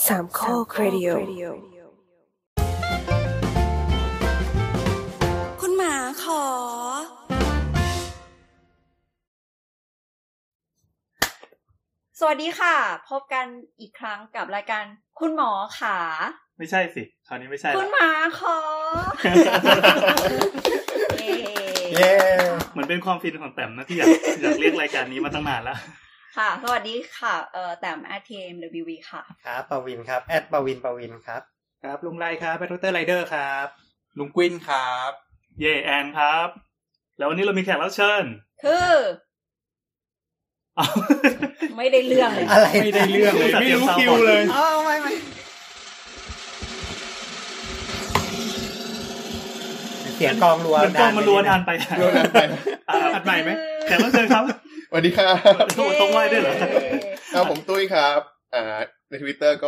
สามข้อครดิโอคุณหมาขอสวัสดีค่ะพบกันอีกครั้งกับรายการคุณหมอขาไม่ใช่สิคราวนี้ไม่ใช่คุณหมาขอเย้เหมือนเป็นความฟินของแต้มนะที่อยากเรียกรายการนี้มาตั้งนานแล้วค่ะสวัสดีค่ะแต้ม @tmwv ค่ะครับปวินครับปวินครับครับลุงไรครับดรไรเดอร์ครับลุงกวินครับเย่แอนครับแล้ววันนี้เรามีแขกรับเชิญคือไม่ได้เรื่องเลยอะไรไม่ได้เรื่องเลยไม่รู้คิวเลยไม่เสียงกองรัวมันกองมันรัวนานไปอัดใหม่ไหมแขกรับเชิญครับสวัสดีครับต้องไหว้ด้วยเหรอครับผมตุ้ยครับใน Twitter ก็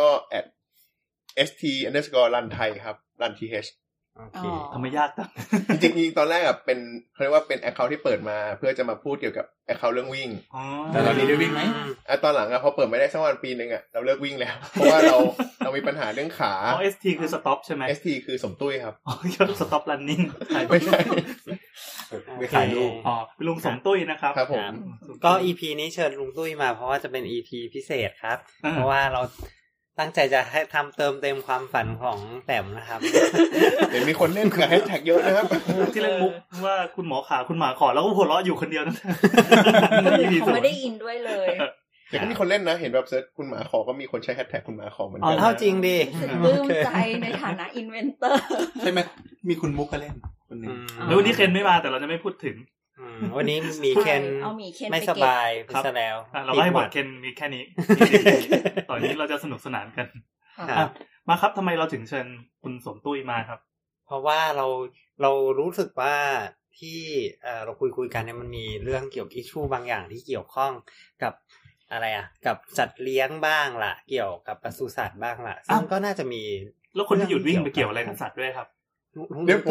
@st_runthai ครับ runth โอเคทำไมยากจังจริงๆตอนแรกอ่ะเป็นเขาเรียกว่าเป็น account ที่เปิดมาเพื่อจะมาพูดเกี่ยวกับ account เรื่องวิ่งแต่ตอนนี้ได้วิ่งไหมตอนหลังอ่ะพอเปิดไม่ได้สักวันปีนึงอ่ะเราเลิกวิ่งแล้วเพราะว่าเรามีปัญหาเรื่องขา ST คือ stop ใช่ไหม ST คือสมตุ้ยครับ stop running ไม่ใช่ไปขายลูกเป็นลุงสมตุ้ยนะครับครับผมก็ EP นี้เชิญลุงตุ้ยมาเพราะว่าจะเป็น EP พิเศษครับเพราะว่าเราตั้งใจจะให้ทำเติมเต็มความฝันของแต้มนะครับเดี๋ยวมีคนเล่นกับแฮชแท็กเยอะนะครับที่เล่นมุกว่าคุณหมอขาคุณหมาขอแล้วก็หัวเราะอยู่คนเดียวนั่นเขาไม่ได้อินด้วยเลยแต่ก็มีคนเล่นนะเห็นแบบเซิร์ชคุณหมาขอก็มีคนใช้แฮชแท็กคุณหมาขอเหมือนกันเท่าจริงดิปลื้มใจในฐานะอินเวนเตอร์ใช่ไหมมีคุณมุกก็เล่นคนนึงแล้ววันนี้เคนไม่มาแต่เราจะไม่พูดถึงวันนี้มีเคนไม่สบายไปซะแล้วเราให้บทเคนมีแค่นี้ตอนนี้เราจะสนุกสนานกันมาครับทำไมเราถึงเชิญคุณสมตุ้ยมาครับเพราะว่าเรารู้สึกว่าที่เราคุยกันเนี่ยมันมีเรื่องเกี่ยวกับอิชชูบางอย่างที่เกี่ยวข้องกับอะไรกับสัตว์เลี้ยงบ้างล่ะเกี่ยวกับปศุสัตว์บ้างล่ะซึ่งก็น่าจะมีแล้วคนที่หยุดวิ่งไปเกี่ยวอะไรกับสัตว์ด้วยครับเดี๋ยว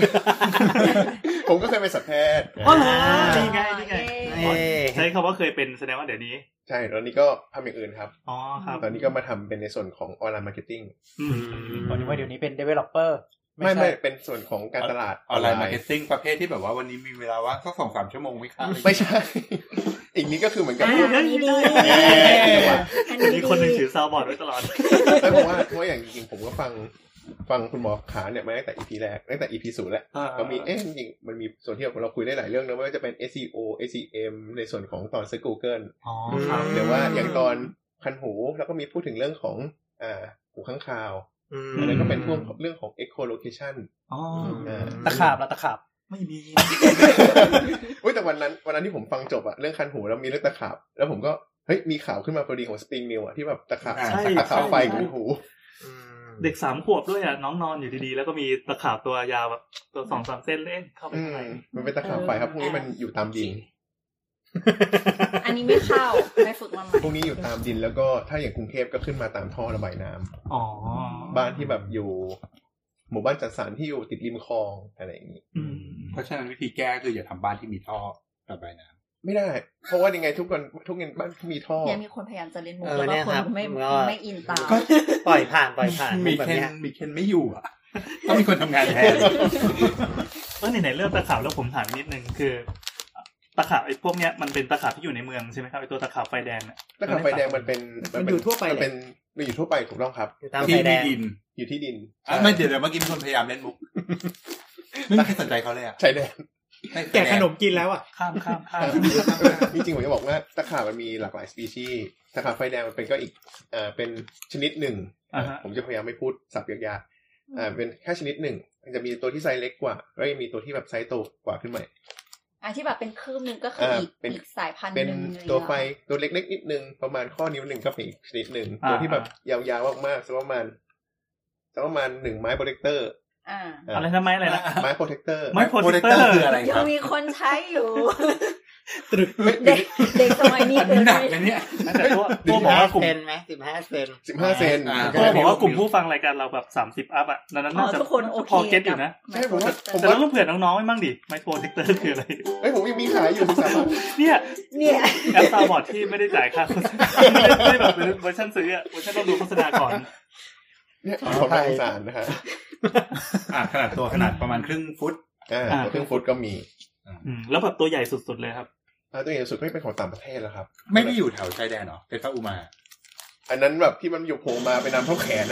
ผมก็เคยเป็นสัตวแพทย์นี่ไงใช้คำว่าเคยเป็นแสดงว่าเดี๋ยวนี้ใช่แล้วนี้ก็ทำอย่างอื่นครับครับตอนนี้ก็มาทำเป็นในส่วนของออนไลน์มาร์เก็ตติ้งวันนี้ว่าเดี๋ยวนี้เป็น developer ไม่เป็นส่วนของการตลาดออนไลน์มาร์เก็ตติ้งประเภทที่แบบว่าวันนี้มีเวลาว่างสัก 2-3 ชั่วโมงไหมครับไม่ใช่อีกนี้ก็คือเหมือนกับมีคนหนึ่งถือซาวบอร์ดไว้ตลอดแล้วเพราะว่าอย่างจริงๆผมก็ฟังคุณหมอขาเนี่ยมาตั้งแต่ EP แรกตั้งแต่ EP 0แล้วก็มีจริงๆมันมีส่วนที่เราคุยได้หลายเรื่องนะไม่ว่าจะเป็น SEO SEM ในส่วนของตอน Search Google หรือว่าอย่างตอนคันหูแล้วก็มีพูดถึงเรื่องของหูข้างคาวอันนั้นก็เป็นพวกเรื่องของ echolocation ตะขาบไม่มีแต่วันนั้นที่ผมฟังจบอะเรื่องคันหูแล้วมีเรื่องตะขาบแล้วผมก็เฮ้ยมีข่าวขึ้นมาพอดีของ Spring News อะที่แบบตะขาบไฟคันหูเด็ก3 ขวบด้วยอ่ะน้องนอนอยู่ดีๆแล้วก็มีตะขาบตัวยาวแบบตัว 2-3 เส้นเล่นเข้าไปข้างในมันเป็นตะขาบไฟครับพวกนี้มันอยู่ตามดินอันนี้ไม่เข้าไม่ฝึกมาใหม่พวกนี้อยู่ตามดินแล้วก็ถ้าอย่างกรุงเทพก็ขึ้นมาตามท่อระบายน้ำบ้านที่แบบอยู่หมู่บ้านจัดสรรที่อยู่ติดริมคลองอะไรอย่างนี้เพราะฉะนั้นวิธีแก้คืออย่าทำบ้านที่มีท่อระบายน้ำไม่ได้เพราะว่ายังไงทุกบ้านมีท่อเนี่ยมีคนพยายามจะเล่นมุกแล้วก็คนไม่อินตามก็ปล่อยผ่านมีเคนไม่อยู่อ่ะต้องมีคนทำงานแทนไหนเรื่องตะขาบแล้วผมถามนิดนึงคือตะขาบไอ้พวกเนี้ยมันเป็นตะขาบที่อยู่ในเมืองใช่ไหมครับไอ้ตัวตะขาบไฟแดงเนี่ยตะขาบไฟแดงมันอยู่ทั่วไปมันอยู่ทั่วไปถูกต้องครับที่ดินอยู่ที่ดินไม่เดี๋ยวเมื่อกี้มีคนพยายามเล่นมุกไม่มีใครสนใจเขาเลยอ่ะใช่แดงแกะขนมกินแล้วอ่ะข้ามจริงๆผมจะบอกว่าตะขาบมันมีหลากหลายสปีชีส์ตะขาบไฟแดงมันเป็นก็อีกเป็นชนิดหนึ่งผมจะพยายามไม่พูดศัพท์ยากๆเป็นแค่ชนิดหนึ่งมันจะมีตัวที่ไซส์เล็กกว่าแล้วยังมีตัวที่แบบไซส์โตกว่าขึ้นมาที่แบบเป็นคืบนึงก็คืออีกสายพันธุ์นึงเป็นตัวไฟตัวเล็กๆนิดนึงประมาณข้อนิ้วนึงก็เป็นอีกชนิดนึงตัวที่แบบยาวๆมากๆสักประมาณ1ไม้โปรเทคเตอร์อะไรนะไม้อะไรนะไม้โปรเทคเตอร์ไม้โปรเทคเตอร์คืออะไรครับยังมีคนใช้อยู่เด็กสมัยนี้อันนี้หนักนะเนี่ยแต่ตัวบอกว่ากลุ่มเซนไหม15 เซน 15 เซนตัวบอกว่ากลุ่มผู้ฟังรายการเราแบบ30อัพอ่ะนั้นน่าจะทุกคนโอเคพอเก็ตอยู่นะใช่ผมว่าแต่เราต้องเผื่อน้องๆไว้มั่งดิไมโครเทคเตอร์คืออะไรผมยังมีขายอยู่ศึกษาเนี่ยเนี่ยแอปซาวบอร์ดที่ไม่ได้จ่ายค่าโฆษณาไม่ได้แบบเวอร์ชันซื้ออะเวอร์ชันต้องดูโฆษณาก่อนเนี่ยผมน่าสงสารนะฮะขนาดตัวขนาดประมาณครึ่งฟุตเครื่องฟุตก็มีแล้วแบบตัวใหญ่สุดๆเลยครับตัวใหญ่สุดก็เป็นของต่างประเทศแล้วครับไม่ได้อยู่แถวชายแดนหรอเป็นพระอุมาอันนั้นแบบที่มันอยู่โผล่มาเป็นน้ำเท่าแขนนะ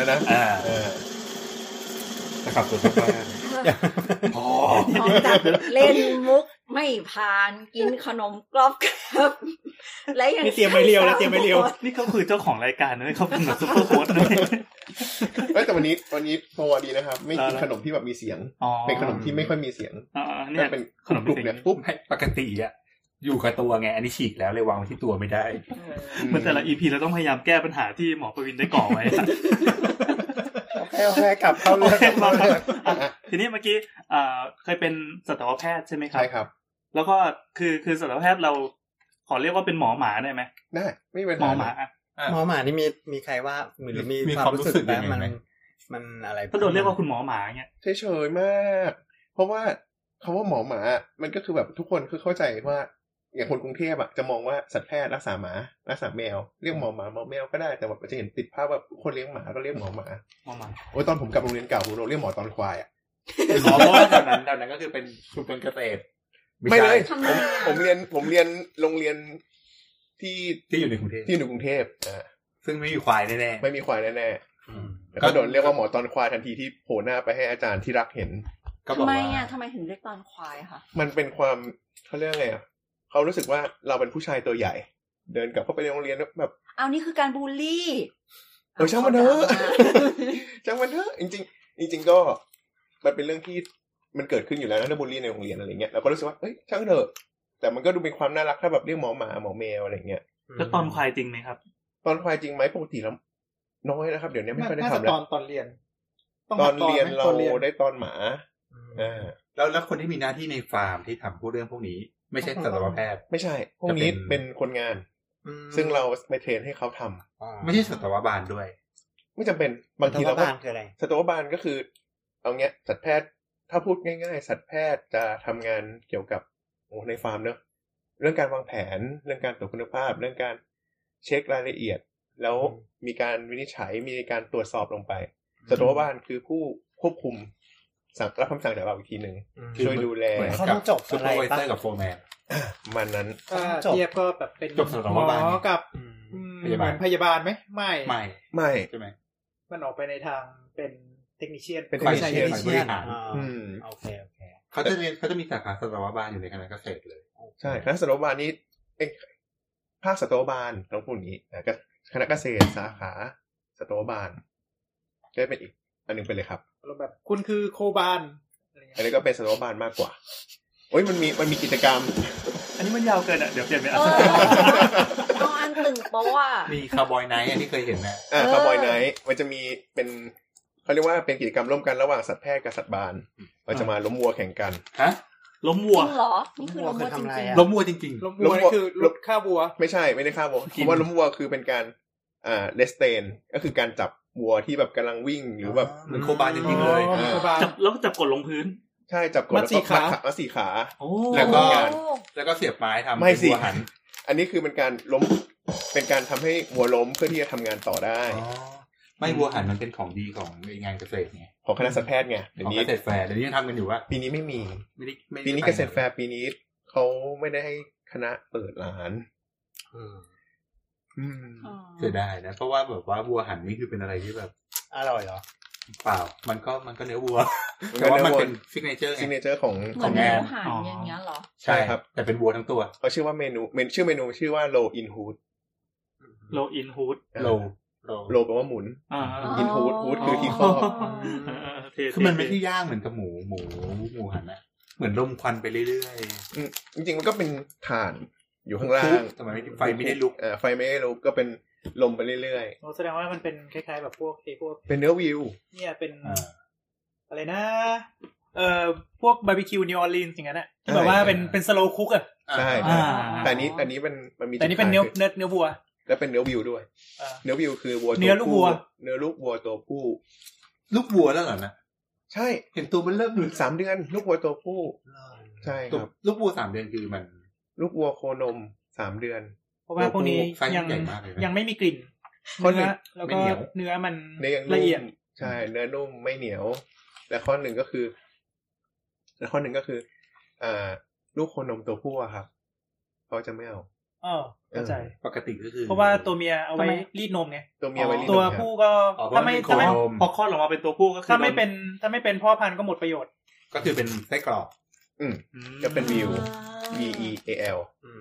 นะครับตัวแรกพอจากเล่นมุกไม่ผ่านกินขนมกรอบครับและยังนี่เตรียมไม่เรียวแล้วเตรียมไม่เรียวนี่เขาคือเจ้าของรายการนะเขาเป็นแบบซุปเปอร์โค้ดนะแต่วันนี้โปรดีนะครับไม่กินขนมที่แบบมีเสียงเป็นขนมที่ไม่ค่อยมีเสียงเนี่ยเป็นขนมกรุบเนี่ยปุ๊บให้ปกติอ่ะอยู่กับตัวไงอันนี้ฉีกแล้วเลยวางไว้ที่ตัวไม่ได้เหมือนแต่ละ EP เราต้องพยายามแก้ปัญหาที่หมอประวินได้ก่อไว้โอเคกลับเข้าเรื่องทีนี้เมื่อกี้เคยเป็นสัตวแพทย์ใช่ไหมครับใช่ครับแล้วก็คือสัตวแพทย์เราขอเรียกว่าเป็นหมอหมาได้ไหมได้ไม่เป็นหมอหมาหมอหมานี่มีใครว่าหรือมีความรู้สึกแบบมันอะไรก็โดนเรียกว่าคุณหมอหมาเงี้ยเฉยๆมากเพราะว่าคำว่าหมอหมามันก็คือแบบทุกคนคือเข้าใจว่าอย่างคนกรุงเทพจะมองว่าสัตวแพทย์รักษาหมารักษาแมวเรียกหมอหมาหมอแมวก็ได้แต่แบบจะเห็นติดภาพแบบคนเลี้ยงหมาก็เรียกหมอหมาโอ้ยตอนผมกลับโรงเรียนเก่าผมเรียกหมอตอนควายเพราะว่าแถวนั้นก็คือเป็นชุมชนเกษตรไม่เลยผมเรียนโรงเรียนที่อยู่ในกรุงเทพซึ่งไม่มีควายแน่ๆไม่มีควายแน่ๆก็โดนเรียกว่าหมอตอนควายทันทีที่โผล่หน้าไปให้อาจารย์ที่รักเห็นทำไมทำไมถึงเรียกตอนควายค่ะมันเป็นความเขาเรียกไงเขารู้สึกว่าเราเป็นผู้ชายตัวใหญ่เดินกลับเข้าไปในโรงเรียนแบบเอานี่คือการบูลลี่ช่างมันเถอะช่างมันเถอะจริงก็มันเป็นเรื่องที่มันเกิดขึ้นอยู่แล้วนะถ้าบูลลี่ในโรงเรียนอะไรเงี้ยเราก็รู้สึกว่าเอ้ยช่างเถอะแต่มันก็ดูเป็นความน่ารักถ้าแบบเรียกหมอหมาหมอแมวอะไรเงี้ยแล้วตอนควายจริงไหมครับตอนควายจริงไหมปกติแล้วน้อยนะครับเดี๋ยวนี้ไม่ค่อยได้ทำแล้วตอนเรียนเราได้ตอนหมาแล้วคนที่มีหน้าที่ในฟาร์มที่ทำพวกเรื่องพวกนี้ไม่ใช่สัตวแพทย์ไม่ใช่พวกนี้เป็นคนงานซึ่งเราไปเทรนให้เขาทำไม่ใช่สัตวบาลด้วยไม่จำเป็นบางทีเราก็คืออะไรสัตวบาลก็คือเอาเงี้ยสัตวแพทย์ถ้าพูดง่ายๆสัตวแพทย์จะทำงานเกี่ยวกับในฟาร์มเนอะเรื่องการวางแผนเรื่องการตรวจคุณภาพเรื่องการเช็ครายละเอียดแล้วมีการวินิจฉัยมีการตรวจสอบลงไปสัตวบาลคือผู้ควบคุมสั่งรับคำสั่งจากเราอีกทีนึงช่วยดูแลเขาต้องจบอะไรป่ะกับโฟร์แมนมันนั้นเทียบก็แบบเป็นหมอกับพยาบาลไหมไม่ใช่ไหมมันออกไปในทางเป็นเทคนิคเชียนเป็นฝ่ายเทคนิคเชียนโอเคเขาจะมีสาขาสัตวบาลอยู่ในคณะเกษตรเลยใช่คณะสัตวบาลนี้ภาคสัตวบาลต้องพูดอย่างนี้ก็คณะเกษตรสาขาสัตวบาลก็เป็นอีกอันนึงไปเลยครับแบบคุณคือโคบาลอันนี้ก็เป็นสัตวบาลมากกว่าโอ้ยมันมีกิจกรรมอันนี้มันยาวเกินอ่ะเดี๋ยวเปลี่ยนไปเอาอันตึงเพราะว่ามีคาร์บอยไนท์อันที่เคยเห็นนะคาร์บอยไนท์มันจะมีเป็นเขาเรียกว่าเป็นกิจกรรมร่วมกันระหว่างสัตวแพทย์กับสัตวบาลมันจะมาล้มวัวแข่งกันล้มวัวจริงเหรอนี่คือล้มวัวจริงๆล้มวัวจริงๆล้มวัวนี่คือลดค่าวัวไม่ใช่ไม่ได้ค่าวัวเพราะว่าล้มวัวคือเป็นการเลสเตนก็คือการจับวัวที่แบบกำลังวิ่งหรือแบบเหมือนโคบาลจริงๆเลยจับแล้วจับกดลงพื้นใช่จับกดแล้วก็มัดสี่ขาแล้วก็เสียบไม้ทำวัวหันอันนี้คือเป็นการล้มเป็นการทำให้วัวล้มเพื่อที่จะทำงานต่อได้ไม่วัวหันมันเป็นของดีของงานเกษตรไงของคณะสัตวแพทย์ไงเดี๋ยวนี้เกษตรแฟร์เดี๋ยวนี้ยังทำกันอยู่ว่าปีนี้ไม่มีปีนี้เกษตรแฟร์ปีนี้เขาไม่ได้ให้คณะเปิดร้านเสียดายนะเพราะว่าแบบว่าวัวหันนี่คือเป็นอะไรที่แบบอร่อยเหรอเปล่ามันก็เนื้อวัวแต่ว่ามันเป็นซิกเนเจอร์ของงานหันอย่างเงี้ยเหรอใช่ครับแต่เป็นวัวทั้งตัวเขาชื่อว่าเมนูชื่อว่า low in hood low in hood โลแปลว่าหมุนอินฮูดคือที่ครอบคือมันไม่ที่ย่างเหมือนกับหมูหันนะเหมือนลมควันไปเรื่อยๆจริงๆมันก็เป็นถ่านอยู่ข้างล่างทำไมไฟไม่ได้ลุกไฟไม่ได้ลุกก็เป็นลมไปเรื่อยๆแสดงว่ามันเป็นคล้ายๆแบบพวกเป็นเนื้อวิวเนี่ยเป็นอะไรนะพวกบาร์บีคิวนิวออร์ลีนส์อย่างนั้นน่ะที่แบบว่าเป็นสโลว์คุกอ่ะใช่แต่อันนี้มันมีแต่นี่เป็นเนื้อวัวแล้วเป็นเนื้อวิวด้วยเนื้อวิวคือวัวเนื้อลูกวัวตัวผู้ลูกวัวแล้วเหรอนะใช่เห็นตัวมันเริ่ม 3 เดือนลูกวัวตัวผู้ใช่ครับลูกวัว3 เดือนคือมันลูกวัวโคนม3 เดือนเพราะว่าพวกนี้ยังไม่มีกลิ่นเนื้อแล้วก็เนื้อมันละเอียดใช่เนื้อนุ่มไม่เหนียวและข้อหนึ่งก็คือลูกโคนมตัวผู้อะครับเขาจะไม่เอาเข้าใจปกติก็คือเพราะว่าตัวเมียเอาไว้รีดนมไงตัวเมียไว้รีดนมตัวผู้ก็ถ้าไม่พอคลอดออกมาเป็นตัวผู้ก็คือถ้าไม่เป็นพ่อพันธุ์ก็หมดประโยชน์ก็คือเป็นไส้กรอกจะเป็นวิว VEAL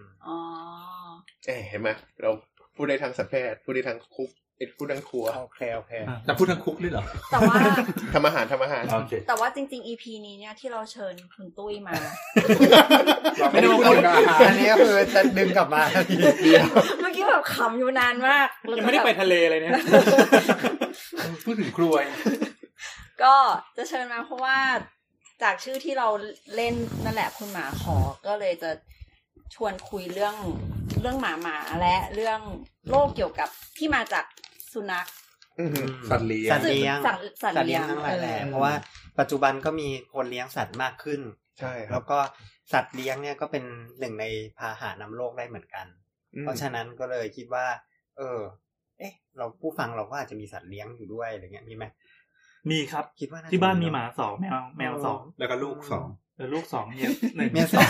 เห็นไหมเราพูดได้ทางสัตวแพทย์พูดได้ทางคุกพูดทางครัวโอเคแต่พูดทางคุกด้วยเหรอแต่ว่าทำอาหารแต่ว่าจริงๆ EP นี้เนี่ยที่เราเชิญคุณตุ้ยมาไม่ได้พูดอาหารอันนี้ก็คือจะดึงกลับมาเมื่อกี้แบบขำอยู่นานมากยังไม่ได้ไปทะเลเลยเนี่ยพูดถึงครัวก็จะเชิญมาเพราะว่าจากชื่อที่เราเล่นนั่นแหละคุณหมาขอก็เลยจะชวนคุยเรื่องหมาและเรื่องโรคเกี่ยวกับที่มาจากสุนัขสัตว์เลี้ยงทั้งหลายแหละเพราะว่าปัจจุบันก็มีคนเลี้ยงสัตว์มากขึ้นใช่แล้วก็สัตว์เลี้ยงเนี่ยก็เป็นหนึ่งในพาหะนำโรคได้เหมือนกันเพราะฉะนั้นก็เลยคิดว่าเราผู้ฟังเราก็อาจจะมีสัตว์เลี้ยงอยู่ด้วยอะไรเงี้ยมีไหมมีครับคิดว่าที่บ้านมีหมา2แมว2 แล้วก็ลูก2 ลูก2เมีย1 เมีย2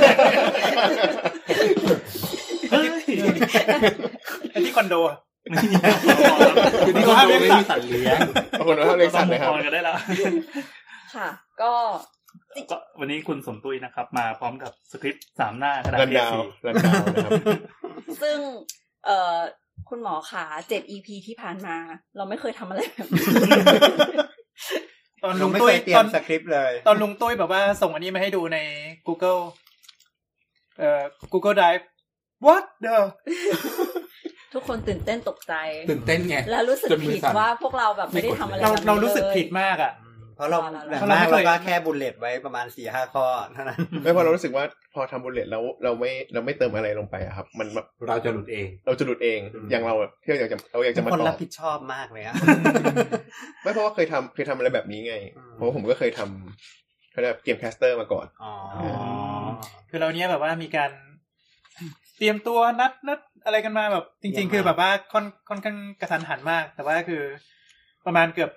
ที่คอนโดไม่มีคือที่คอนโดไม่มีสัตว์เลี้ยงคนเราเลี้ยงสัตว์นะครับกันได้แล้วค่ะก็วันนี้คุณสมตุ้ยนะครับมาพร้อมกับสคริปต์3 หน้ากระดาษ A4 นะครับซึ่งคุณหมอขา7 EP ที่ผ่านมาเราไม่เคยทำอะไรแบบนี้ตอนลุงตุ้ยตอนสคริปต์เลยตอนลุงตุ้ยแบบว่าส่งอันนี้มาให้ดูใน Google Drive what the ทุกคนตื่นเต้นตกใจตื่นเต้นไงแล้วรู้สึกผิดว่าพวกเราแบบไม่ได้ทำอะไรเรารู้สึกผิดมากอ่ะเพราะเราก็แค่บุลเลตไว้ประมาณ 4-5 ข้อเท่านั้นไม่พอเรารู้สึกว่าพอทำบุลเลตแล้วเราไม่เติมอะไรลงไปอะครับมันเราจะหลุดเองอย่างเราที่อยากจะมาตอบคนรับผิดชอบมากเลยอ่ะไม่เพราะว่าเคยทำอะไรแบบนี้ไงเพราะผมก็เคยทำเกมแคสเตอร์มาก่อนคือเราเนี้ยแบบว่ามีการเตรียมตัวนัดอะไรกันมาแบบจริงๆคือแบบว่าค่อนข้างกระทันหันมากแต่ว่าคือประมาณเกือบ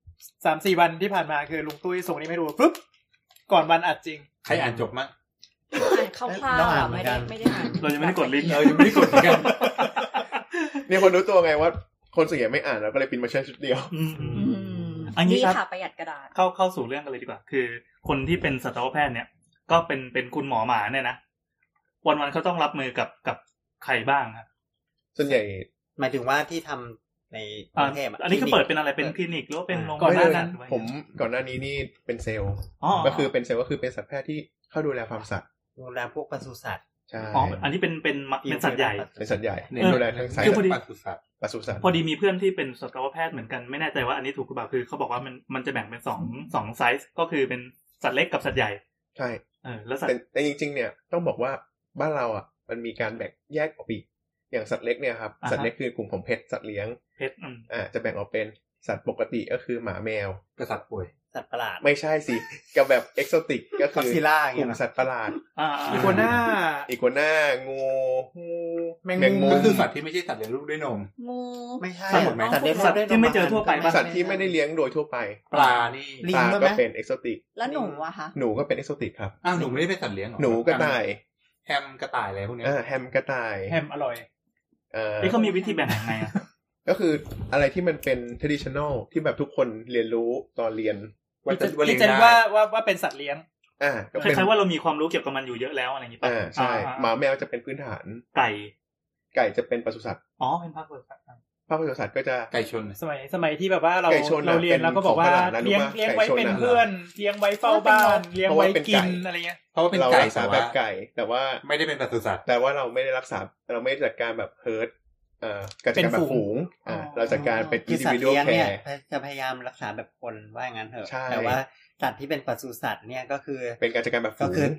3-4 วันที่ผ่านมาคือลุงตุ้ยส่งนี้ให้ดูปุ๊บก่อนวันอัดจริงใครอ่านจบมั้ยคร่าวๆไม่ได้อ่านเรายังไม่ได้กดลิงก์ยังไม่ได้กดกันเนี่ยคนรู้ตัวไงว่าคนส่วนใหญ่ไม่อ่านแล้วก็เลยพิมพ์มาแค่ชุดเดียวอันนี้ครับประหยัดกระดาษเข้าสู่เรื่องกันเลยดีกว่าคือคนที่เป็นสัตวแพทย์เนี่ยก็เป็นคุณหมอหมาเนี่ยนะวันๆเขาต้องรับมือกับใครบ้างครับส่วนใหญ่หมายถึงว่าที่ทำในกรุงเทพอันนี้ก็เปิดเป็นอะไรเป็นคลินิกหรือว่าเป็นโรงพยาบาลก่อนหน้านั้นผมก่อนหน้านี้นี่เป็นเซลล์ก็คือเป็นเซลล์ก็คือเป็นสัตวแพทย์ที่เข้าดูแลฟาร์มสัตว์ดูแลพวกปศุสัตว์ใช่อันนี้เป็นสัตว์ใหญ่เป็นสัตว์ใหญ่ดูแลทั้งสายปศุสัตว์พอดีมีเพื่อนที่เป็นสัตวแพทย์เหมือนกันไม่แน่ใจว่าอันนี้ถูกหรือเปล่าคือเขาบอกว่ามันจะแบ่งเป็น2ไซส์ก็คือเป็นสัตว์เล็กกับสัตว์ใหญ่ใช่แล้วแต่จริงๆเนี่ยต้องบอกว่าบ้านเราอ่ะมันมีการแบ่งแยกออกไปอย่างสัตว์เล็กเนี่ยครับสัตว์เล็กคือกลุ่มของเพทสัตว์เลี้ยงจะแบ่งออกเป็นสัตว์ปกติก็คือหมาแมวกับสัตว์ป่วยสัตว์ประหลาดไม่ใช่สิกับแบบเอ็กโซติกก็คือกลุ่มสัตว์ประหลาดอีกัวน่างูแมงมุมก็คือสัตว์ที่ไม่ใช่สัตว์เลี้ยงลูกด้วยนมงูไม่ใช่สัตว์ที่ไม่เจอทั่วไปสัตว์ที่ไม่ได้เลี้ยงโดยทั่วไปปลานี่ปลาก็เป็นเอ็กโซติกแล้วหนูอะคะหนูก็เป็นเอ็กโซติกครับหนูไม่ได้เป็นสัตว์เลี้ยงหรอหนูกระต่ายแฮมกระต่ายอะไรพวกนี้แฮมกระต่ายแฮมอร่อยเขามีวิธีแบ่งยังไงอ่ะก็คืออะไรที่มันเป็น traditional ที่แบบทุกคนเรียนรู้ตอนเรียนว่าจะว่าเป็นสัตว์เลี้ยงคล้ายๆว่าเรามีความรู้เกี่ยวกับมันอยู่เยอะแล้วอะไรอย่างนี้ป่ะใช่หมาแมวจะเป็นพื้นฐานไก่จะเป็นปศุสัตว์เป็นภาคปศุสัตว์ภาคปศุสัตว์ก็จะไก่ชนสมัยที่แบบว่าเราเรียนแล้วก็บอกว่าเลี้ยงไว้เป็นเพื่อนเลี้ยงไว้เฝ้าบ้านเลี้ยงไว้กินอะไรเงี้ยเพราะว่าเป็นไก่แบบไก่แต่ว่าไม่ได้เป็นปศุสัตว์แต่ว่าเราไม่ได้รักษาเราไม่จัดการแบบเฮิร์ตการจัดการแบบฝูงเราจัดการเป็น individual care จะพยายามรักษาแบบคนว่าอย่างนั้นเถอะแต่ว่าสัตว์ที่เป็นปศุสัตว์เนี่ยก็คือเป็นการจัดการแบบก็คือ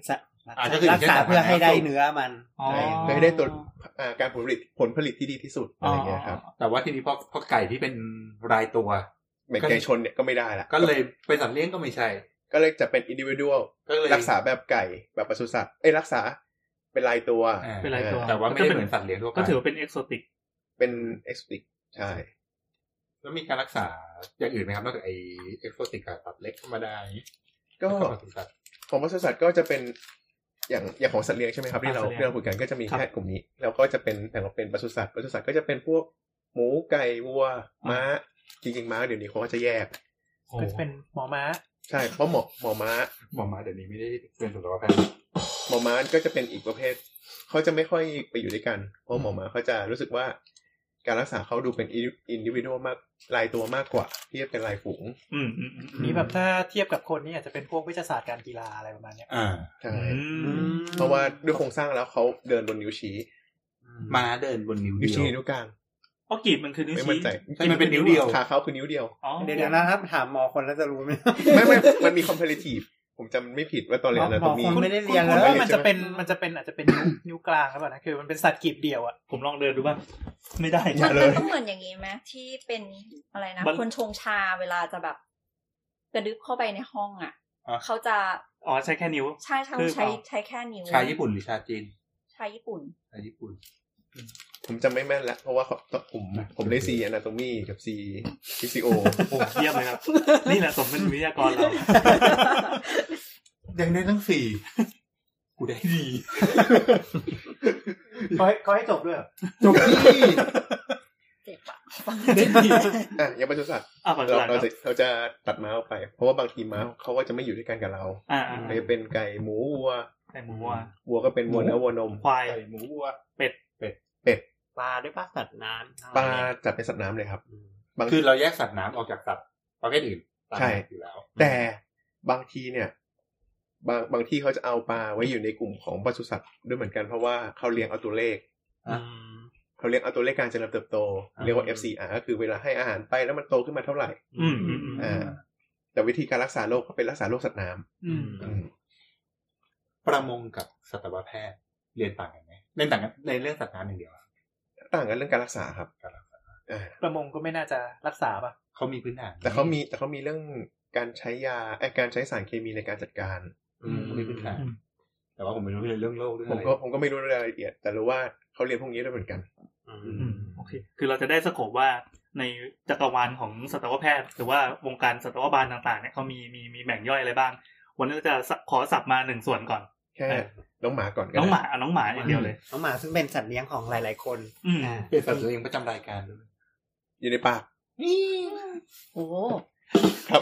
รักษาเพื่อให้ได้เนื้อมันเพื่อให้ได้ตัวการผลผลิตที่ดีที่สุดอะไรเงี้ยครับแต่ว่าทีนี้พอไก่ที่เป็นรายตัวเป็นไก่ชนเนี่ยก็ไม่ได้ละก็เลยเป็นสัตว์เลี้ยงก็ไม่ใช่ก็เลยจะเป็น individual รักษาแบบไก่แบบปศุสัตว์รักษาเป็นรายตัวเป็นรายตัวแต่ว่าไม่ได้เหมือนสัตว์เลี้ยงทั่วไปก็ถือว่าเป็นเอกโซติกเป็นเอกโซติกใช่แล้วมีการรักษาอย่างอื่นไหมครับนอกจากไอเอกโซติกกับสัตว์เล็กธรรมดาก็ของปศุสัตว์ก็จะเป็นอย่างของสัตว์เลี้ยงใช่ไหมครับที่เราคุยกันก็จะมีแค่กลุ่มนี้แล้วก็จะเป็นแต่เราเป็นปศุสัตว์ก็จะเป็นพวกหมูไก่วัวม้าจริงๆม้าเดี๋ยวนี้เขาก็จะแยกก็จะเป็นหมอม้าใช่เพราะหมอม้าเดี๋ยวนี้ไม่ได้เป็นสัตวแพทย์หมอม้าก็จะเป็นอีกประเภทเขาจะไม่ค่อยไปอยู่ด้วยกันเพราะหมอม้าเขาจะรู้สึกว่าการรักษาเขาดูเป็นอินดิวิโดมากรายตัวมากกว่าที่จะเป็นรายฝูงนี่แบบถ้าเทียบกับคนนี่อาจจะเป็นพวกวิทยาศาสตร์การกีฬาอะไรประมาณนี้ใช่เพราะว่าด้วยโครงสร้างแล้วเขาเดินบนนิ้วชี้ม้าเดินบนนิ้วเดียวนิ้วชี้นิ้วกลางเพราะกีบมันคือนิ้วชี้มันเป็นนิ้วเดียวขาเขาคือนิ้วเดียวเดี๋ยวนะครับถามหมอคนแล้วจะรู้ไหมไม่มันมี comparative ผมจำไม่ผิดว่าตอนเรียนนะตรงนี้ไม่ได้เรียนแล้วมันจะเป็นอาจจะเป็นนิ้วกลางหรือเปล่านะคือมันเป็นสัตว์กีบเดียวอ่ะผมลองเดินดูบ้างไม่ได้เลยต้องเหมือนอย่างนี้ไหมที่เป็นอะไรนะคนชงชาเวลาจะแบบกระดึ๊บเข้าไปในห้องอ่ะเขาจะใช้แค่นิ้วใช่ใช้แค่นิ้วชาญี่ปุ่นหรือชาจีนชาญี่ปุ่นผมจำไม่แม่นแล้วเพราะว่าผมได้ C Anatomy กับ C Physio โอ้เยี่ยมเลยครับนี่แหละสมเป็นวิทยากรเรายังได้ทั้ง4กูได้ดีเขาให้จบด้วยจบที่เจ็บอ่ะยังปศุสัตว์เราจะตัดม้าออกไปเพราะว่าบางทีม้าเขาก็จะไม่อยู่ด้วยกันกับเราจะเป็นไก่หมูวัวก็เป็นวัวเนื้อวัวนมควายหมูวัวเป็ดปลาด้วยป่ะสัตว์น้ำปลาจัดเป็นสัตว์น้ำเลยครับคือเราแยกสัตว์น้ำออกจากสัตว์ประเภทอื่นใช่อยู่แล้วแต่บางทีเนี่ยบางที่เขาจะเอาปลาไว้อยู่ในกลุ่มของปศุสัตว์ด้วยเหมือนกันเพราะว่าเขาเลี้ยงเอาตัวเลขเขาเลี้ยงเอาตัวเลขการเจริญเติบโตเรียกว่า FCR ก็คือเวลาให้อาหารไปแล้วมันโตขึ้นมาเท่าไหร่แต่วิธีการรักษาโรคเขาเป็นรักษาโรคสัตว์น้ำประมงกับสัตวแพทย์เรียนต่างกันไหมเรียนต่างกันในเรื่องสัตว์น้ำอย่างเดียวต่างกันเรื่องการรักษาครับประมงก็ไม่น่าจะรักษาป่ะเขามีพื้นฐานแต่เขามีเรื่องการใช้ยาการใช้สารเคมีในการจัดการมีพื้นฐานแต่ว่าผมไม่รู้เรื่องโรคด้วยผมก็ไม่รู้รายละเอียดแต่รู้ว่าเขาเรียนพวกนี้ด้วยเหมือนกันโอเคคือเราจะได้สโคปว่าในจักรวาลของสัตวแพทย์หรือว่าวงการสัตวบาลต่างๆเนี่ยเขามีแบ่งย่อยอะไรบ้างวันนี้จะขอสับมา1ส่วนก่อนแค่น้องหมาก่อนน้องหมาอย่างเดียวเลยน้องหมาซึ่งเป็นสัตว์เลี้ยงของหลายๆคนเป็นสัตว์เลี้ยงประจำรายการด้วยอยู่ในปากโอ้ครับ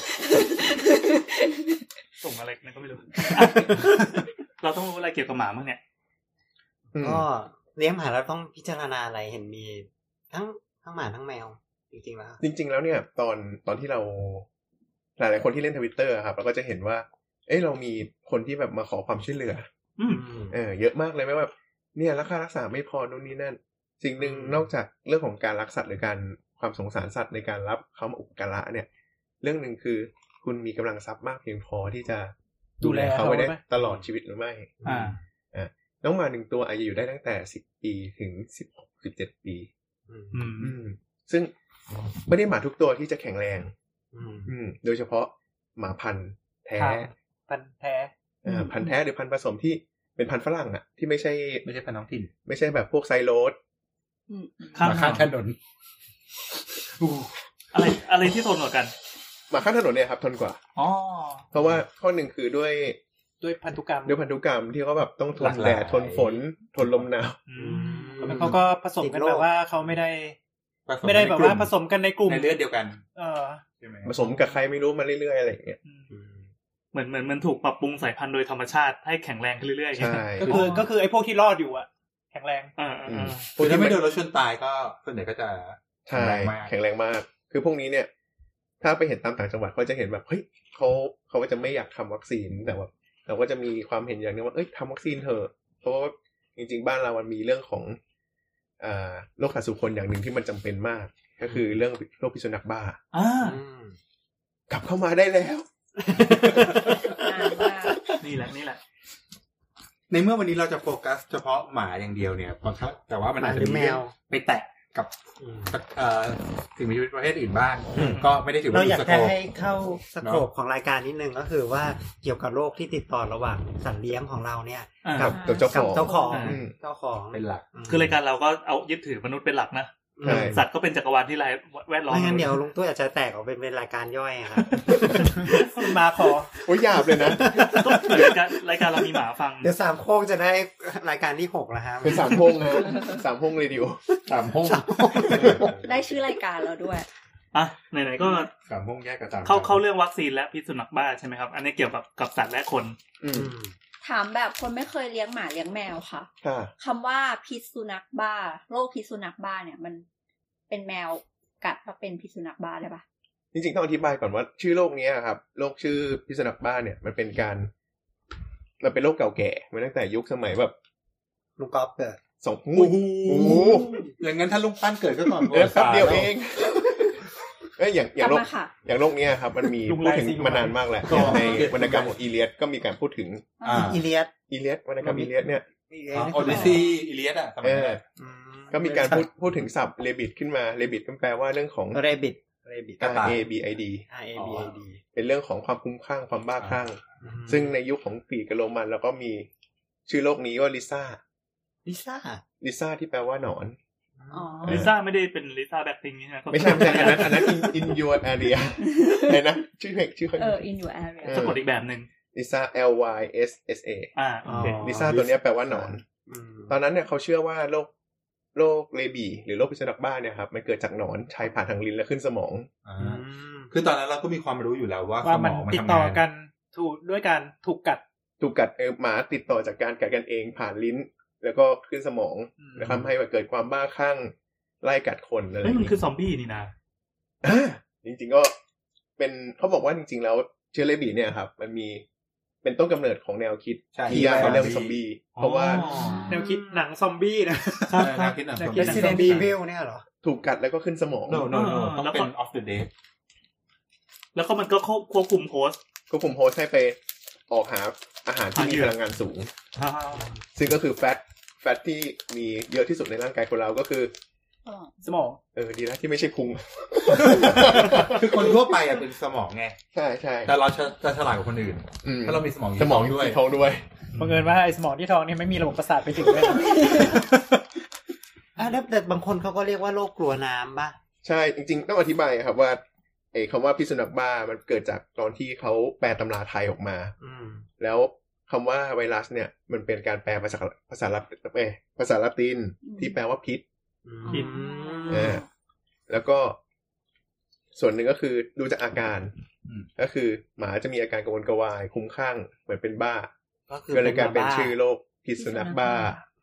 ส่งอะไรนั่นก็ไม่รู้เราต้องรู้อะไรเกี่ยวกับหมาบ้างเนี่ยก็เลี้ยงหมาแล้วต้องพิจารณาอะไรเห็นมีทั้งหมาทั้งแมวจริงๆแล้วเนี่ยตอนที่เราหลายๆคนที่เล่น Twitter ครับเราก็จะเห็นว่าเรามีคนที่แบบมาขอความช่วยเหลือเยอะมากเลยไหมว่าเนี่ยราคารักษาไม่พอนู่นนี่นั่นสิ่งหนึ่งนอกจากเรื่องของการรักสัตว์หรือการความสงสารสัตว์ในการรับเขามาอุปการะเนี่ยเรื่องหนึ่งคือคุณมีกำลังทรัพย์มากเพียงพอที่จะดูแลเขาไว้ได้ตลอดชีวิตหรือไม่น้องหมา1ตัวอาจจะอยู่ได้ตั้งแต่10 ปีถึง16-17 ปีซึ่งไม่ได้หมาทุกตัวที่จะแข็งแรงโดยเฉพาะหมาพันธุ์แท้พันธุ์แท้หรือพันธุ์ผสมที่เป็นพันธุ์ฝรั่งอ่ะที่ไม่ใช่พันธุ์ท้องถิ่นไม่ใช่แบบพวกไซโรสข้างถนนอะไรที่ทนกว่ากันหมาข้างถนนเนี่ยครับทนกว่าเพราะว่าข้อหนึ่งคือด้วยพันธุกรรมที่เขาแบบต้องทนแดดทนฝนทนลมหนาวแล้วเขาก็ผสมกันแบบว่าเขาไม่ได้แบบว่าผสมกันในกลุ่มในเลือดเดียวกันผสมกับใครไม่รู้มาเรื่อยๆอะไรอย่างเงี้ยเหมือนมันถูกปรับปรุงสายพันธุ์โดยธรรมชาติให้แข็งแรงขึ้นเรื่อยๆใช่ก็คือไอ้พวกที่รอดอยู่อ่ะแข็งแรงคนที่ไม่โดนรถชนตายก็ส่วนใหญ่ก็จะแข็งแรงมากคือพวกนี้เนี่ยถ้าไปเห็นตามต่างจังหวัดเขาจะเห็นแบบเฮ้ยเขาก็จะไม่อยากทำวัคซีนแต่ว่าเราก็จะมีความเห็นอย่างนึงว่าทำวัคซีนเถอะเพราะว่าจริงๆบ้านเรามันมีเรื่องของโรคขาดสุขคนอย่างหนึ่งที่มันจำเป็นมากก็คือเรื่องโรคพิษสุนัขบ้ากลับเข้ามาได้แล้วนี่แหละในเมื่อวันนี้เราจะโฟกัสเฉพาะหมาอย่างเดียวเนี่ยบางครั้งแต่ว่ามันอาจจะมีแมวไปแตะกับสิ่งมีชีวิตประเภทอื่นบ้างก็ไม่ได้ถือว่าเราอยากจะให้เข้าสโคปของรายการนิดนึงก็คือว่าเกี่ยวกับโรคที่ติดต่อระหว่างสัตว์เลี้ยงของเราเนี่ยกับเจ้าของเป็นหลักคือรายการเราก็เอายึดถือมนุษย์เป็นหลักนะสัตว์ก็เป็นจักรวาลที่แวดล้อมไม่งั้นเดี๋ยวลุงตุ้ยอาจจะแตกออกเป็นรายการย่อยครับมาขอโอ้ยหยาบเลยนะก็รายการเรามีหมาฟังเดี๋ยวสามโคกจะได้รายการที่6แล้วครับเป็นสามพงนะสามพงเรดิโอสามพงได้ชื่อรายการแล้วด้วยอ่ะไหนๆก็สามพงแยกกับเข้าเรื่องวัคซีนและพิษสุนัขบ้าใช่ไหมครับอันนี้เกี่ยวกับสัตว์และคนถามแบบคนไม่เคยเลี้ยงหมาเลี้ยงแมวค่ะคำว่าพิษสุนัขบ้าโรคพิษสุนัขบ้าเนี่ยมันเป็นแมวกัดแล้วเป็นพิษสุนัขบ้าได้ปะจริงๆต้องอธิบายก่อนว่าชื่อโรคนี้ครับโรคชื่อพิษสุนัขบ้าเนี่ยมันเป็นโรคเก่าแก่มาตั้งแต่ยุคสมัยแบบลุงก๊อฟเกิดอย่างงั้นถ้าลุงปั้นเกิดก็ก่อนแป๊บเดียวเองอย่างโรคนี้ครับมันมีพูดถึงมานานมากแล้วในวรรณกรรมของอีเลียดก็มีการพูดถึงอีเลียดวรรณกรรมอีเลียดเนี่ยโอดิซีอีเลียดอ่ะก็มีการพูดถึงศัพท์เรบิทขึ้นมาเรบิทก็แปลว่าเรื่องของเรบิท RABID เป็นเรื่องของความคุ้มคลั่งความบ้าคลั่งซึ่งในยุคของกรีกกับโรมันแล้วก็มีชื่อโรคนี้ว่าลิซ่าที่แปลว่าหนอนลิซ่าไม่ได้เป็นลิซ่าแบ็คพิงค์ใช่ไหมไม่ใช่อันนั้น in your area ไหนนะชื่อเพลง in your area สะกดอีกแบบนึงลิซ่า LYSSA โอเคลิซ่าตัวนี้แปลว่าหนอนตอนนั้นเนี่ยเขาเชื่อว่าโรคเรบีหรือโรคพิษสุนัขบ้าเนี่ยครับมันเกิดจากหนอนใช้ผ่านทางลิ้นแล้วขึ้นสมองคือตอนนั้นเราก็มีความรู้อยู่แล้วว่าสมองมันติดต่อกันด้วยการถูกกัดหมาติดต่อจากการกัดกันเองผ่านลิ้นแล้วก็ขึ้นสมองแล้วทำให้เกิดความบ้าคลั่งไล่กัดคนอะไรมันคือซอมบี้นี่นะจริงๆก็เป็นเขาบอกว่าจริงๆแล้วเชื้อเรบีเนี่ยครับมันมีเป็นต้นกำเนิดของแนวคิดที่ยากเรื่องซอมบี้เพราะว่าแนวคิดหนังซอมบี้นะแนวคิดหนังซอมบี้ Resident Evil เนี่ยเหรอถูกกัดแล้วก็ขึ้นสมอง no ต้องเป็น Off the Dead แล้วก็มันก็ควบคุมโฮสต์ให้ไปออกหาอาหารที่มีพลังงานสูงซึ่งก็คือแฟตที่มีเยอะที่สุดในร่างกายคนเราก็คือสมองดีนะที่ไม่ใช่พุงคือคนทั่วไปเป็นสมองไงใช่แต่เราจะฉลาดกว่าคนอื่นถ้าเรามีสมองที่ท้องด้วยบังเอิญว่าไอ้สมองที่ท้องนี่ไม่มีระบบประสาทไปถึงด้วยแต่บางคนเขาก็เรียกว่าโรคกลัวน้ำป่ะใช่จริงๆต้องอธิบายครับว่าคำว่าพิษสุนัขบ้ามันเกิดจากตอนที่เขาแปลตำราไทยออกมาแล้วคำว่าไวรัสเนี่ยมันเป็นการแปลภาษาละตินที่แปลว่าพิษแล้วก็ส่วนหนึ่งก็คือดูจากอาการก็คือหมาจะมีอาการกระวนกระวายคุ้มข้างเหมือนเป็นบ้าก็เลยกลายเป็นชื่อโรคพิษสุนัขบ้า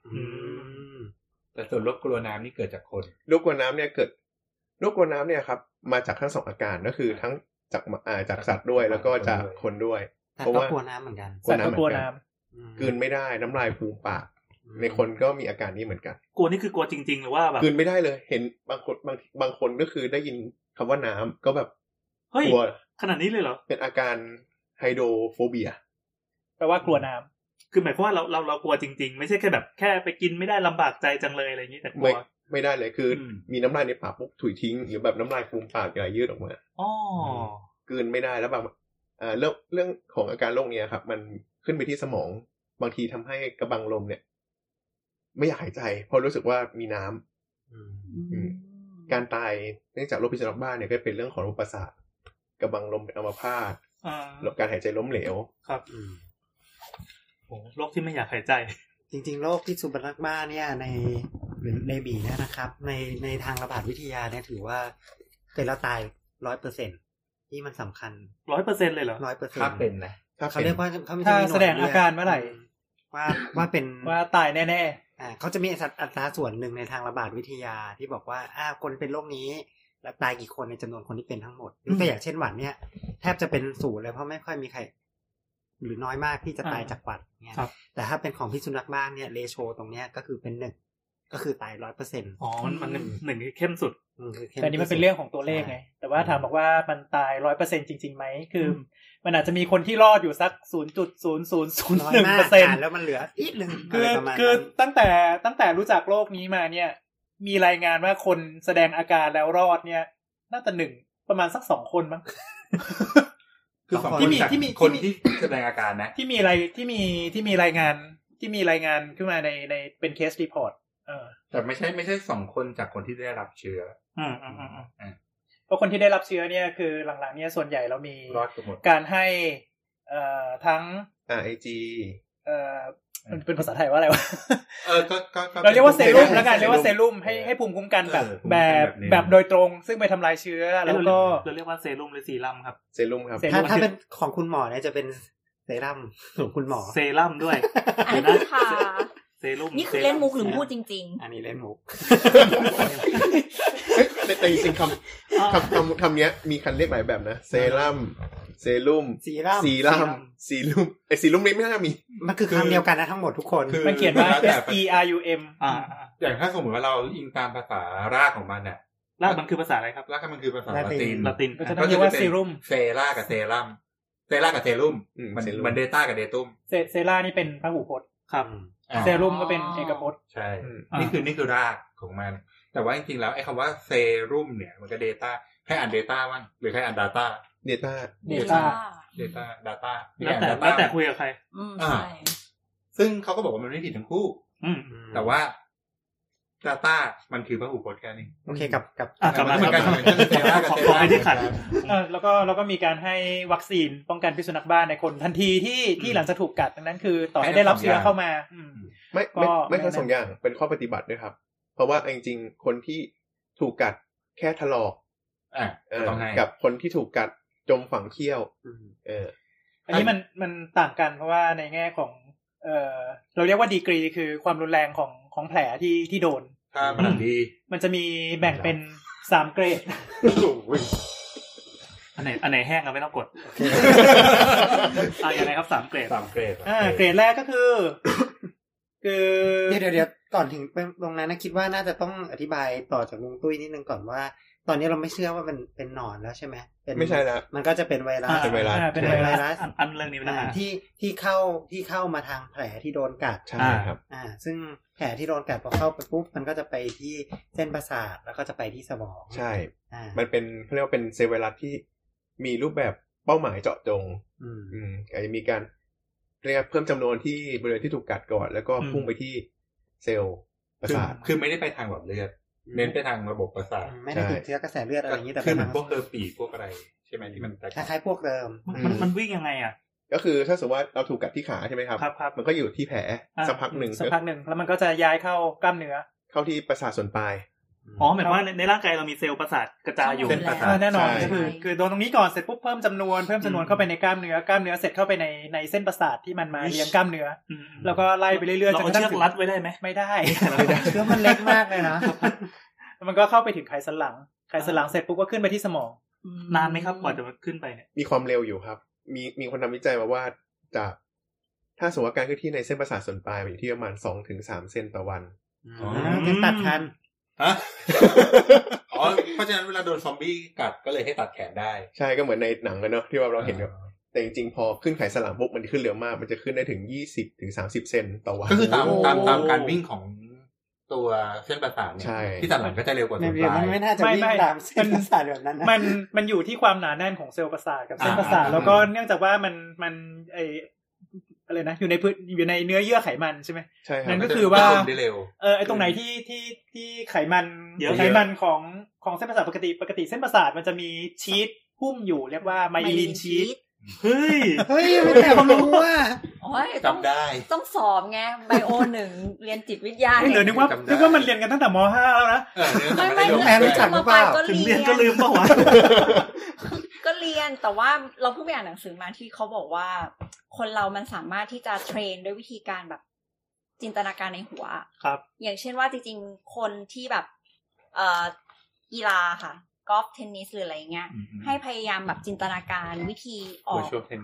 แต่ส่วนโรคกลัวน้ำนี่เกิดจากคนโรคกลัวน้ำเนี่ยครับมาจากทั้งสองอาการก็คือทั้งจากสัตว์ด้วยแล้วก็จากคนด้วยเพราะว่ากลัวน้ำเหมือนกันสัตว์ก็กลัวน้ำกลืนไม่ได้น้ำลายฟูมปากในคนก็มีอาการนี้เหมือนกันกลัวนี่คือกลัวจริงๆหรือว่าแบบกลืนไม่ได้เลยเห็นบางคนก็คือได้ยินคำว่าน้ำก็แบบกลัวขนาดนี้เลยเหรอเป็นอาการไฮโดรโฟเบียแปลว่ากลัวน้ำคือหมายความว่าเรากลัวจริงๆไม่ใช่แค่แบบแค่ไปกินไม่ได้ลำบากใจจังเลยอะไรอย่างนี้แต่กลัวไม่ได้เลยคือมีน้ำลายในปากปุ๊บถุยทิ้งหรือแบบน้ำลายฟูมปากไหลยืดออกมากลืนไม่ได้แล้วเรื่องของอาการโรคนี้ครับมันขึ้นไปที่สมองบางทีทำให้กระบังลมเนี่ยไม่อยากหายใจเพราะรู้สึกว่ามีน้ำการตายเนื่องจากโรคพิษสุนัขบ้าเนี่ยก็เป็นเรื่องของระบบประสาทกระบังลมเป็นอัมพาตการหายใจล้มเหลวครับโอ้โรคที่ไม่อยากหายใจจริงๆโรคพิษสุนัขบ้าเนี่ยในเรบีเนี่ยนะครับในทางระบาดวิทยาเนี่ยถือว่าเป็นแล้วตาย 100% ที่มันสำคัญ 100% เลยเหรอ 100% ถ้าเป็นนะเขาเรียกว่าถ้าแสดงอาการเมื่อไหร่ว่าเป็นว่าตายแน่ๆเขาจะมีอัตราส่วนหนึ่งในทางระบาดวิทยาที่บอกว่าคนเป็นโรคนี้แล้วตายกี่คนในจำนวนคนที่เป็นทั้งหมดตัวอย่างเช่นหวัดเนี่ยแทบจะเป็น0เลยเพราะไม่ค่อยมีใครหรือน้อยมากที่จะตายจากหวัดเนี่ยแต่ถ้าเป็นของพิษสุนัขบ้าเนี่ยเรโชตรงเนี้ยก็คือเป็นก็คือตาย 100% อ๋อมันหนึ่งที่เข้มสุดแต่นี่มันเป็นเรื่องของตัวเลขไงแต่ว่าถามบอกว่ามันตาย 100% จริงๆไหมคือมันอาจจะมีคนที่รอดอยู่สัก 0.0001% แล้วมันเหลือนิดนึงคือตั้งแต่รู้จักโลกนี้มาเนี่ยมีรายงานว่าคนแสดงอาการแล้วรอดเนี่ยน่าจะประมาณสัก2คนมั้งคือที่มีคนที่แสดงอาการนะที่มีรายงานขึ้นมาในเป็นเคสรีพอร์ตแต่ไม่ใช่2คนจากคนที่ได้รับเชื้อเพราะคนที่ได้รับเชื้อเนี่ยคือหลังๆเนี่ยส่วนใหญ่เรามีการให้ทั้ง IG มันเป็นภาษาไทยว่าอะไรวะก็เราเรียกว่าเซรุ่มแล้วกันเรียกว่าเซรุ่มให้ภูมิคุ้มกันแบบโดยตรงซึ่งไปทำลายเชื้อแล้วก็เราเรียกว่าเซรุ่มหรือซีรั่มครับเซรุ่มครับถ้าเป็นของคุณหมอเนี่ยจะเป็นเซรั่มของคุณหมอเซรั่มด้วยอันนี้ค่ะเซรุ่มนี่คือเล่นมุกหรือพูดจริงๆอันนี้เล่นมุกแต่จริงๆคำเนี้ยมีคันเรียกหลายแบบนะเซรั่มเซรุ่มซีรั่มซีรุ่มนี่ไม่น่ามีมันคือคำเดียวกันนะทั้งหมดทุกคนมันเขียนว่า SERUM อย่างถ้าสมมติว่าเราอิงตามภาษารากของมันเนี่ยรากมันคือภาษาอะไรครับรากมันคือภาษาละตินก็จะเรียกว่าเซรุ่มเซร่ากับเซรั่มเซร่ากับเซรุ่มมันเดต้ากับเดตุ้มเซร่านี่เป็นพหูพจน์ครับเซรุ่มก็เป็นเอกพจน์ใช่นี่คือรากของมันแต่ว่าจริงๆแล้วไอ้คำว่าเซรุ่มเนี่ยมันก็เดต้าให้อ่านเดต้าบ้างหรือให้อ่านดาต้า data แล้วแต่คุยกับใครใช่ซึ่งเขาก็บอกว่ามันไม่ผิดทั้งคู่แต่ว่า data มันคือพหูพจน์แค่นี้โอเคกับเหมือนกันขอให้ที่ขัดแล้วก็มีการให้วัคซีนป้องกันพิษสุนัขบ้าในคนทันทีที่หลังจากถูกกัดดังนั้นคือต่อให้ได้รับเชื้อเข้ามาไม่ทั้ง2อย่างเป็นข้อปฏิบัติด้วยครับเพราะว่าจริงๆคนที่ถูกกัดแค่ถลอกกับคนที่ถูกกัดจมฝังเขี้ยวอันนี้มันต่างกันเพราะว่าในแง่ของเราเรียกว่าดีกรีคือความรุนแรงของแผลที่โดนมันจะมีแบ่งเป็น3เกรดอันไหนแห้งก็ไม่ต้องกดยังไงครับ3เกรดเกรดแรกก็คือเดี๋ยวก่อนถึงตรงนั้นนะคิดว่าน่าจะต้องอธิบายต่อจากลุงตุ้ยนิดนึงก่อนว่าตอนนี้เราไม่เชื่อว่ามันเป็นหนอนแล้วใช่ไหมไม่ใช่แล้วมันก็จะเป็นไวรัสเป็นไวรัสอันเรื่องนี้นะที่เข้ามาทางแผลที่โดนกัดใช่ครับซึ่งแผลที่โดนกัดพอเข้าไปปุ๊บมันก็จะไปที่เส้นประสาทแล้วก็จะไปที่สมองใช่มันเป็นเขาเรียกว่าเป็นเซลล์ไวรัสที่มีรูปแบบเป้าหมายเจาะจงอาจจะมีการเรียกเพิ่มจำนวนที่บริเวณที่ถูกกัดก่อนแล้วก็พุ่งไปที่เซลล์ประสาทคือไม่ได้ไปทางหลอดเลือดเน้นไปทางระบบประสาทไม่ได้ติดเชื้อกระแสเลือดอะไรอย่างนี้แต่คือมันพวกปีพวกอะไรใช่ไหมที่มันคล้ายๆพวกเดิมมันวิ่งยังไงอ่ะก็คือถ้าสมมติว่าเราถูกกัดที่ขาใช่ไหมครับมันก็อยู่ที่แผลสักพักหนึ่งแล้วมันก็จะย้ายเข้ากล้ามเนื้อเข้าที่ประสาทส่วนปลายหมายว่าในร่างกายเรามีเซลล์ประสาทกระจายอยู่แน่นอนคือโดนตรงนี้ก่อนเสร็จปุ๊บเพิ่มจำนวนเข้าไปในกล้ามเนื้อเสร็จเข้าไปในเส้นประสาทที่มันมาเลี้ยงกล้ามเนื้อแล้วก็ไล่ไปเรื่อยๆจนกระทั่งรัดไว้ได้ไหมไม่ได้เชื้อมันเล็กมากเลยนะมันก็เข้าไปถึงไขสันหลังเสร็จปุ๊บก็ขึ้นไปที่สมองนานไหมครับกว่าจะขึ้นไปเนี่ยมีความเร็วอยู่ครับมีคนทำวิจัยมาว่าจากถ้าสมมติว่าการเคลื่อนที่ในเส้นประสาทส่วนปลายอยู่ที่ประมาณ 2-3 เซนต่อวันเป็นตัดทันเพราะฉะนั้นเวลาโดนซอมบี้กัดก็เลยให้ตัดแขนได้ใช่ก็เหมือนในหนังกันเนาะที่ว่าเราเห็นแบบแต่จริงๆพอขึ้นไขสันหลังปุ๊บมันขึ้นเร็วมากมันจะขึ้นได้ถึง 20-30 เซนต่อวันก็คือตามการวิ่งของตัวเส้นประสาทเนี่ยที่สันหลังก็จะเร็วกว่าส่วนปลายไม่น่าจะวิ่งตามเส้นประสาทแบบนั้นนะมันอยู่ที่ความหนาแน่นของเซลล์ประสาทกับเส้นประสาทแล้วก็เนื่องจากว่ามันอะไรนะอยู่ในเนื้อเยื่อไขมันใช่ไหมใช่นั่นก็คือว่าไอ้ตรงไหนที่ไขมันของเส้นประสาทปกติเส้นประสาทมันจะมีชีทหุ้มอยู่เรียกว่าไมลินชีทเฮ้ยไม่แต่ผมรู้ว่าจำได้ต้องสอบไงไบโอ1เรียนจิตวิทยาเหลือนึกว่ามันเรียนกันตั้งแต่ม.5 แล้วนะไม่แม่รู้จักหรือเปล่าถึงเรียนก็ลืมเปล่าวะก็เรียนแต่ว่าเราเพิ่งไปอ่านหนังสือมาที่เขาบอกว่าคนเรามันสามารถที่จะเทรนด้วยวิธีการแบบจินตนาการในหัวครับอย่างเช่นว่าจริงๆคนที่แบบกีฬาค่ะกอล์ฟเทนนิสหรืออะไรเงี้ยให้พยายามแบบจินตนาการวิธีอ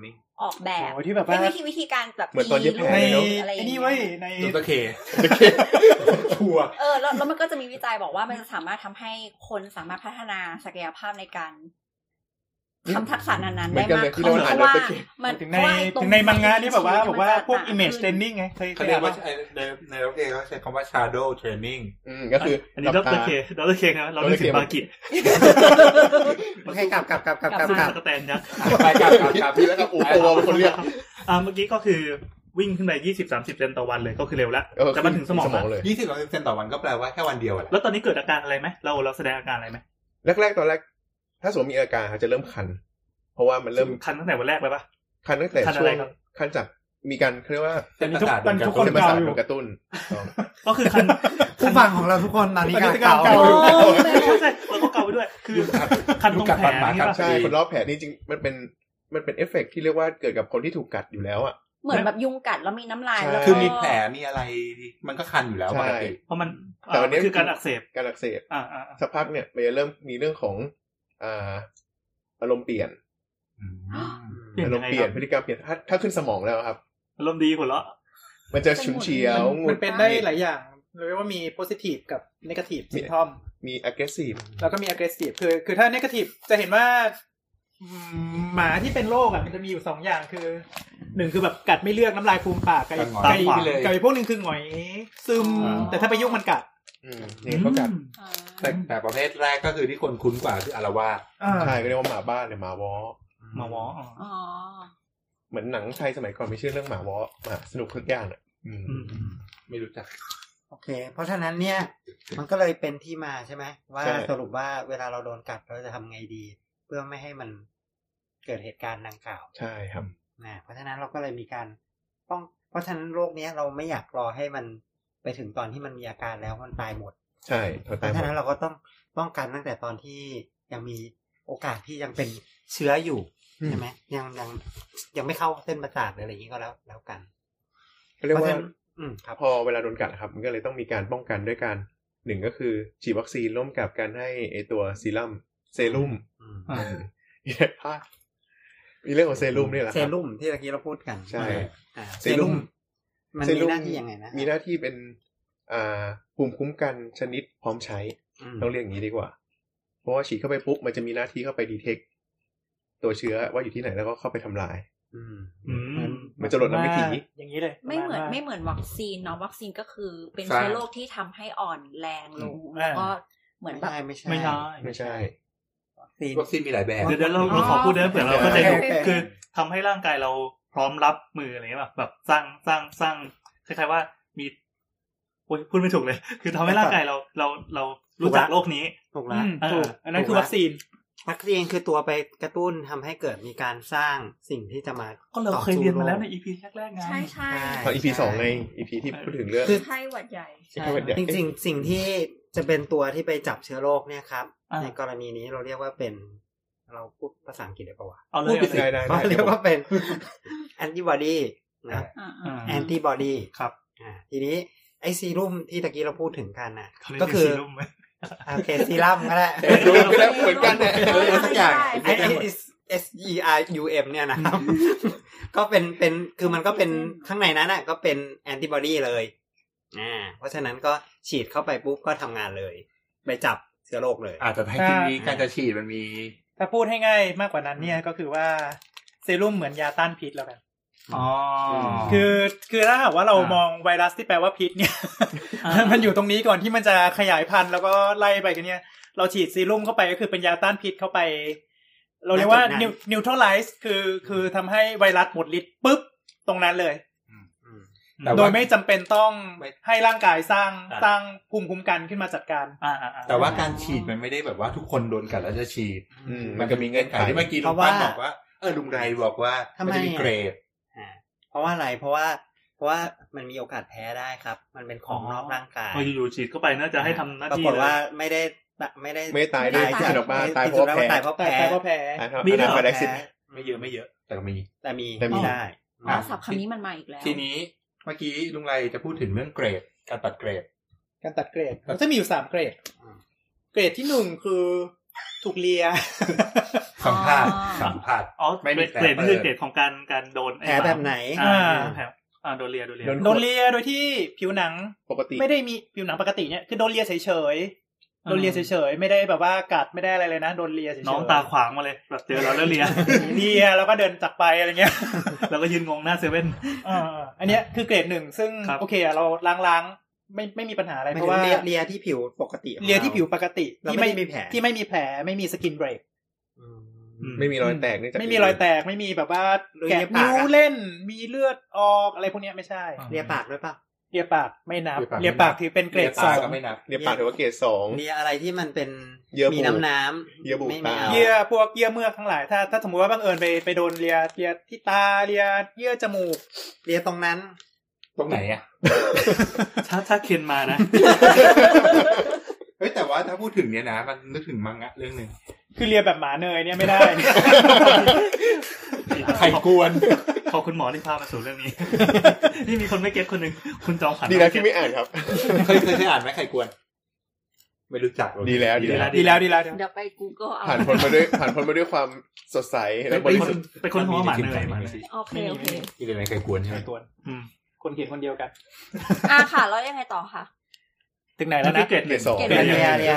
ออกแบบที่แบบว่าวิธีการแบบเหมือนตอนเย็บแผลในอะไรอย่างนี่เงี้ไว้ยในดรเคชัวร์แล้วมันก็จะมีวิจัยบอกว่ามันจะสามารถทำให้คนสามารถพัฒนาศักยภาพในการทำทักษะนั้นๆได้มากขึ้นเพราะว่ามันถึงในมังงะนี่แบบว่าพวก image training ไงเคยเขาเรียกว่าในดรเคเขาใช้คำว่า shadow training ก็คืออันนี้ดรเคครับเราเรียกถึงบากิโอเคกลับสแตนยักษ์ไปกลับพี่แล้วก็โอ้โหเป็นคนเรียกเมื่อกี้ก็คือวิ่งขึ้นไป20-30 เซนต่อวันเลยก็คือเร็วแล้วจะมาถึงสมองเลย 20% ต่อวันก็แปลว่าแค่วันเดียวแหละแล้วตอนนี้เกิดอาการอะไรไหมเราแสดงอาการอะไรไหมแรกตอนแรกถ้าสมมติมีอาการเขาจะเริ่มคันเพราะว่ามันเริ่มคันตั้งแต่วันแรกเลยปะคันตั้งแต่ช่วงคันจากมีการเรียกว่าเส้นประสาททุกคนเส้นประสาทโดนกระตุ้นก็คือคันผู้ฟังของเราทุกคนตอนนี้เก่าใช่เราก็เกาไปด้วยคือคันตรงแผลนี่ปะใช่คนรอบแผลนี่จริงมันเป็นเอฟเฟกต์ที่เรียกว่าเกิดกับคนที่ถูกกัดอยู่แล้วอ่ะเหมือนแบบยุงกัดแล้วมีน้ำลายแล้วคือมีแผลมีอะไรมันก็คันอยู่แล้วปกติเพราะมันแต่วันนี้คือการอักเสบสักพักเนี่ยมันจะเริ่มมีเรื่องของอารมณ์เปลี่ยนอารมณ์เปลี่ยนพฤติกรรมเปลี่ยนถ้าขึ้นสมองแล้วครับอารมณ์ดีหัวเราะมันจะฉุนเฉียวมันเป็นได้หลายอย่างเรียกว่ามี positive กับ negative symptom มี aggressive แล้วก็มี aggressive คือถ้า negative จะเห็นว่าหมาที่เป็นโรคอ่ะมันจะมีอยู่2อย่างคือ1คือแบบกัดไม่เลือกน้ำลายฟูมปากกับอีกพวกนึงคือหงอยซึมแต่ถ้าไปยุ่งมันกัดนี่เขากัดแต่ประเภทแรกก็คือที่คนคุ้นกว่าคืออาละวาดใช่ก็เรียกว่าหมาบ้านหรือหมาวอเหมือนหนังไทยสมัยก่อนมีชื่อเรื่องหมาวอสนุกทุกอย่างอ่ะไม่รู้จักโอเคเพราะฉะนั้นเนี่ยมันก็เลยเป็นที่มาใช่ไหมว่าสรุปว่าเวลาเราโดนกัดเราจะทำไงดีเพื่อไม่ให้มันเกิดเหตุการณ์ดังกล่าวใช่ครับเพราะฉะนั้นเราก็เลยมีการเพราะฉะนั้นโรคนี้เราไม่อยากรอให้มันไปถึงตอนที่มันมีอาการแล้วมันตายหมดใช่เพราะฉะนั้นเราก็ต้องป้องกันตั้งแต่ตอนที่ยังมีโอกาสที่ยังเป็นเชื้ออยู่ใช่ไหมยังไม่เข้าเส้นประสาทอะไรอย่างนี้ก็แล้วกันเรียกว่าพอเวลาโดนกัดครับมันก็เลยต้องมีการป้องกันด้วยการ1ก็คือฉีดวัคซีนร่วมกับการให้ไอตัวเซรุ่มมีเรื่องของเซรุ่มนี่แหละเซรุ่มที่เมื่อกี้เราพูดกันใช่เซรุ่มมันมีหน้าที่ยังไงนะมีหน้าที่เป็นภูมิคุ้มกันชนิดพร้อมใช้ต้องเรียกอย่างนี้ดีกว่าเพราะว่าฉีดเข้าไปปุ๊บมันจะมีหน้าที่เข้าไปดีเทคตัวเชื้อว่าอยู่ที่ไหนแล้วก็เข้าไปทำลายมันจะลดน้ำวิถีอย่างนี้เลยไม่เหมือนวัคซีนเนาะวัคซีนก็คือเป็นเชื้อโรคที่ทำให้อ่อนแรงลงแล้วก็เหมือนแบบไม่ใช่วัคซีนมีหลายแบบเดี๋ยวเราขอพูดเดี๋ยวเผื่อเราเข้าใจคือทำให้ร่างกายเราพร้อมรับมืออะไรเงี้ยแบบสร้างคล้ายๆว่ามีพูดไม่ถูกเลยคือทำให้ร่างกายเรารู้จักโรคนี้ถูกแล้วอันนั้นคือวัคซีนคือตัวไปกระตุ้นทำให้เกิดมีการสร้างสิ่งที่จะมาก็เราเคยเรียนมาแล้วใน EP แรกๆไงใช่ตอน EP 2ไง EP ที่พูดถึงเรื่องไข้หวัดใหญ่จริงๆสิ่งที่จะเป็นตัวที่ไปจับเชื้อโรคเนี่ยครับในกรณีนี้เราเรียกว่าเป็นเราพูดภาษาอังกฤษได้ป่าวเอาเลยเขาเรียกว่าเป็นแอนติบอดีนะแอนติบอดีครับทีนี้ไอซีรุ่มที่ตะกี้เราพูดถึงกันน่ะก็คือโอเคซีรั่มก็ได้เหมือนกันเนี่ยทุกอย่างไอSERUM เนี่ยนะครับก็เป็นคือมันก็เป็นข้างในนั้นน่ะก็เป็นแอนติบอดีเลยเพราะฉะนั้นก็ฉีดเข้าไปปุ๊บก็ทำงานเลยไปจับเชื้อโรคเลยแต่ให้ทีนี้การจะฉีดมันมีถ้าพูดให้ง่ายมากกว่านั้นเนี่ยก็คือว่าเซรุ่มเหมือนยาต้านพิษแล้วกันคือถ้าหากว่าเรามองไวรัสที่แปลว่าพิษเนี่ยมันอยู่ตรงนี้ก่อนที่มันจะขยายพันธุ์แล้วก็ไล่ไปกันเนี่ยเราฉีดซีรุ่มเข้าไปก็คือเป็นยาต้านพิษเข้าไปเราเรียกว่า neutralize คือทำให้ไวรัสหมดฤทธิ์ปุ๊บตรงนั้นเลยโดยไม่จำเป็นต้องให้ร่างกายสร้างภูมิคุ้มกันขึ้นมาจัดการแต่ว่าการฉีดมันไม่ได้แบบว่าทุกคนโดนกัดแล้วจะฉีดมันก็มีเงื่อนไขที่เมื่อกี้ลุงป้านบอกว่าลุงไรบอกว่ามันจะมีเกรดเพราะว่าอะไรเพราะว่ามันมีโอกาสแพ้ได้ครับมันเป็นของนอกร่างกายอยู่ฉีดเข้าไปน่าจะให้ทำหน้าที่ปรากฏว่าไม่ตายด้วยที่ออกมาตายเพราะแพ้มีได้ไม่เยอะแต่มีได้ศัพท์คำนี้มันมาอีกแล้วทีนี้เมื่อกี้ลุงไรจะพูดถึงเรื่องเกรดการตัดเกรดมันจะมีอยู่3เกรดที่1คือถูกเลียสัมภาษณ์อ๋อไม่มีเกรดนี่คือเกรดของการโดนแผลแบบไหนแผลโดนเลียโดนเลียโดยที่ผิวหนังปกติไม่ได้มีผิวหนังปกติเนี่ยคือโดนเลียเฉยๆโดนเลียเฉยๆไม่ได้แบบว่ากัดไม่ได้อะไรเลยนะโดนเลียเฉยๆน้องตาขวางมาเลยแบบเจอเราแล้วเลียแล้วก็เดินจากไปอะไรเงี้ยแล้วก็ยืนงงหน้าเซเว่นอันเนี้ยคือเกรด1ซึ่งโอเคเราล้างไม่มีปัญหาอะไรเพราะว่าเลียที่ผิวปกติเลียที่ผิวปกติที่ไม่มีแผลไม่มีสกินเบรกไม่มีรอยแตกไม่มีรอยแตกไม่มีแบบว่าแกะนิ้วเล่นมีเลือดออกอะไรพวกนี้ไม่ใช่เลียปากด้วยป่ะเลียปากไม่นับเลียปากถือเป็นเกรด2 ก็ไม่นับเลียปากถือว่าเกรด2 เลียอะไรที่มันเป็นมีน้ำเยื่อบุตาพวกเยื่อเมือกทั้งหลายถ้าสมมุติว่าบังเอิญไปโดนเลียที่ตาเลียเยื่อจมูกเลียตรงนั้นตรงไหนอ่ะถ้าเคนมานะเฮ้ยแต่ว่าถ้าพูดถึงเนี้ยนะมันนึกถึงมังงะเรื่องนึงคือเลียแบบหมาเนยเนี่ยไม่ได้ไข่กวนขอบคุณหมอที่พามาสู่เรื่องนี้นี่มีคนไม่เก็ตคนนึงคุณจอมขันดีแล้วที่ไม่อ่านครับเคยอ่านไหมไข่กวนไม่รู้จักดีแล้วเดี๋ยวไป Google เอาผ่านพ้นมาด้วยความสดใสและบริสุทธิ์ไปคนหัวหมาเนยโอเคที่เรียนไข่กวนใช่ไหมคนเขียนคนเดียวกันค่ะแล้วยังไงต่อคะถึงไหนแล้วนะเกรด2 คือเกรด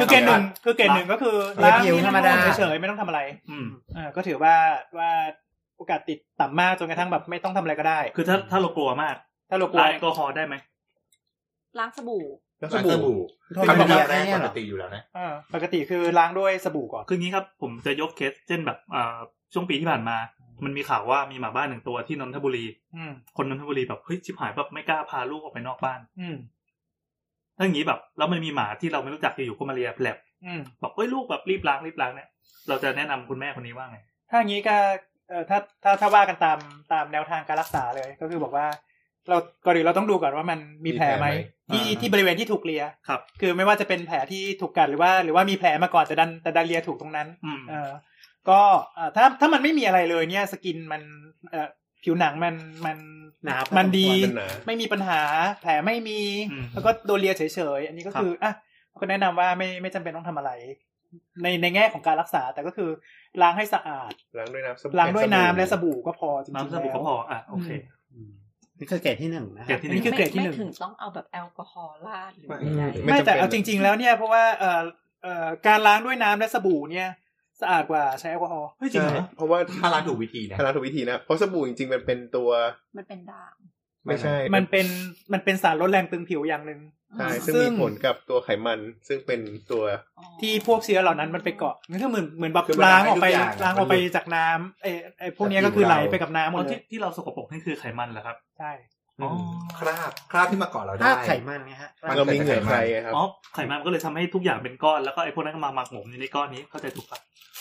1ก็คือล้างธรรมดาเฉยๆไม่ต้องทำอะไรก็ถือว่าโอกาสติดต่ำมากจนกระทั่งแบบไม่ต้องทำอะไรก็ได้คือถ้าเรากลัวมากถ้าเรากลัวแอลกอฮอล์ได้ไหมล้างสบู่ทำแบบนี้ปกติอยู่แล้วนะปกติคือล้างด้วยสบู่ก่อนคืองี้ครับผมจะยกเคสเช่นแบบช่วงปีที่ผ่านมามันมีข่าวว่ามีหมาบ้าน1ตัวที่นนทบุรีคนนนทบุรีแบบเฮ้ยชิบหายแบบไม่กล้าพาลูกออกไปนอกบ้านถ้าอย่างนี้แบบแล้วมันมีหมาที่เราไม่รู้จักอยู่ก็มาเลียแผลบบอกเฮ้ยลูกแบบรีบล้างเนี่ยเราจะแนะนำคุณแม่คนนี้ว่าไงถ้าอย่างนี้ก็ถ้าว่ากันตามแนวทางการรักษาเลยก็คือบอกว่าก่อนอื่นเราต้องดูก่อนว่ามันมีแผลไหมที่บริเวณที่ถูกเลียครับคือไม่ว่าจะเป็นแผลที่ถูกกัดหรือว่ามีแผลมาก่อนแต่ดันเลียถูกตรงนั้นก็ถ้ามันไม่มีอะไรเลยเนี่ยสกินมันผิวหนังมันดีไม่มีปัญหาแผลไม่มีแล้วก็โดนเลียเฉยๆอันนี้ก็คือก็แนะนำว่าไม่จำเป็นต้องทำอะไรในแง่ของการรักษาแต่ก็คือล้างให้สะอาดล้างด้วยน้ำและสบู่ก็พอจริงๆน้ำสบู่ก็พอโอเคนี่คือเกรดที่1นะนี่คือเกรดที่1 ไม่ถึงต้องเอาแบบแอลกอฮอล์ราดหรือไม่แต่เอาจริงๆแล้วเนี่ยเพราะว่าการล้างด้วยน้ำและสบู่เนี่ยสะอาดกว่าใช้แอลกอฮอล์จริงเหรอเพราะว่าถ้าล้างถูกวิธีนะเพราะสบู่จริงๆมันเป็นตัวมันเป็นด่างไม่ใช่มันเป็นสารลดแรงตึงผิวอย่างนึงใช่ซึ่งมีผลกับตัวไขมันซึ่งเป็นตัวที่พวกเชื้อเหล่านั้นมันไปเกาะมันก็เหมือนแบบล้างออกไปจากน้ำไอ้พวกนี้ก็คือไหลไปกับน้ำหมดเลยที่เราสกปรกนี่คือไขมันเหรอครับใช่คราบที่มาเกาะเราได้ไขมันไงฮะเรามีเหงื่อใครครับไขมันก็เลยทำให้ทุกอย่างเป็นก้อนแล้วก็ไอ้พวกนั้นก็มาหมักหมมอยู่ในก้อนนี้เข้าใจถูกป่ะ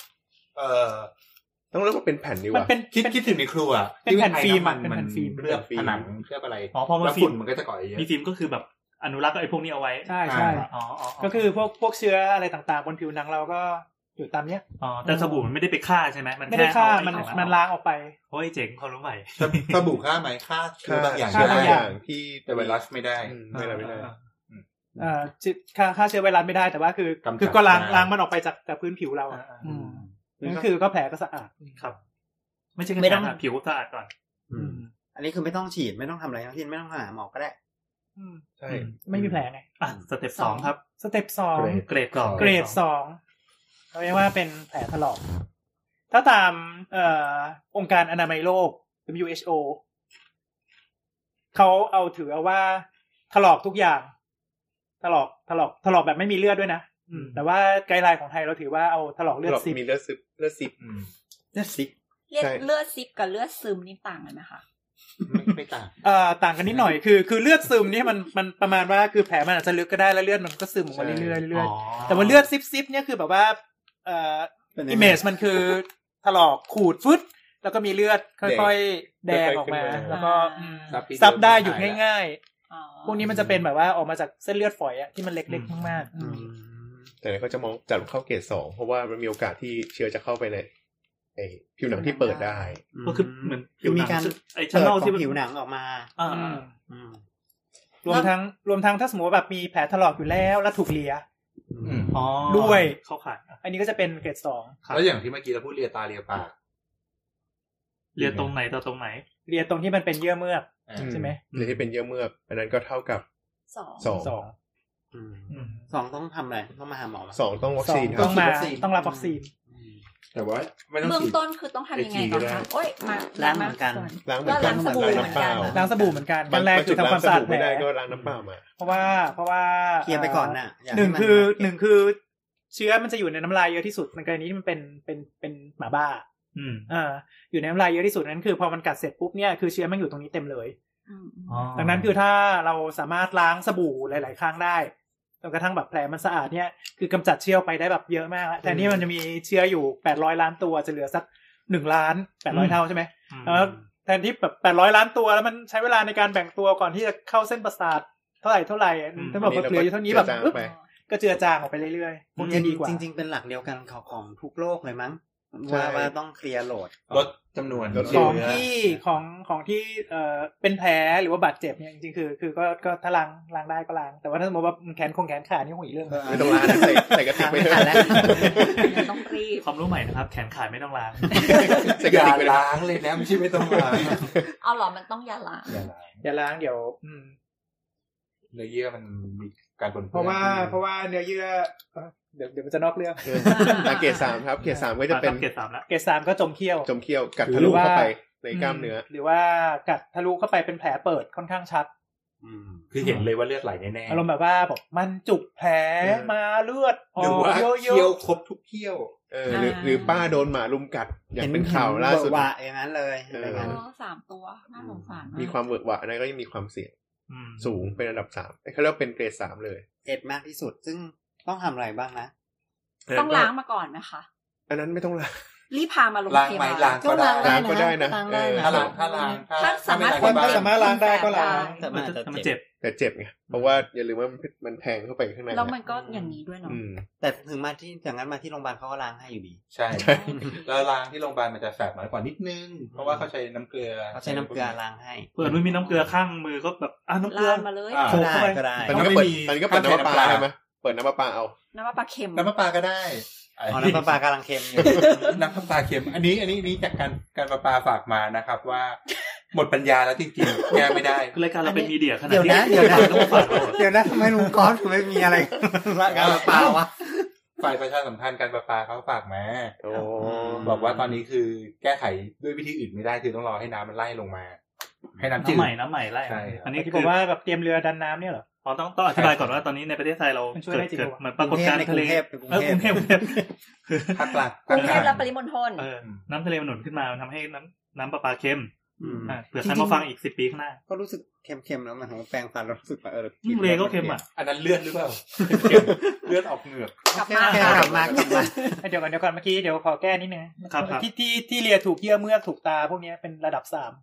ต้องเรียกว่าเป็นแผ่นดีกว่าคิดถึงในครัวเป็นแผ่นฟิล์มมันเคลือบผนังเคลือบอะไรพอมาฝุ่นมันก็จะเกาะเยอะมีฟิล์มก็คือแบบอนุรักษ์ไอ้พวกนี้เอาไว้ใช่ก็คือพวกเชื้ออะไรต่างๆบนผิวหนังเราก็อยู่ตามเนี้ยแต่สบู่มันไม่ได้ไปฆ่าใช่ไหมมันไม่ได้ฆ่ามันล้างออกไปโอ้ยเจ๋งความรู้ใหม่สบู่ฆ่าไหมฆ่าเชื้อบางอย่างที่แต่ไวรัสไม่ได้ฆ่าเชื้อไวรัสไม่ได้แต่ว่าคือก็ล้างมันออกไปจากพื้นผิวเรานั่นคือก็แผลก็สะอาดครับไม่ใช่ไม่ต้องผิวสะอาดก่อนอันนี้คือไม่ต้องฉีดไม่ต้องทำอะไรทั้งสิ้นไม่ต้องหาหมอก็ได้ใช่ไม่มีแผลไงสเต็ป2ครับสเต็ป2เกรด2เขาเรียกว่าเป็นแผลถลอกถ้าตามองค์การอนามัยโลก WHO เขาถือเอาว่าถลอกทุกอย่างถลอกแบบไม่มีเลือดด้วยนะแต่ว่าไกด์ไลน์ของไทยเราถือว่าเอาถลอกเลือดซิปมีเลือดซิปเลือดซิปกับเลือดซึมนี่ต่างกันไหมคะไม่ต่างต่างกันนิดหน่อยคือเลือดซึมนี่มันประมาณว่าคือแผลมันอาจจะลึกก็ได้แล้วเลือดมันก็ซึมออกมาเรื่อยๆแต่ว่าเลือดซิปเนี่ยคือแบบว่าอิเมจมันคือถลอกขูดฟึดแล้วก็มีเลือดค่อยๆแดงออกมาแล้วก็ซับได้หยุดง่ายๆพวกนี้มันจะเป็นแบบว่าออกมาจากเส้นเลือดฝอยอะที่มันเล็กๆมากๆแต่เขาจะมองจัดเข้าเกรด2เพราะว่ามันมีโอกาสที่เชื้อจะเข้าไปในผิวหนังที่เปิดได้ก็คือเหมือนมีการไอ้ชั้นนอกที่ผิวหนังออกมารวมทั้งถ้าสมมติว่าแบบมีแผลถลอกอยู่แล้วถูกเลียด้วยเข้าข่ายอันนี้ก็จะเป็นเกรด2 แล้วอย่างที่เมื่อกี้เราพูดเลียตาเลียปากเลียตรงไหนต่อตรงไหนเลียตรงที่มันเป็นเยื่อเมือกใช่ไหมเลียที่เป็นเยื่อเมือกอันนั้นก็เท่ากับ 2ต้องทำอะไรต้องมาหาหมอ 2ต้องวัคซีนต้องรับวัคซีนแต่ว่าไม่ต้องเบื้องต้นคือต้องทำยังไงก่อนคะโอ๊ยมาล้างเหมือนกันล้างสบู่เหมือนกันล้างสบู่เหมือนกันขั้นแรกคือทำความสะอาดแผลไม่ได้ก็ล้างน้ำเปล่ามาเพราะว่าเคลียร์ไปก่อนน่ะหนึ่งคือเชื้อมันจะอยู่ในน้ำลายเยอะที่สุดมันกรณีที่มันเป็นหมาบ้าอยู่ในน้ำลายเยอะที่สุดนั้นคือพอมันกัดเสร็จปุ๊บเนี่ยคือเชื้อมันอยู่ตรงนี้เต็มเลยดังนั้นคือถ้าเราสามารถล้างสบู่หลายๆครั้งได้จนกระทั่งแบบแผลมันสะอาดเนี่ยคือกำจัดเชื้อไปได้แบบเยอะมากแล้วแต่นี่มันจะมีเชื้ออยู่800ล้านตัวจะเหลือสัก1ล้าน800เท่าใช่ไหมแล้วแทนที่แบบ800ล้านตัวแล้วมันใช้เวลาในการแบ่งตัวก่อนที่จะเข้าเส้นประสาทเท่าไหร่ถ้าแบบเหลืออยู่เท่านี้แบบก็เจือจางออกไปเรื่อยๆพวกนี้ดีกว่าจริงๆเป็นหลักเดียวกันของทุกโรคเลยมั้งว่าต้องเคลียร์โหลดลดจำนวนของที่เป็นแผลหรือว่าบาดเจ็บเนี่ยจริงๆคือก็ถ้าล้างได้ก็ล้างแต่ว่าถ้าสมมติว่าแขนขานี่หุ่ยเรื่องไม่ต้องล้างใส่กระติกไปเถอะต้องรีบความรู้ใหม่นะครับแขนขาไม่ต้องล้างใส่กระติกไปล้างเลยนะไม่ใช่ไม่ต้องล้างเอาหรอมันต้องอย่าล้างเดี๋ยวเนื้อเยื่อมันมีการปนเปื้อนเพราะว่าเนื้อเยื่อเดี๋ยวมันจะนอกเรื่องเกรด3ครับเกรด3ก็จะเป็นเกรด3แล้วเกรด3ก็จมเขี้ยวกัดทะลุเข้าไปในกล้ามเนื้อหรือว่ากัดทะลุเข้าไปเป็นแผลเปิดค่อนข้างชัดคือเห็นเลยว่าเลือดไหลแน่ๆอารมณ์แบบว่าบอกมันจุกแผลมาเลือดออกเยอะๆเขี้ยวครบทุกเขี้ยวหรือป้าโดนหมารุมกัดอย่างเป็นข่าวล่าสุดว่าอย่างนั้นเลย 3ตัวน่าสงสารมีความเวิร์กวะนั่นก็ยังมีความเสี่ยงสูงเป็นอันดับ3เขาเรียกเป็นเกรด3เลยมากที่สุดซึ่งต้องทำอะไรบ้างนะต้องล้างมาก่อนไหมคะอันนั้นไม่ต้องล้างรีบพามาโรงพยาบาลล้างก็ได้นะถ้าสามารถล้างได้ก็ล้างแต่มันเจ็บแต่เจ็บไงเพราะว่าอย่าลืมว่ามันแทงเข้าไปข้างในแล้วมันก็อย่างนี้ด้วยเนาะแต่ถึงมาที่อย่างนั้นมาที่โรงพยาบาลเขาก็ล้างให้อยู่ดีใช่แล้วล้างที่โรงพยาบาลมันจะแสบน้อยกว่านิดนึงเพราะว่าเขาใช้น้ำเกลือล้างให้เผื่อมีน้ำเกลือข้างมือก็แบบน้ำเกลือมาเลยก็ได้ตอนนี้ก็เปิดน้ำปลาใช่ไหมเปิดน้ำปลาเอาน้ำปลาเค็มน้ำปลาก็ได้น้ำปลากำลังเค็มอยู่น้ำปลาเค็มอันนี้จากการปลาฝากมานะครับว่าหมดปัญญาแล้วจริงๆแก้ไม่ได้รายการเราเป็นมีเดียขนาดนี้เดี๋ยวนะทำไมลุงก๊อฟไม่มีอะไรการปลาวะฝ่ายประชาสัมพันธ์การปลาเขาฝากมาบอกว่าตอนนี้คือแก้ไขด้วยวิธีอื่นไม่ได้คือต้องรอให้น้ำมันไล่ลงมาให้น้ำจืดน้ำใหม่ไล่อันนี้ที่บอกว่าแบบเตรียมเรือดันน้ำเนี่ยเหรอต้องอธิบายก่อนว่าตอนนี้ในประเทศไทยเราเกิดเหมือนปรากฏการณ์ทะเลกรุงเทพภาคกลางกรุงเทพและปริมณฑลน้ำทะเลมันหนุนขึ้นมาทำให้น้ำประปาเค็มเผื่อใครมาฟังอีก10 ปีข้างหน้าก็รู้สึกเค็มๆแล้วมันของแปรงฟันเรารู้สึกว่าเลก็เค็มอ่ะอันนั้นเลือดหรือเปล่าเลือดออกเหงือกกลับมาเดี๋ยวก่อนเมื่อกี้เดี๋ยวขอแก้นิดนึงที่เลียถูกเยื่อเมือกถูกตาพวกนี้เป็นระดับ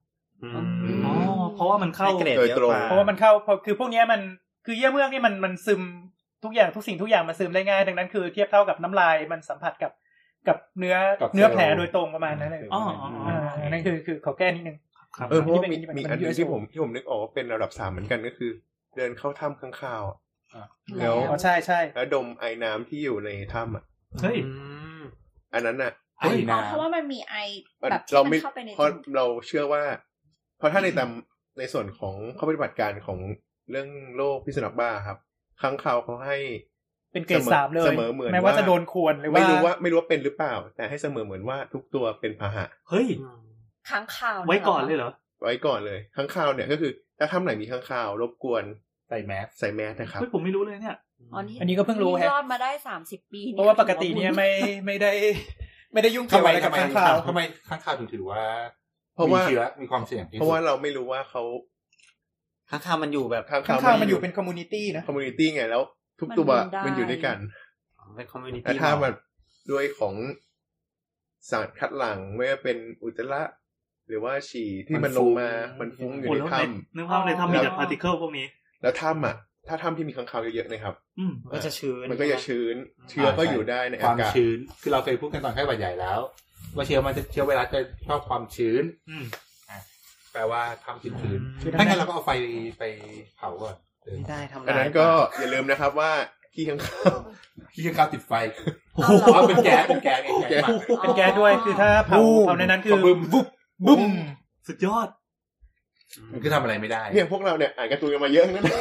3 เพราะว่ามันเข้าโดยตรงเพราะว่ามันเข้าคือพวกนี้มันคือเยื่อเมือกนี่มันซึมทุกสิ่งทุกอย่างมันซึมได้ง่ายดังนั้นคือเทียบเท่ากับน้ำลายมันสัมผัสกับเนื้อแผลโดยตรงประมาณนั้นเลยนั่นคือขอแก้นิดนึงเพราะมีอันนึงที่ผมนึกออกว่าเป็นระดับ3เหมือนกันก็คือเดินเข้าถ้ำข้างข่าวแล้วใช่แล้วดมไอน้ำที่อยู่ในถ้ำเฮ้ยอันนั้นน่ะเพราะว่ามันมีไอแบบที่มันเข้าไปในเพราะเราเชื่อว่าเพราะถ้าในส่วนของข้อปฏิบัติการของเรื่องโรคพิษสุนัขบ้าครับค้างคาวเขาให้เป็นเกรด3เลยเสมอเหมือนไม่ว่าจะโดนข่วนหรือว่าไม่รู้ว่าเป็นหรือเปล่าแต่ให้เสมอเหมือนว่าทุกตัวเป็นพาหะเฮ้ยค้างคาวไว้ก่อนเลยเหรอไว้ก่อนเลยค้างคาวเนี่ยก็คือถ้าถ้ำไหนมีค้างคาวรบกวนใส่แมสนะครับเฮ้ยผมไม่รู้เลยเนี่ยอันนี้ก็เพิ่งรู้ฮะรอดมาได้30 ปีเพราะว่าปกติเนี่ยไม่ได้ยุ่งเกี่ยวอะไรกับค้างคาวทำไมค้างคาวถึงถือว่ามีเชื้อมีความเสี่ยงเพราะว่าเราไม่รู้ว่าเขาค้างคาวมันอยู่แบบค้างคาวมันอยู่เป็นคอมมูนิตี้นะคอมมูนิตี้ไงแล้วทุกตัวมันอยู่ด้วยกันเป็นคอมมูนิตี้แต่ถ้ามันด้วยของสารคัดหลั่งไม่ว่าเป็นอุจจาระหรือว่าฉี่ที่มันลงมามันฟุ้งอยู่ในถ้ำนึกว่าในถ้ำมีแต่พาร์ติเคิลพวกนี้แล้วถ้ำอ่ะถ้าถ้ำที่มีค้างคาวเยอะๆนะครับก็จะชื้นมันก็จะชื้นเชื้อก็อยู่ได้ในอากาศความชื้นคือเราเคยพูดกันตอนไข้หวัดใหญ่แล้วว่าเชื้อไวรัสจะชอบความชื้นแปลว่าทำชื้นถ้างั้นเราก็เอาไฟไปเผาก่อนไม่ได้ทำอันนั้นก็อย่าลืมนะครับว่าขี้ข้างคาวขี้ข้าวติดไฟโอ้โหเป็นแก๊สแก๊สเป็นแก๊สด้วยคือถ้าเผาในนั้นคือบึ้มบุ้มสุดยอดมันคือทำอะไรไม่ได้เนี่ยพวกเราเนี่ยอ่านการ์ตูนกันมาเยอะทั้งนั้น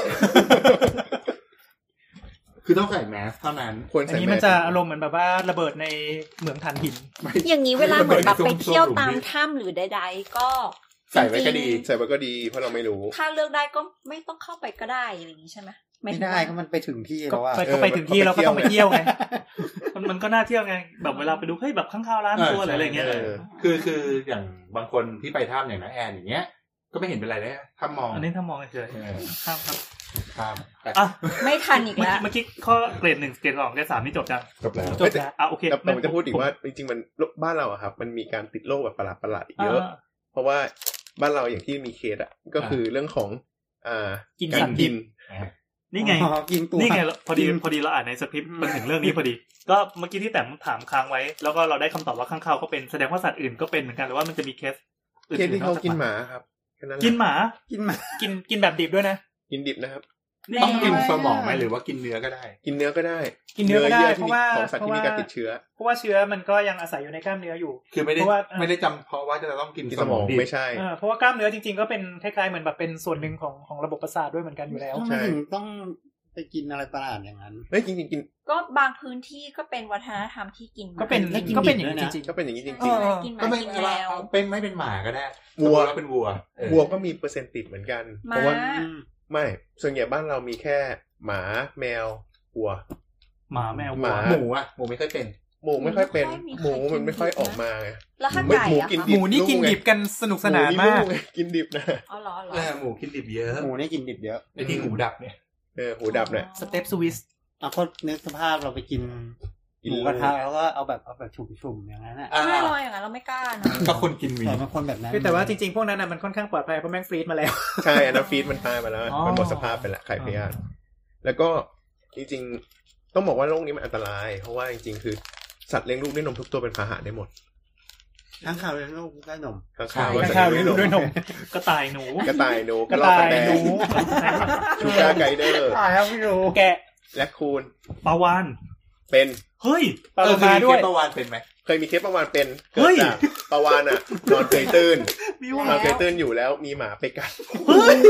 คือต้องใส่แมสเท่านั้นควรอันใส่นี้แมมันสจะอารมณ์เหมือนแบบว่าระเบิดในเหมืองถ่านหินอย่างนี้เวลาเหมือนแบบไปเที่ยวตามถ้ำหรือใดๆก็ใส่ไว้ก็ดีใส่ไว้ก็ดีเพราะเราไม่รู้ถ้าเลือกได้ก็ไม่ต้องเข้าไปก็ได้อะไรอย่างนี้ใช่ไหมไม่ได้ก็มันไปถึงที่ก็แล้วอะไปก็ไปถึงที่เราก็ต้องไปเที่ยวไงมันก็น่าเที่ยวไงแบบเวลาไปดูเฮ้ยแบบข้างคาวร้านตัวหรืออะไรเงี้ยคืออย่างบางคนที่ไปถ้ำอย่างน้าแอนอย่างเงี้ยก็ไม่เห็นเป็นไรเลยถ้ามองอันนี้ถ้ามองเฉยๆข้ามครับข้ามอ่ะไม่ทันอีกแล้วเมื่อกี้ข้อเกรด 1 เกรด 2 เกรด 3นี่จบจังจบแล้วจบแล้วโอเคแต่ผมจะพูดอีกว่าจริงๆมันบ้านเราอะครับมันมีการติดโรคแบบประหลาดๆเยอะ เพราะว่าบ้านเราอย่างที่มีเคสอะก็คือเรื่องของกินการสัตว์ดิกิบนนี่ไงกินตัวนี่ไงพอดีเราอ่านในสคริปต์มันถึงเรื่องนี้พอดี ก็เมื่อกี้ที่แต่ถามค้างไว้ แล้วก็เราได้คำตอบว่าข้างคาวก็เป็นแสดงว่าสัตว์อื่นก็เป็นเหมือนกันหรือว่ามันจะมีเคสอื่นเคสที่เขากินหมาครับแค่นั้นแหละกินหมากินแบบดิบด้วยนะกินดิบนะครับต้องกินสมองไหมหรือว่ากินเนื้อก็ได้กินเนื้อก็ได้กินเนื้อก็ได้ยื่เพราะว่าของสัตว์ที่มีการติดเชื้อเพราะว่าเชื้อมันก็ยังอาศัยอยู่ในกล้ามเนื้ออยู่คือไม่ได้เพราะว่าไม่ได้จำเพราะว่าจะต้องกินกินสสมมออง งดิไม่ใช่เพราะว่ากล้ามเนื้อจริงๆก็เป็นคล้ายๆเหมือนแบบเป็นส่วนหนึ่งของระบบประสาทด้วยเหมือนกันอยู่แล้วทำไมถึงต้องไปกินอะไรประหลาดอย่างนั้นเฮ้ยจริงๆกินก็บางพื้นที่ก็เป็นวัฒนธรรมที่กินหมาก็เป็นแล้วกินก็เป็นดิอบ ย่างด้วยนี้นะจริงก็เป็นอย่างนี้จเอริงอกินหมาก็ไม่กินแมวเป็นไม่เป็นหมาก็ได้วัวแล้วเป็นวัวๆวัวก็มีเปอร์เซ็นต์ติดเหมือนกันหมาเพราะว่าไม่ส่วนใหญ่บ้านเรามีแค่หมาแมววัวหมาแมวหมาหมูอ่ะหมูไม่ค่อยเป็นหมูไม่ค่อยเป็นหมูมันไม่ค่อยออกมาไงแล้วถ้าไม่ไก่หมูอะกินคะหมูนี่กินดิบกันสนุกสนานมากหลูกินดิบนะอ๋อเหรอหมูกินดิบเยอะหมูนี่กินดิบเยอะไอ้ที่หูดับเนี่ยหูดับเนี่ยสเต็ปสวิสเอาก็นึกสภาพเราไปกินหมูกระทะแล้วก็เอาแบบชุ่มๆอย่างนั้นอ่ะไม่ลอยอย่างนั้นเราไม่กล้านะก็คนกินมีแต่บางคนแบบนั้นแต่ว่าจริงๆพวกนั้นน่ะมันค่อนข้างปลอดภัยเพราะแม่งฟรีซมาแล้วใช่อันนั้นฟีดมันตายมาแล้วอ๋อมันหมดสภาพไปแล้วไข่พยาธิแล้วก็จริงๆต้องบอกว่าโรคนี้มันอันตรายเพราะว่าจริงๆคือสัตว์เลี้ยงลูกด้วยนมทุกตัวเป็นพาหะได้หมดทั้งข่าวเรื่องลูกได้นมข้างข่าวข้าวเลี้ยงลูกด้วยนมก็ตายหนูกระต่ายหนูกระรอกต่ายกระแตหนูชูการ์ไกเดอร์ตายแล้วพี่รู้แกะและคูนปลาวานเป็นเฮ้ยปลาโลมาด้วยประวานเป็นไหมเคยมีเคสประวานเป็นเฮ้เกิดยจากประวานอ่ะนอนเกยตื้นมีว่านอนเกยตื้นอยู่แล้วมีหมาไปกัดเฮ้ย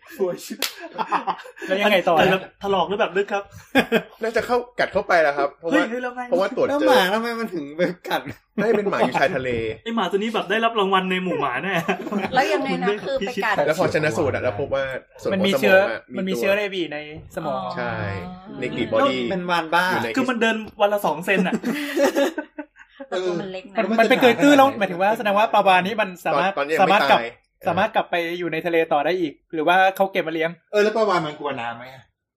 แล้วยังไงต่อแบบถลอกหรือแบบลึกครับน่าจะกัดเข้าไปแล้วครับ เพราะเฮ้ยว่าเฮ้ยแล้วไงเพราะว่าตรวจแล้วเจหอมาทำไมมันถึงไปกัดน่าจะเป็นหมาอยู่ชายทะเลไอหมาตัวนี้แบบได้รับรางวัลในหมู่หมาแน่แล้วยังไงนะคือไปกัดแล้วพอชนะสูตรอ่ะแล้วพบว่าส่วนมันของมีสมเชื้อองอ่ะมันมีเชื้อเรบีในสมองใช่ในกลีบบอดี้เป็นวานบ้าอยู่ในคือมันเดินวันละ2 เซนอ่ะแต่ตัวมันเล็กนะมันเป็นเกยตื้นแล้วหมายถึงว่าแสดงว่าปลาวาฬนี้มันสามารถตอนนี้ยังสามารถไม่กลับตายสามารถกลับไปอยู่ในทะเลต่อได้อีก หรือว่าเขาเก็บมาเลี้ยงแล้วประวานมันกลัวน้ำไหม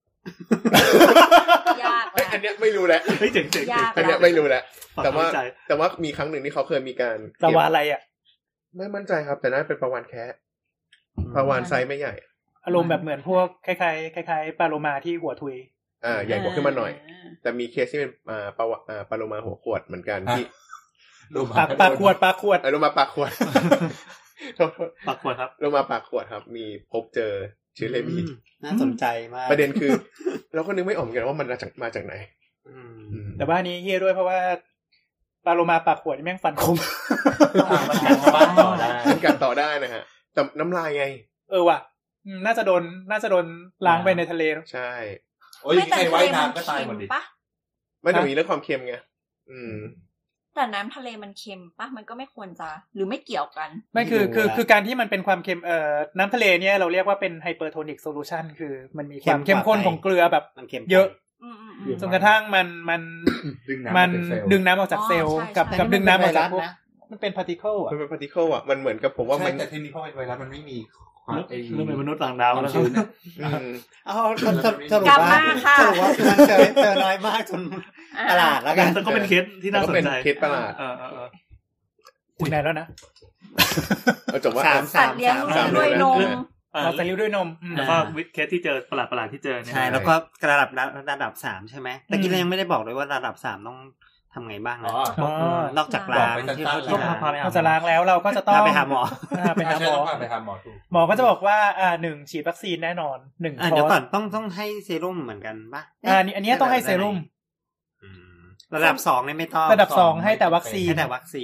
ยากเฮ้ยละอันเนี้ยไม่รู้แหละเฮ้ยเจ๋งเจ๋งยากอันเนี้ยไม่รู้แหละฝากแต่ว่าเข้าใจแต่ว่ามีครั้งหนึ่งที่เขาเคยมีการปลาวาฬอะไรอ่ะไม่มั่นใจครับ แต่น่าเป็นปลาวาฬแคะปลาวาฬไซส์ไม่ใหญ่อารมณ์แบบเหมือนพวกคล้ายๆปลาโลมาที่หัวทุยใหญ่กว่าขึ้นมาหน่อย แต่มีเคสที่เป็นปลาโลมาหัวขวดเหมือนกันที่ปลาขวดโลมาปากขวดโทษปากขวดครับโลมาปากขวดครับ มีพบเจอเชื้อเรบีน่าสนใจมากประเด็นคือ เราก็นึกไม่ออกเหมือนกันว่ามันมาจากไหนแต่ว่านี้เฮี้ยด้วยเพราะว่าปลาโลมาปากขวดนี่แม่งฟันคมมันกัดชาวบ้านต่อได้มันกัดต่อได้นะฮะแต่น้ำลายไงว่ะน่าจะโดนล้างไปในทะเลใช่โอ้ยใครว่ายน้ำก็ตายหมดดิปะไม่แต่มีเรื่องความเค็มไงแต่น้ำทะเลมันเค็มปะมันก็ไม่ควรจะหรือไม่เกี่ยวกันไม่คือการที่มันเป็นความเค็มน้ำทะเลเนี่ยเราเรียกว่าเป็นไฮเปอร์โทนิกโซลูชันคือมันมีความเข้มข้นของเกลือแบบมันเค็มเยอะ จนกระทั่งมันดึงน้ำออกจากเซลล์อ๋อใช่กับดึงน้ำออกจากไวรัสพวกนะมันเป็นพาร์ติเคิลอ่ะมันเป็นพาร์ติเคิลอ่ะมันเหมือนกับผมว่าใช่มันแต่ทีนี้เพราะไวรัสมันไม่มีความเรื่องเป็นมนุษย์ต่างดาวแล้วครับเอาสรุปกลับว่ามาค่ะสรุปว่ามันเจอน้อยมากจนตลาดแล้วกันแต่ก็เป็นเคสที่น่าสนเป็นใจเคสประหลาดถึงไหนแล้วนะเอาจบว่าสัตว์เลี้ยงลูกด้วยนมเราใส่ลิ้วด้วยนมแล้วก็เคสที่เจอประหลาดที่เจอเนี่ยใช่แล้วก็ระดับ3ใช่ไหมแต่กี้เรายังไม่ได้บอกเลยว่าระดับ3ต้องททำไงบ้างอ๋นะอนอกจากล้างที่เขาก็พาจะล้างแล้วเราก็จะต้องไปหาหมอไปหาหมอไปหาหมอถูกหมอก็จะบอกว่า1ฉีดวัคซีนแน่นอน1 เดี๋ยวก่อนต้องให้เซรุ่มเหมือนกันป่ะอันนี้ต้องให้เซรุ่มระดับ2เนี่ยไม่ต้องระดับ2ให้แต่วัคซีน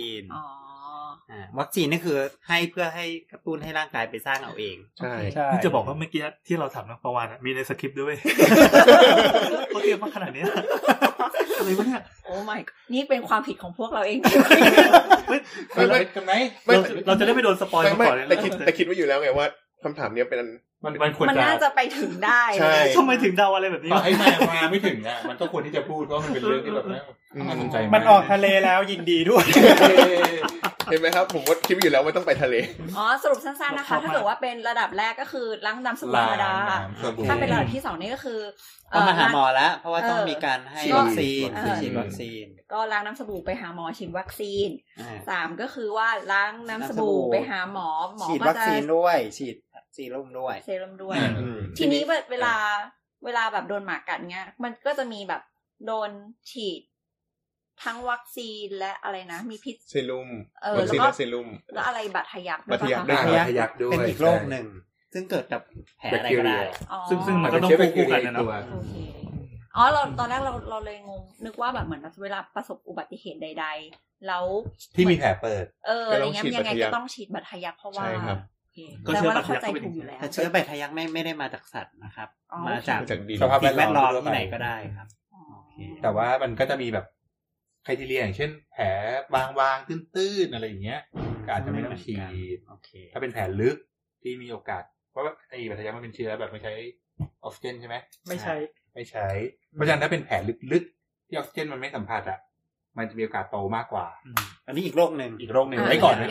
วัคซีนนี่คือให้เพื่อให้กระตุ้นให้ร่างกายไปสร้างเอาเองใช่จะบอกว่าเมื่อกี้ที่เราถามน้องประวานมีในสคริปต์ด้วยเขาเตรียมมาขนาดนี้อะไรวะเนี่ยโอ้ my นี่เป็นความผิดของพวกเราเองไม่ทำไมเราจะได้ไม่โดนสปอยล์ก่อนเลยแต่คิดไว้อยู่แล้วไงว่าคำถามนี้เป็นมันน่าจะไปถึงได้ทำไมถึงเดาอะไรแบบนี้ต่อให้มาไม่ถึงอ่ะมันก็ควรที่จะพูดเพราะมันเป็นเรื่องที่แบบน่าสนใจมันออกทะเลแล้วยินดีด้วยเห็นไหมครับผมก็คิดอยู่แล้วว่าต้องไปทะเลสรุปสั้นๆนะคะถ้าเกิดว่าเป็นระดับแรกก็คือล้างน้ำสบู่ธรรมดาถ้าเป็นระดับที่2นี่ก็คือต้องมาหาหมอแล้วเพราะว่าต้องมีการให้วัคซีนฉีดวัคซีนก็ล้างน้ำสบู่ไปหาหมอฉีดวัคซีน3ก็คือว่าล้างน้ำสบู่ไปหาหมอฉีดวัคซีนด้วยฉีดเซรุ่มด้วยทีนี้เวลาแบบโดนหมากัดเงี้ยมันก็จะมีแบบโดนฉีดทั้งวัคซีนและอะไรนะมีพิษเซรุ่มวัคซีนและเซรุ่มแล้วอะไรบาดทะยักด้วยเป็นอีกโรคหนึ่งซึ่งเกิดกับแผลอะไรก็ได้ซึ่งมันก็ต้องควบคู่กันนะเนาะเราตอนแรกเราเลยงงนึกว่าแบบเหมือนเวลาประสบอุบัติเหตุใดๆแล้วที่มีแผลเปิดอะไรเงี้ยยังไงก็ต้องฉีดบาดทะยักเพราะว่าก็เชื้อบาดทะยักเข้าใจถูกอยู่แล้วแต่เชื้อบาดทะยักไม่ได้มาจากสัตว์นะครับมาจากสภาพแวดล้อมที่ไหนก็ได้ครับแต่ว่ามันก็จะมีแบบไคทีเรียอย่างเช่นแผลบางๆตื้นๆอะไรอย่างเงี้ยก็อาจจะไม่ต้องฉีดถ้าเป็นแผลลึกที่มีโอกาสเพราะว่าไอ้บาดทะยักมันเป็นเชื้อแบบไม่ใช้ออกซิเจนใช่ไหมไม่ใช้เพราะฉะนั้นถ้าเป็นแผลลึกๆที่ออกซิเจนมันไม่สัมผัสอ่ะมันจะมีโอกาสโตมากกว่าอันนี้อีกโรคนึงไว้ก่อน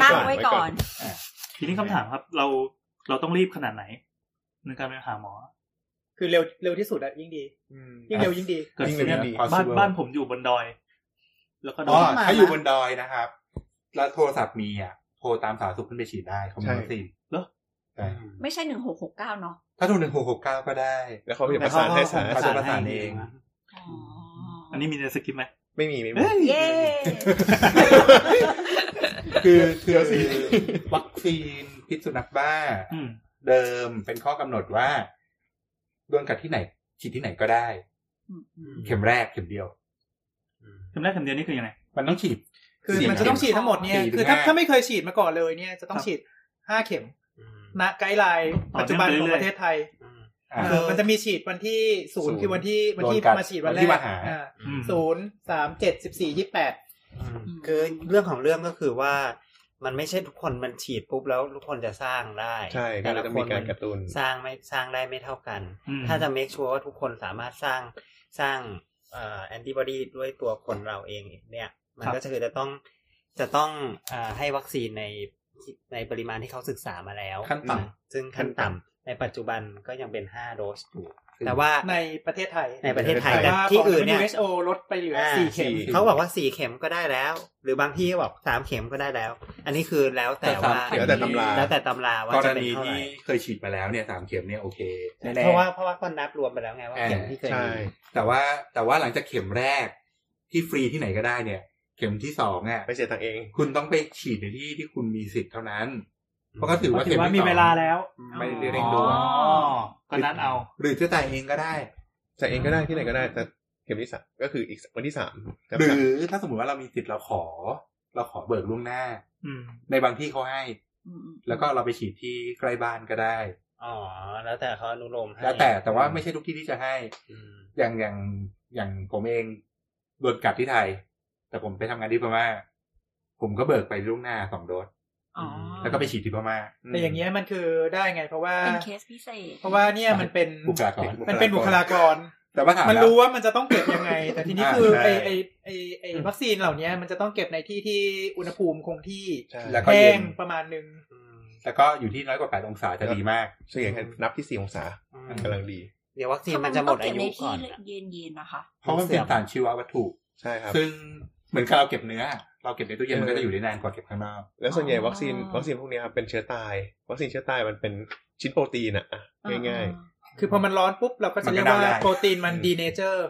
ทีนี้คำถามครับเราต้องรีบขนาดไหนในการไปหาหมอคือเร็วที่สุดอะยิ่งดียิ่งเร็วยิ่งดีบ้านผมอยู่บนดอยแล้วก็ถ้าอยู่บนดอยนะครับแล้วโทรศัพท์มีโทรตามสาธารณสุขขึ้นไปฉีดได้เขามีวัคซีนเหรอไม่ใช่1669เนาะถ้าโทร1669ก็ได้แล้วเขาจะประสานให้ประสานเองอันนี้มีในสคริปต์ไหมไม่มีเย้คือวัคซีนพิษสุนัขบ้าเดิมเป็นข้อกำหนดว่าโดนกัดที่ไหนฉีดที่ไหนก็ได้เข็มแรกเข็มเดียวนี่คือยังไงมันต้องฉีดคือมันจะต้องฉีดทั้งหมดเนี่ยคือถ้าไม่เคยฉีดมาก่อนเลยเนี่ยจะต้องฉีด5เข็มณไกด์ไลน์ปัจจุบันของประเทศไทยมันจะมีฉีดวันที่0คือวันที่มาฉีดวันแรก0 3 7 14 28 คือเรื่องของเรื่องก็คือว่ามันไม่ใช่ทุกคนมันฉีดปุ๊บแล้วทุกคนจะสร้างได้แต่ละคนมันสร้างได้ไม่เท่ากันถ้าจะ make sure ว่าทุกคนสามารถสร้างแอนติบอดีด้วยตัวคนเราเองเนี่ยมันก็คือจะต้องให้วัคซีนในปริมาณที่เขาศึกษามาแล้วขั้นต่ำซึ่งขั้นต่ำในปัจจุบันก็ยังเป็น5โดสอยู่แต่ว่าในประเทศไทยแต่ที่อื่นเนี่ย WHO ลดไปเหลือ4เข็มเขาบอกว่า4เข็มก็ได้แล้วหรือบางที่ก็บอก3เข็มก็ได้แล้วอันนี้คือแล้วแต่ว่าแล้วแต่ตำราว่ากรณีที่เคยฉีดมาแล้วเนี่ย3เข็มเนี่ยโอเคแน่ๆเพราะว่าก็นับรวมไปแล้วไงว่าเข็มที่เคยมีแต่ว่าหลังจากเข็มแรกที่ฟรีที่ไหนก็ได้เนี่ยเข็มที่2 ไปเสียตังค์เองคุณต้องไปฉีดในที่คุณมีสิทธิ์เท่านั้นเพราะก็ถือว่าเข็มมีเวลาแล้วไม่เร่งด่วนก็นัดเอาหรือจะจ่ายเองก็ได้จ่ายเองก็ได้ที่ไหนก็ได้แต่เข็มที่3ก็คืออีกวันที่3 หรือถ้าสมมติว่าเรามีสิทธิ์เราขอเบิกล่วงหน้าในบางที่เขาให้แล้วก็เราไปฉีดที่ใกล้บ้านก็ได้แล้วแต่เขาอนุโลมให้แล้วแต่ว่าไม่ใช่ทุกที่ที่จะให้อย่างผมเองโดนกัดที่ไทยแต่ผมไปทำงานที่พม่าผมก็เบิกไปล่วงหน้า2โดสแล้วก็ไปฉีดที่พม่าแต่อย่างเงี้ยมันคือได้ไงเพราะว่าเป็นเคสพิเศษเพราะว่าเนี่ยมันเป็นบุคลากรแต่ว่ามันรู้ว่ามันจะต้องเก็บยังไงแต่ทีนี้คือไอวัคซีนเหล่านี้มันจะต้องเก็บในที่ที่อุณหภูมิคงที่แห้งประมาณนึงแล้วก็อยู่ที่น้อยกว่า8องศาจะดีมากส่วนใหญ่นับที่4องศากำลังดีเดี๋ยววัคซีนมันจะหมดอายุก่อนเย็นๆนะคะเพราะมันเป็นสารชีววัตถุใช่ครับซึ่งเหมือนกับเราเก็บเนื้อเราเก็บในตู้เย็นมันก็จะอยู่ได้นานกว่าเก็บข้างนอกแล้วส่วนใหญ่วัคซีนพวกนี้ครับเป็นเชื้อตายวัคซีนเชื้อตายมันเป็นชิ้นโปรตีนง่ายๆคือพอมันร้อนปุ๊บเราก็จะเรียกว่าโปรตีนมันดีเนเจอร์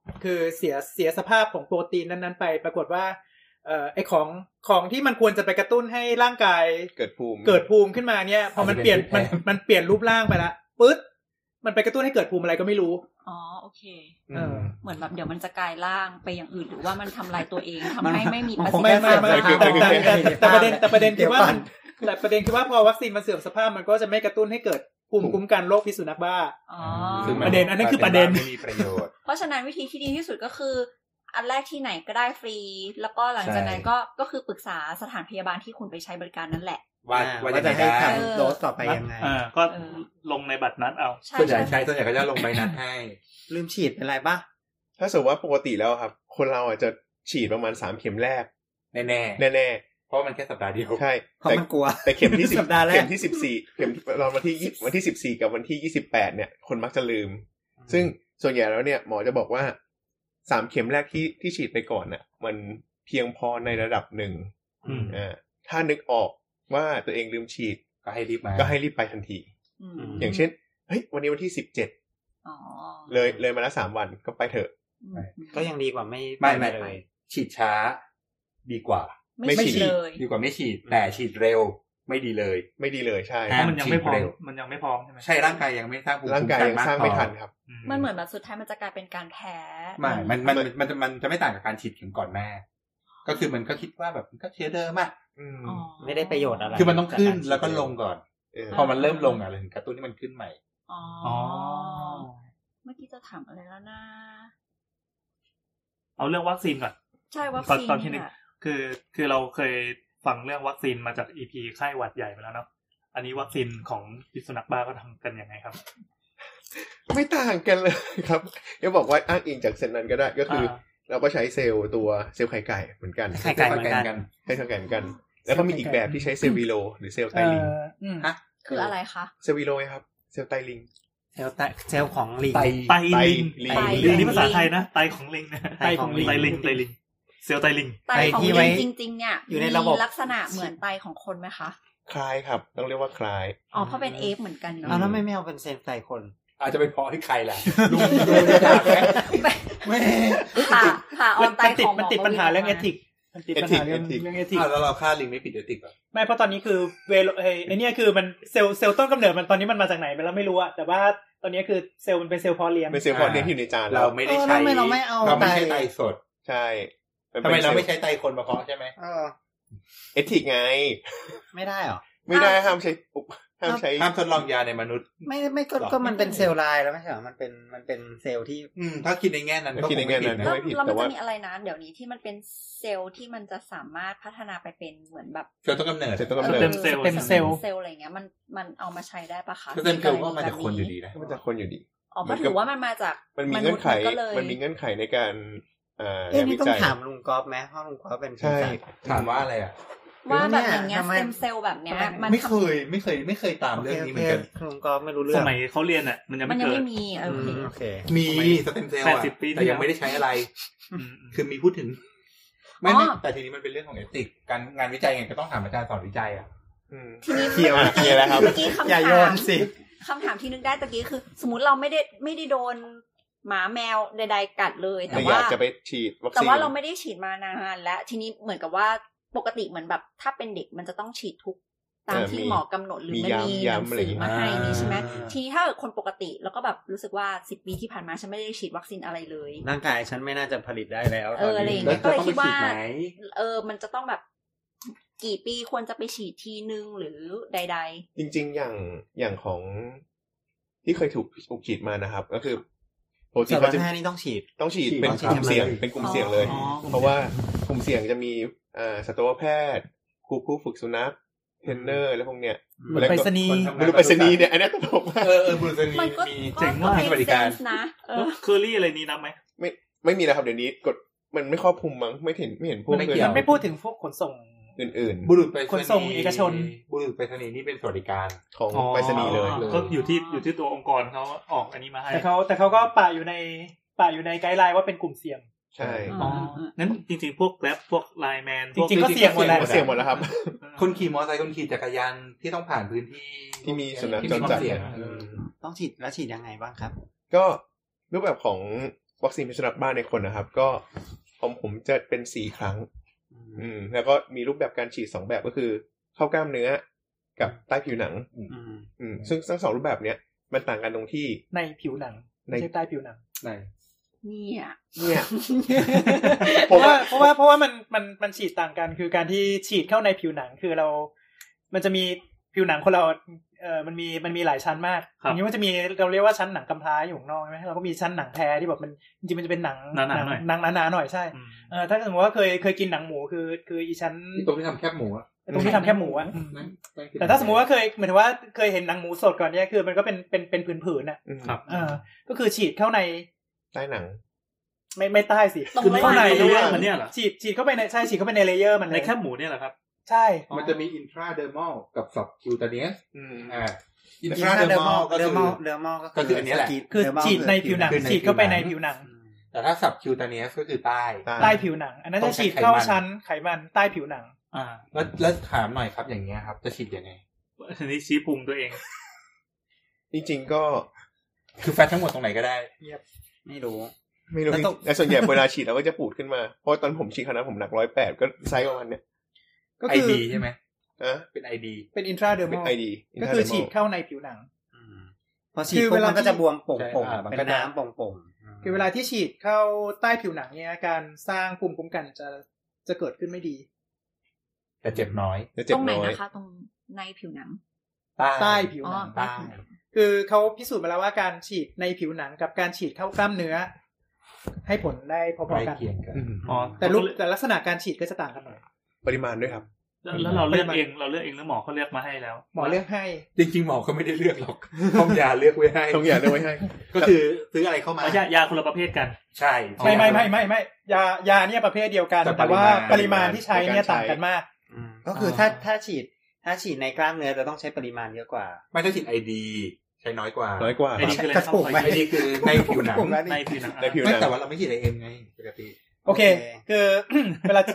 คือเสียสภาพของโปรตีนนั้นๆไปปรากฏว่าไอของที่มันควรจะไปกระตุ้นให้ร่างกายเกิดภูมิขึ้นมาเนี่ยพอมันเปลี่ยนมันเปลี่ยนรูปร่างไปละปึ๊ดมันไปกระตุ้นให้เกิดภูมิอะไรก็ไม่รู้อ๋อโอเคเหมือนแบบเดี๋ยวมันจะกลายร่างไปอย่างอื่นหรือว่ามันทำลายตัวเองทำให้ไม่มีประสิทธิภาพแต่ประเด็นคือว่าพอวัคซีนมันเสื่อมสภาพมันก็จะไม่กระตุ้นให้เกิดภูมิคุ้มกันโรคพิษสุนัขบ้าประเด็นอันนั้นคือประเด็นไม่มีประโยชน์เพราะฉะนั้นวิธีที่ดีที่สุดก็คืออันแรกที่ไหนก็ได้ฟรีแล้วก็หลังจากนั้นก็คือปรึกษาสถานพยาบาลที่คุณไปใช้บริการนั่นแหละว่าจะให้ทำโดสต่อไปยังไงก็ลงในบัตรนัดเอาส่วนใหญ่ก็จะลงใบนัดให้ลืมฉีดเป็นไรปะถ้าสมมติว่าปกติแล้วครับคนเราอาจจะฉีดประมาณ3เข็มแรกแน่เพราะมันแค่สัปดาห์เดียวใช่เพราะมันกลัวแต่เข็มที่10เข็มที่14เข็มเราวันที่14กับวันที่28เนี่ยคนมักจะลืมซึ่งส่วนใหญ่แล้วเนี่ยหมอจะบอกว่า3เข็มแรกที่ฉีดไปก่อนน่ะมันเพียงพอในระดับหนึ่งถ้านึกออกว่าตัวเองลืมฉีดก็ให้รีบไปทันทีอย่างเช่นเฮ้ยวันนี้วันที่17เลยมาแล้ว3วันก็ไปเถอะก็ยังดีกว่าไม่เลยฉีดช้าดีกว่าไม่ฉีดเลยดีกว่าไม่ฉีดแต่ฉีดเร็วไม่ดีเลยใช่เพราะมันยังไม่พร้อมใช่ไหมใช่ร่างกายยังไม่สร้างภูมิคุ้มกันมากพอร่างกายยังสร้างไม่ทันครับมันเหมือนแบบสุดท้ายมันจะกลายเป็นการแพ้มันจะไม่ต่างกับการฉีดเข็มก่อนแม่ก็คือมันก็คิดว่าแบบมันก็เชื้อเดิมอ่ะไม่ได้ประโยชน์อะไรคือมันต้องขึ้นแล้วก็ลงก่อนพอมันเริ่มลงอ่ะเลยถึงกระตุ้นให้มันขึ้นใหม่อ๋อเมื่อกี้จะถามอะไรแล้วนะเอาเรื่องวัคซีนก่อนใช่วัคซีนตอนที่นึงคือเราเคยฟังเรื่องวัคซีนมาจาก EP ไข้หวัดใหญ่ไปแล้วเนาะอันนี้วัคซีนของพิษสุนัขบ้าก็ทำกันยังไงครับไม่ต่างกันเลยครับจะบอกว่าอ้างอิงจากเซนนั้นก็ได้ก็คือเราก็ใช้เซลล์ไข่ไก่เหมือนกันไข่ไก่เหมือนกันแล้วก็มีอีกแบบที่ใช้เซลล์วีโรหรือเซลล์ไตลิงฮะคืออะไรคะเซลล์วีโรครับเซลล์ไตลิงเซลล์ของลิงไตลิงนี่ภาษาไทยนะไตของลิงนะไตของลิงเซลล์ไตลิงไตของลิงจริงๆเนี่ยอยู่ในระบบลักษณะเหมือนไตของคนไหมคะคล้ายครับต้องเรียกว่าคล้ายอ๋อเพราะเป็นเอฟเหมือนกันเนาะแล้วไม่เอาเป็นเซลล์ไตคนอาจจะไปเพาะให้ใครแหละลุงอยากไม่ผ่าออนไตของมันติดปัญหาเรื่องเอทิกมันติดปัญหาเรื่องเอทิกแล้วเราฆ่าลิงไม่ผิดเอทิกหรอไม่เพราะตอนนี้คือไอ้นี่คือมันเซลล์ต้นกำเนิดมันตอนนี้มันมาจากไหนไปแล้วไม่รู้อะแต่ว่าตอนนี้คือเซลล์มันเป็นเซลล์เพาะเลี้ยงเป็นเซลล์เพาะเลี้ยงที่ในจานเราไม่ได้ใช้เราไม่ใช้ไตสดใช่ทำไมเราไม่ใช้ไตคนมาเพาะใช่ไหมเอทิกไงไม่ได้หรอไม่ได้ห้ามทดลองยาในมนุษย์ไม่ก็มันเป็นเซลล์ลายแล้วไม่ใช่หรอมันเป็นเซลล์ที่ถ้าคิดในแง่นั้นก็คิดในแง่นั้นไม่ผิดแต่ว่ามันจะมีอะไรนะเดี๋ยวนี้ที่มันเป็นเซลล์ที่มันจะสามารถพัฒนาไปเป็นเหมือนแบบเซลล์ต้นกำเนิดเป็นเซลล์อะไรเงี้ยมันเอามาใช้ได้ปะคะเซลล์ก็มาจากคนอยู่ดีนะมันจากคนอยู่ดีอ๋อเพราะถือว่ามันมาจากมันมีเงื่อนไขในการนี่ต้องถามลุงก๊อฟไหมเพราะลุงก๊อฟเป็นใช่ถามว่าอะไรอ่ะว่าแบบอย่างเงี้ยสเต็มเซลล์แบบเนี้ยมันไม่เคยตามเรื่องนี้เหมือนกันลุงก๊อฟไม่รู้เรื่องสมัยเขาเรียนอ่ะมันยังไม่มีโอเคมีสเต็มเซลล์แต่ยังไม่ได้ใช้อะไรคือมีพูดถึงไม่แต่ทีนี้มันเป็นเรื่องของเอติกการงานวิจัยไงก็ต้องถามอาจารย์สอนวิจัยอ่ะทีนี้เคลียร์แล้วครับอย่าโยนสิคำถามที่นึกได้ตะกี้คือสมมติเราไม่ได้โดนหมาแมวใดๆกัดเลยแต่ว่าจะไปฉีดวัคซีนแต่ว่าเราไม่ได้ฉีดมานานและทีนี้เหมือนกับว่าปกติเหมือนแบบถ้าเป็นเด็กมันจะต้องฉีดทุกตามที่หมอกำหนดหรือมันมีหนังสือมาให้นี่ใช่ไหมทีนี้ถ้าคนปกติแล้วก็แบบรู้สึกว่า10 ปีที่ผ่านมาฉันไม่ได้ฉีดวัคซีนอะไรเลยร่างกายฉันไม่น่าจะผลิตได้แล้วอะไรอย่างเงี้ยก็เลยคิดว่ามันจะต้องแบบกี่ปีควรจะไปฉีดทีนึงหรือใดๆจริงๆอย่างของที่เคยถูกฉีดมานะครับก็คือโปรตีนเขาจะนี่ต้องฉีดเป็นกลุ่มเสี่ยงเลยเพราะว่ากลุ่มเสี่ยงจะมีสัตวแพทย์ผู้ฝึกสุนัขเทรนเนอร์แล้วพวกเนี้ยไปรษณีย์เนี่ยอันนี้ตลกมากบุรุษไปรษณีย์มีเจ๋งมากบริการนะเคอรี่อะไรนี้นับไหมไม่มีแล้วครับเดี๋ยวนี้กดมันไม่ครอบคลุมมั้งไม่เห็นพวกมันไม่พูดถึงพวกขนส่งอื่นๆบุรุษไปขนส่งเอกชนบุรุษไปรษณีย์นี่เป็นสวัสดิการของไปรษณีย์เลยก็อยู่ที่ตัวองค์กรเขาออกอันนี้มาให้แต่เขาก็ปะอยู่ในไกด์ไลน์ว่าเป็นกลุ่มเสี่ยงใช่นั้นจริงๆพวกแกร็บพวกไลน์แมนจริงๆก็เสี่ยงหมดแล้วครับคนขี่มอเตอร์ไซค์คนขี่จักรยานที่ต้องผ่านพื้นที่ที่มีสุนัขจรจัดต้องฉีดแล้วฉีดยังไงบ้างครับก็รูปแบบของวัคซีนพิษสุนัขบ้าในคนนะครับก็ของผมจะเป็น4 ครั้งแล้วก็มีรูปแบบการฉีด2 แบบก็คือเข้ากล้ามเนื้อกับใต้ผิวหนังซึ่งทั้ง2รูปแบบเนี้ยมันต่างกันตรงที่ในผิวหนังไม่ใช่ใต้ผิวหนังเนี่ยเพราะว่ามันฉีดต่างกันคือการที่ฉีดเข้าในผิวหนังคือมันจะมีผิวหนังคนเรามันมีหลายชั้นมากอย่างนี้มันจะมีเราเรียกว่าชั้นหนังกำพร้าอยู่ข้างนอกใช่ไหมเราก็มีชั้นหนังแท้ที่แบบมันจริงๆมันจะเป็นหนังหนาๆหน่อยใช่ถ้าสมมติว่าเคยกินหนังหมูคืออีชั้นตรงที่ทำแคบหมูตรงที่ทำแคบหมูอะแต่ถ้าสมมติว่าเหมือนว่าเคยเห็นหนังหมูสดก่อนเนี่ยคือมันก็เป็นผืนๆน่ะก็คือฉีดเข้าในใต้หนังไม่ใต้สิคือเข้าในเลเยอร์มันเนี่ยเหรอฉีดเข้าไปในใช่ฉีดเข้าไปในเลเยอร์มันในแคบหมูเนี่ยเหรอครับใช่มันจะมีอินทราเดอร์มัลกับซับคิวเทเนียสอินทราเดอร์มัลก็คืออันนี้แหละคือฉีดในผิวหนังฉีดเข้าไปในผิวหนังแต่ถ้าซับคิวเทเนียสก็คือใต้ผิวหนังอันนั้นจะฉีดเข้าชั้นไขมันใต้ผิวหนังแล้วถามหน่อยครับอย่างเงี้ยครับจะฉีดยังไงอันนี้ชี้พุงตัวเองจริงๆก็คือแฟตทั้งหมดตรงไหนก็ได้ไม่รู้แต่ส่วนใหญ่เวลาฉีดเราก็จะปูดขึ้นมาเพราะตอนผมฉีดคณะผมหนัก108ก็ไซส์ประมาณเนี้ยก็คือ ID ใช่ไหมเป็น ID เป็น intradermal ID ก็คือฉีดเข้าในผิวหนังพอฉีดมันก็จะบวมโป่งๆเป็นน้ำโป่งๆคือเวลาที่ฉีดเข้าใต้ผิวหนังเนี่ยการสร้างภูมิคุ้มกันจะเกิดขึ้นไม่ดีแต่เจ็บน้อยตรงไหนนะคะตรงในผิวหนังใต้ผิวหนังคือเขาพิสูจน์มาแล้วว่าการฉีดในผิวหนังกับการฉีดเข้ากล้ามเนื้อให้ผลได้พอๆกันแต่ลักษณะการฉีดก็จะต่างกันหน่อยปริมาณด้วยครับแล้วเราเลือกเองหรือหมอเขาเลือกมาให้แล้วหมอเลือกให้จริงๆหมอเขาไม่ได้เลือกหรอกต้องยาเลือกไว้ให้ก็คือซื้ออะไรเข้ามายาคนละประเภทกันใช่ไม่ยาเนี่ยประเภทเดียวกันแต่ว่าปริมาณที่ใช้เนี่ยต่างกันมากก็คือถ้าฉีดในกล้ามเนื้อจะต้องใช้ปริมาณเยอะกว่าไม่ถ้าฉีด ID ใช้น้อยกว่าไอ้นี่คืออะไรครับไอ้นี่คือในผิวหนังไม่แต่ว่าเราไม่ฉีด IM ไงปกติโอเคคือเวลา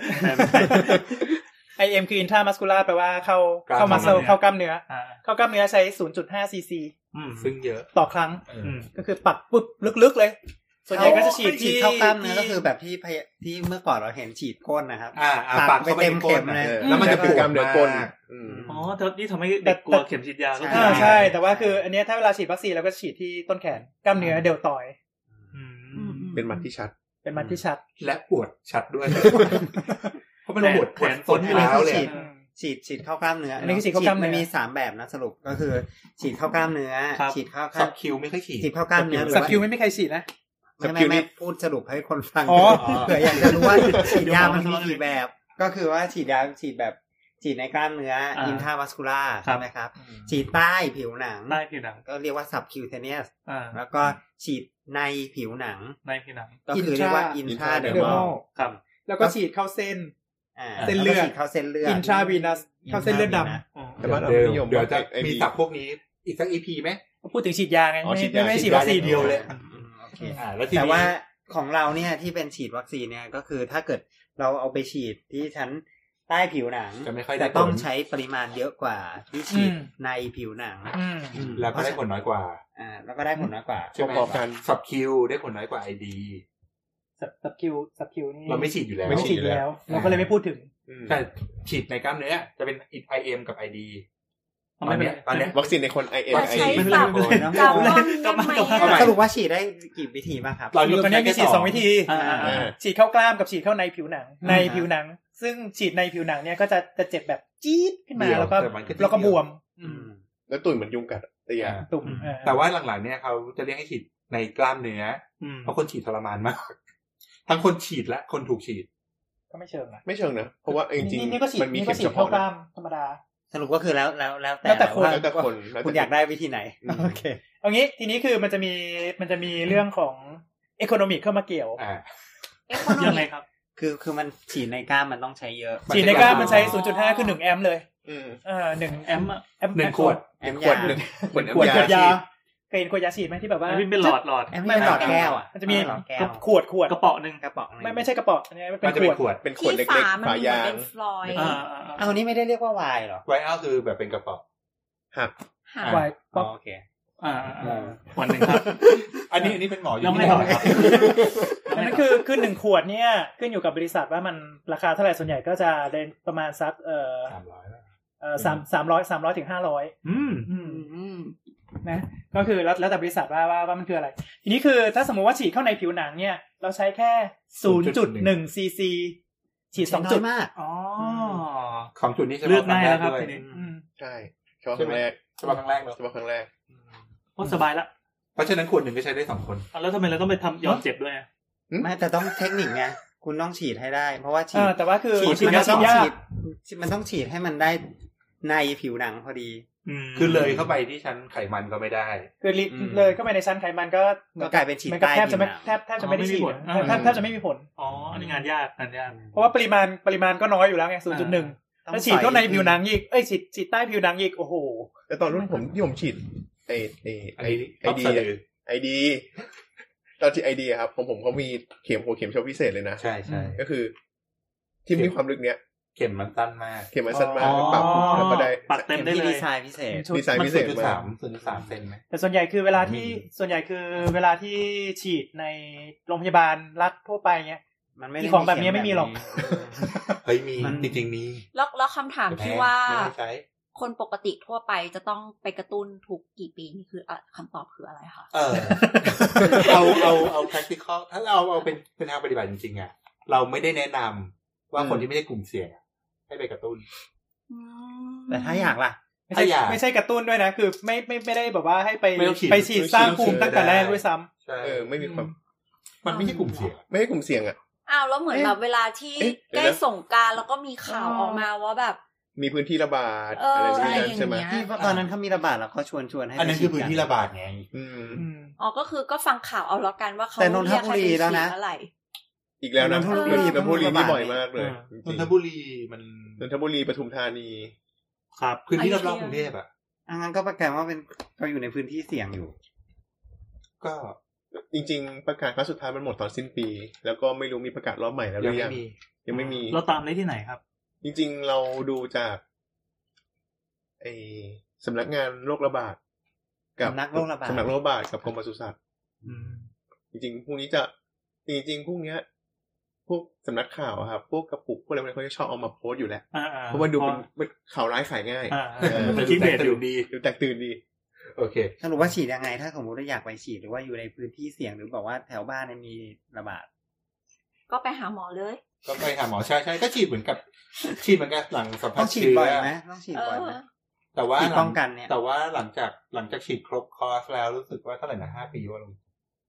IM คือ intramuscular แปลว่าเข้า muscle เข้ากล้ามเนื้อเข้ากล้ามเนื้อใช้ 0.5 cc ซึ่งเยอะต่อครั้งก็คือปักปุ๊บลึกๆเลยส่วนใหญ่ก็จะฉีดที่เข้ากล้ามเนื้อก็คือแบบที่เมื่อก่อนเราเห็นฉีดก้นนะครับปักไปเต็มเข็มเลยแล้วมันจะปวดกล้ามเนื้อก้นอ๋อนี่ทำให้เด็กกลัวเข็มฉีดยาใช่แต่ว่าคืออันนี้ถ้าเวลาฉีดวัคซีนเราก็ฉีดที่ต้นแขนกล้ามเนื้อเดลตอยเป็นมัดที่ชัดและปวดชัดด้วยเพราะมันปวดต้นเท้าเลยฉีดเข้ากล้ามเนื้ออันนี้คือฉีดเข้ากล้ามเนื้อมี3แบบนะสรุปก็คือฉีดเข้ากล้ามเนื้อฉีดเข้าซับคิวไม่ค่อยฉีดเข้ากล้ามเนื้อซับคิวไม่มีใครฉีดนะไม่พูดสรุปให้คนฟังเผื่ออยากจะรู้ว่าฉีดยามันมีกี่แบบก็คือว่าฉีดยาฉีดแบบฉีดในกล้ามเนื้ออินทราวัสคูล่าใช่ไหมครับฉีดใต้ผิวหนังก็เรียกว่าซับคิวเทเนียสแล้วก็ฉีดในผิวหนังก็คือเรียกว่าอินทราเดอร์มัลครับแล้วก็ฉีดเข้าเส้นเลือดเข้าเส้นเลือดอินทราวีนัสเข้าเส้นเลือดดำแต่ว่าเดี๋ยวจะมีศัพท์พวกนี้อีกสัก EP ไหมพูดถึงฉีดยาไงไม่ฉีดวัคซีนเดียวเลยแต่ว่าของเราเนี่ยที่เป็นฉีดวัคซีนเนี่ยก็คือถ้าเกิดเราเอาไปฉีดที่ชั้นใต้ผิวหนังแต่ต้องใช้ปริมาณเยอะกว่าที่ฉีดในผิวหนังแล้วก็ได้ผลน้อยกว่าแล้วก็ได้ผลน้อยกว่าประกอบกันซับคิวได้ผลน้อยกว่า ID ซับคิวนี่เราไม่ฉีดอยู่แล้วเราก็เลยไม่พูดถึงแต่ฉีดในกล้ามเนื้อจะเป็น IM กับ ID ตอนนี้วัคซีนในคน IM สรุปว่าฉีดได้กี่วิธีบ้างครับตอนนี้มีฉีด2วิธีฉีดเข้ากล้ามกับฉีดเข้าในผิวหนังซึ่งฉีดในผิวหนังเนี่ยก็จะเจ็บแบบจี๊ดขึ้นมาแล้วก็บวมแล้วตุ่มเหมือนยุงกัดตุ่มแต่ว่าหลังๆเนี่ยเขาจะเรียกให้ฉีดในกล้ามเนื้อเพราะคนฉีดทรมานมากทั้งคนฉีดและคนถูกฉีดก็ไม่เชิงนะเพราะว่าจริงๆมันมีเข็มเฉพาะกล้ามธรรมดาสรุปก็คือแล้วแต่คนคุณอยากได้วิธีไหนโอเคเอางี้ทีนี้คือมันจะมีเรื่องของอีโคโนมิกเข้ามาเกี่ยวยังไงครับคือมันฉีดในกล้ามมันต้องใช้เยอะฉีดในกล้ามมันใช้ 0.5 คือ1แอมป์เลย1แอมป์ 1ขวดยาเคยเห็นขวดยาฉีดไหมที่แบบว่าเป็นหลอดไม่หลอดแก้วอ่ะมันจะมีขวดกระป๋องนึงไม่ใช่กระป๋องอันนี้เป็นขวดเล็กๆฝายางอันนี้ไม่ได้เรียกว่าไวน์หรอไวน์คือแบบเป็นกระป๋องหักไวน์ป๊อปโอเควันหนึ่งครับอันนี้เป็นหมออยู่ยังไม่ที่ถอดไหนครับอันนั้นคือ1ขวดเนี่ยขึ้นอยู่กับบริษัทว่ามันราคาเท่าไหร่ส่วนใหญ่ก็จะเรนประมาณสัก300ถึง500นะก็คือแล้วแต่บริษัทว่ามันคืออะไรทีนี้คือถ้าสมมุติว่าฉีดเข้าในผิวหนังเนี่ยเราใช้แค่ 0.1 ซีซีฉีด2จุดมากอ๋อของจุดนี้ใช่เลือกง่ายแล้วครับด้วยทีนี้ใช่เฉพาะครั้งแรกเฉพาะครั้งแรกเนอะเฉพาะครั้งแรกโอ้สบายละเพราะฉะนั้นขวดหนึ่งก็ใช้ได้2 คนแล้วทำไมเราต้องไปทำยอมเจ็บด้วยไม่แต่ต้องเทคนิคไงคุณต้องฉีดให้ได้เพราะว่าฉีดแต่ว่าคือฉีดมันต้องยากฉีดมันต้องฉีดให้มันได้ในผิวหนังพอดีคือเลยเข้าไปที่ชั้นไขมันก็ไม่ได้คือเลยเข้าไปในชั้นไขมันก็เหมือนกลายเป็นฉีดเหมือนกับใต้แทบจะไม่ผิวหนังแทบจะไม่ได้ฉีดแทบจะไม่มีผลอ๋ออันนี้งานยากเพราะว่าปริมาณก็น้อยอยู่แล้วไง 0.1 แล้วฉีดเข้าในผิวหนังอีกฉีดใต้ผิวหนังอีกโอ้โหแต่ตอนรุ่นผมที่ผมฉีดไอดีตอนฉีดไอดีครับของผมเขามีเข็มหัวเข็มเฉพาะพิเศษเลยนะใช่ใช่ก็คือที่มีความลึกเนี้ยเข็มมันสั้นมากเข็มมันสั้นมากปรับแล้วก็ได้ปัดเต็มได้ที่เลดียไซน์พิเศษดีไซน์พิเศษมาก 0.3เซนไหมแต่ส่วนใหญ่คือเวลาที่ฉีดในโรงพยาบาลรัฐทั่วไปเงี้ยมันไม่มีของแบบนี้ไม่มีหรอกเฮ้ยมีจริงๆมีแล้วคำถามที่ว่าไม่ใช้คนปกติทั่วไปจะต้องไปกระตุ้นทุกกี่ปีนี่คือคำตอบคืออะไรคะเอา practical ถ้าเราเอาเป็นทางปฏิบัติจริงๆอ่ะเราไม่ได้แนะนำว่าคนที่ไม่ได้กลุ่มเสี่ยงให้ไปกระตุ้นแต่ถ้าอยากล่ะไม่ใช่กระตุ้นด้วยนะคือไม่ได้แบบว่าให้ไปไม่ต้องฉีดไปฉีดสร้างภูมิตั้งแต่แรกด้วยซ้ำใช่ไม่มีความมันไม่ใช่กลุ่มเสี่ยงไม่ให้กลุ่มเสี่ยงอ่ะอ้าวแล้วเหมือนแบบเวลาที่ใกล้สงกรานต์แล้วก็มีข่าวออกมาว่าแบบมีพื้นที่ระบาดอะไรนี้ใช่ไหมอย่างเงี้ยที่ตอนนั้นเขามีระบาดแล้วเขาชวนให้อันนั้นคือพื้นที่ระบาดไงอ๋อก็คือก็ฟังข่าวเอาแล้วกันว่าเขาแต่นนทบุรีแล้วนะเรียกให้ไปฉีดเมื่อไหร่อีกแล้วนะนนทบุรีนี่บ่อยมากเลยนนทบุรีมันนนทบุรีปทุมธานีครับพื้นที่รอบๆกรุงเทพอ่ะงั้นก็ประกาศว่าเราอยู่ในพื้นที่เสี่ยงอยู่ก็จริงๆประกาศครั้งสุดท้ายมันหมดตอนสิ้นปี แล้วก็ไม่รู้มีประกาศรอบใหม่แล้วหรือยังยังไม่มีเราตามได้ที่ไหนครับจริงๆเราดูจากสำนักงานโรคระบาดกับสำนักโรคระบาดสำนักโรคระบาดกับกรมปศุสัตว์จริงๆพวกนี้จะจริงๆพวกเนี้ยพวกสำนักข่าวครับพวกกระปุกพวกอะไรเขาจะชอบเอามาโพสต์อยู่แล้วเพราะว่าดูเป็นข่าวร้ายขายง่ายเป็นคลิกเบสอยู่ดีดูแตกตื่นดีโอเคสรุปว่าฉีดยังไงถ้าสมมติว่าอยากไปฉีดหรือว่าอยู่ในพื้นที่เสี่ยงหรือบอกว่าแถวบ้านมีระบาดก็ไปหาหมอเลยก็ไปหาหมอใช่ก็ฉีดเหมือนกับหลังสัมผัต้สองฉีดเชื้บ่อยอไหมต้องฉีดบ่อยไหมแต่ว่าฉีดป้องกันเนี่ยแต่ว่าหลังจากฉีดครบคอร์สแล้วรู้สึกว่าเท่าไหร่นะ5 ปีวะลุง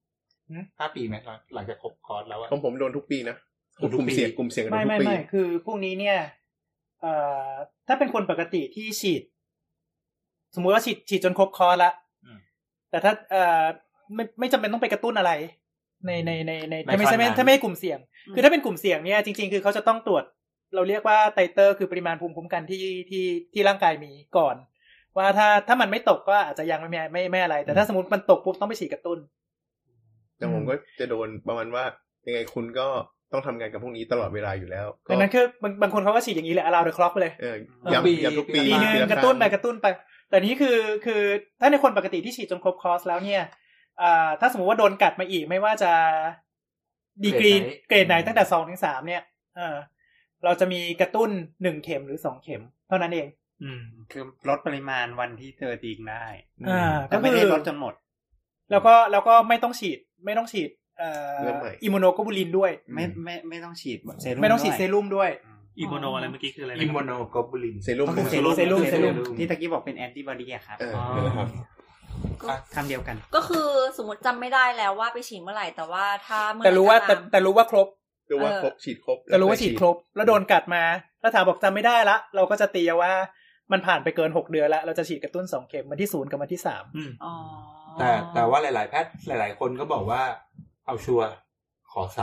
5 ปีไหมหลังจากครบคอร์สแล้วอะผมโดนทุกปีนะกลุ่มเสี่ยงโดนทุกปีไม่คือพวกนี้เนี่ยถ้าเป็นคนปกติที่ฉีดสมมุติว่าฉีดจนครบคอร์สละแต่ถ้าไม่จำเป็นต้องไปกระตุ้นอะไรในถ้าไม่กลุ่มเสี่ยงคือถ้าเป็นกลุ่มเสี่ยงเนี่ยจริงๆคือเขาจะต้องตรวจเราเรียกว่าไตเตอร์คือปริมาณภูมิคุ้มกันที่ร่างกายมีก่อนว่าถ้ามันไม่ตกก็อาจจะยังไม่อะไรแต่ถ้าสมมติมันตกปุ๊บต้องไปฉีดกระตุ้นแต่ผมก็จะโดนประมาณว่ายังไงคุณก็ต้องทำงานกับพวกนี้ตลอดเวลาอยู่แล้วดังนั้นคือบางคนเขาก็ฉีดอย่างนี้แหละallow the clock ไปเลยย้ำทุกปีปีนึงกระตุ้นไปแต่นี้คือถ้าในคนปกติที่ฉีดจนครบคอร์สแล้วเนี่ยถ้าสมมติว่าโดนกัดมาอีกไม่ว่าจะดีกรีเกรดไหนตั้งแต่2 ถึง 3เนี่ยเราจะมีกระตุ้น1 เข็มหรือ2 เข็มเท่านั้นเองคือลดปริมาณวันที่เจอจริงได้แต่ไม่ได้ลดจนหมดแล้วก็ไม่ต้องฉีดอิโมโนโกบูลินด้วยไม่ต้องฉีดเซรุ่มไม่ต้องฉีดเซรุ่มด้วยอิโมโนอะไรเมื่อกี้คืออะไรอิโมโนโกบูลินเซรุ่มที่ตะกี้บอกเป็นแอนติบอดีอะครับคำเดียวกันก็คือสมมติจำไม่ได้แล้วว่าไปฉีดเมื่อไหร่แต่ว่าถ้าเมื่อแต่รู้ว่าครบฉีดครบแต่รู้ว่าฉีดครบแล้วโดนกัดมาแล้วถามบอกจำไม่ได้ละเราก็จะตีว่ามันผ่านไปเกิน6 เดือนแล้วเราจะฉีดกระตุ้น2 เข็มวันที่0กับวันที่3 แต่ว่าหลายๆแพทย์หลายๆคนก็บอกว่าเอาชัวร์ขอ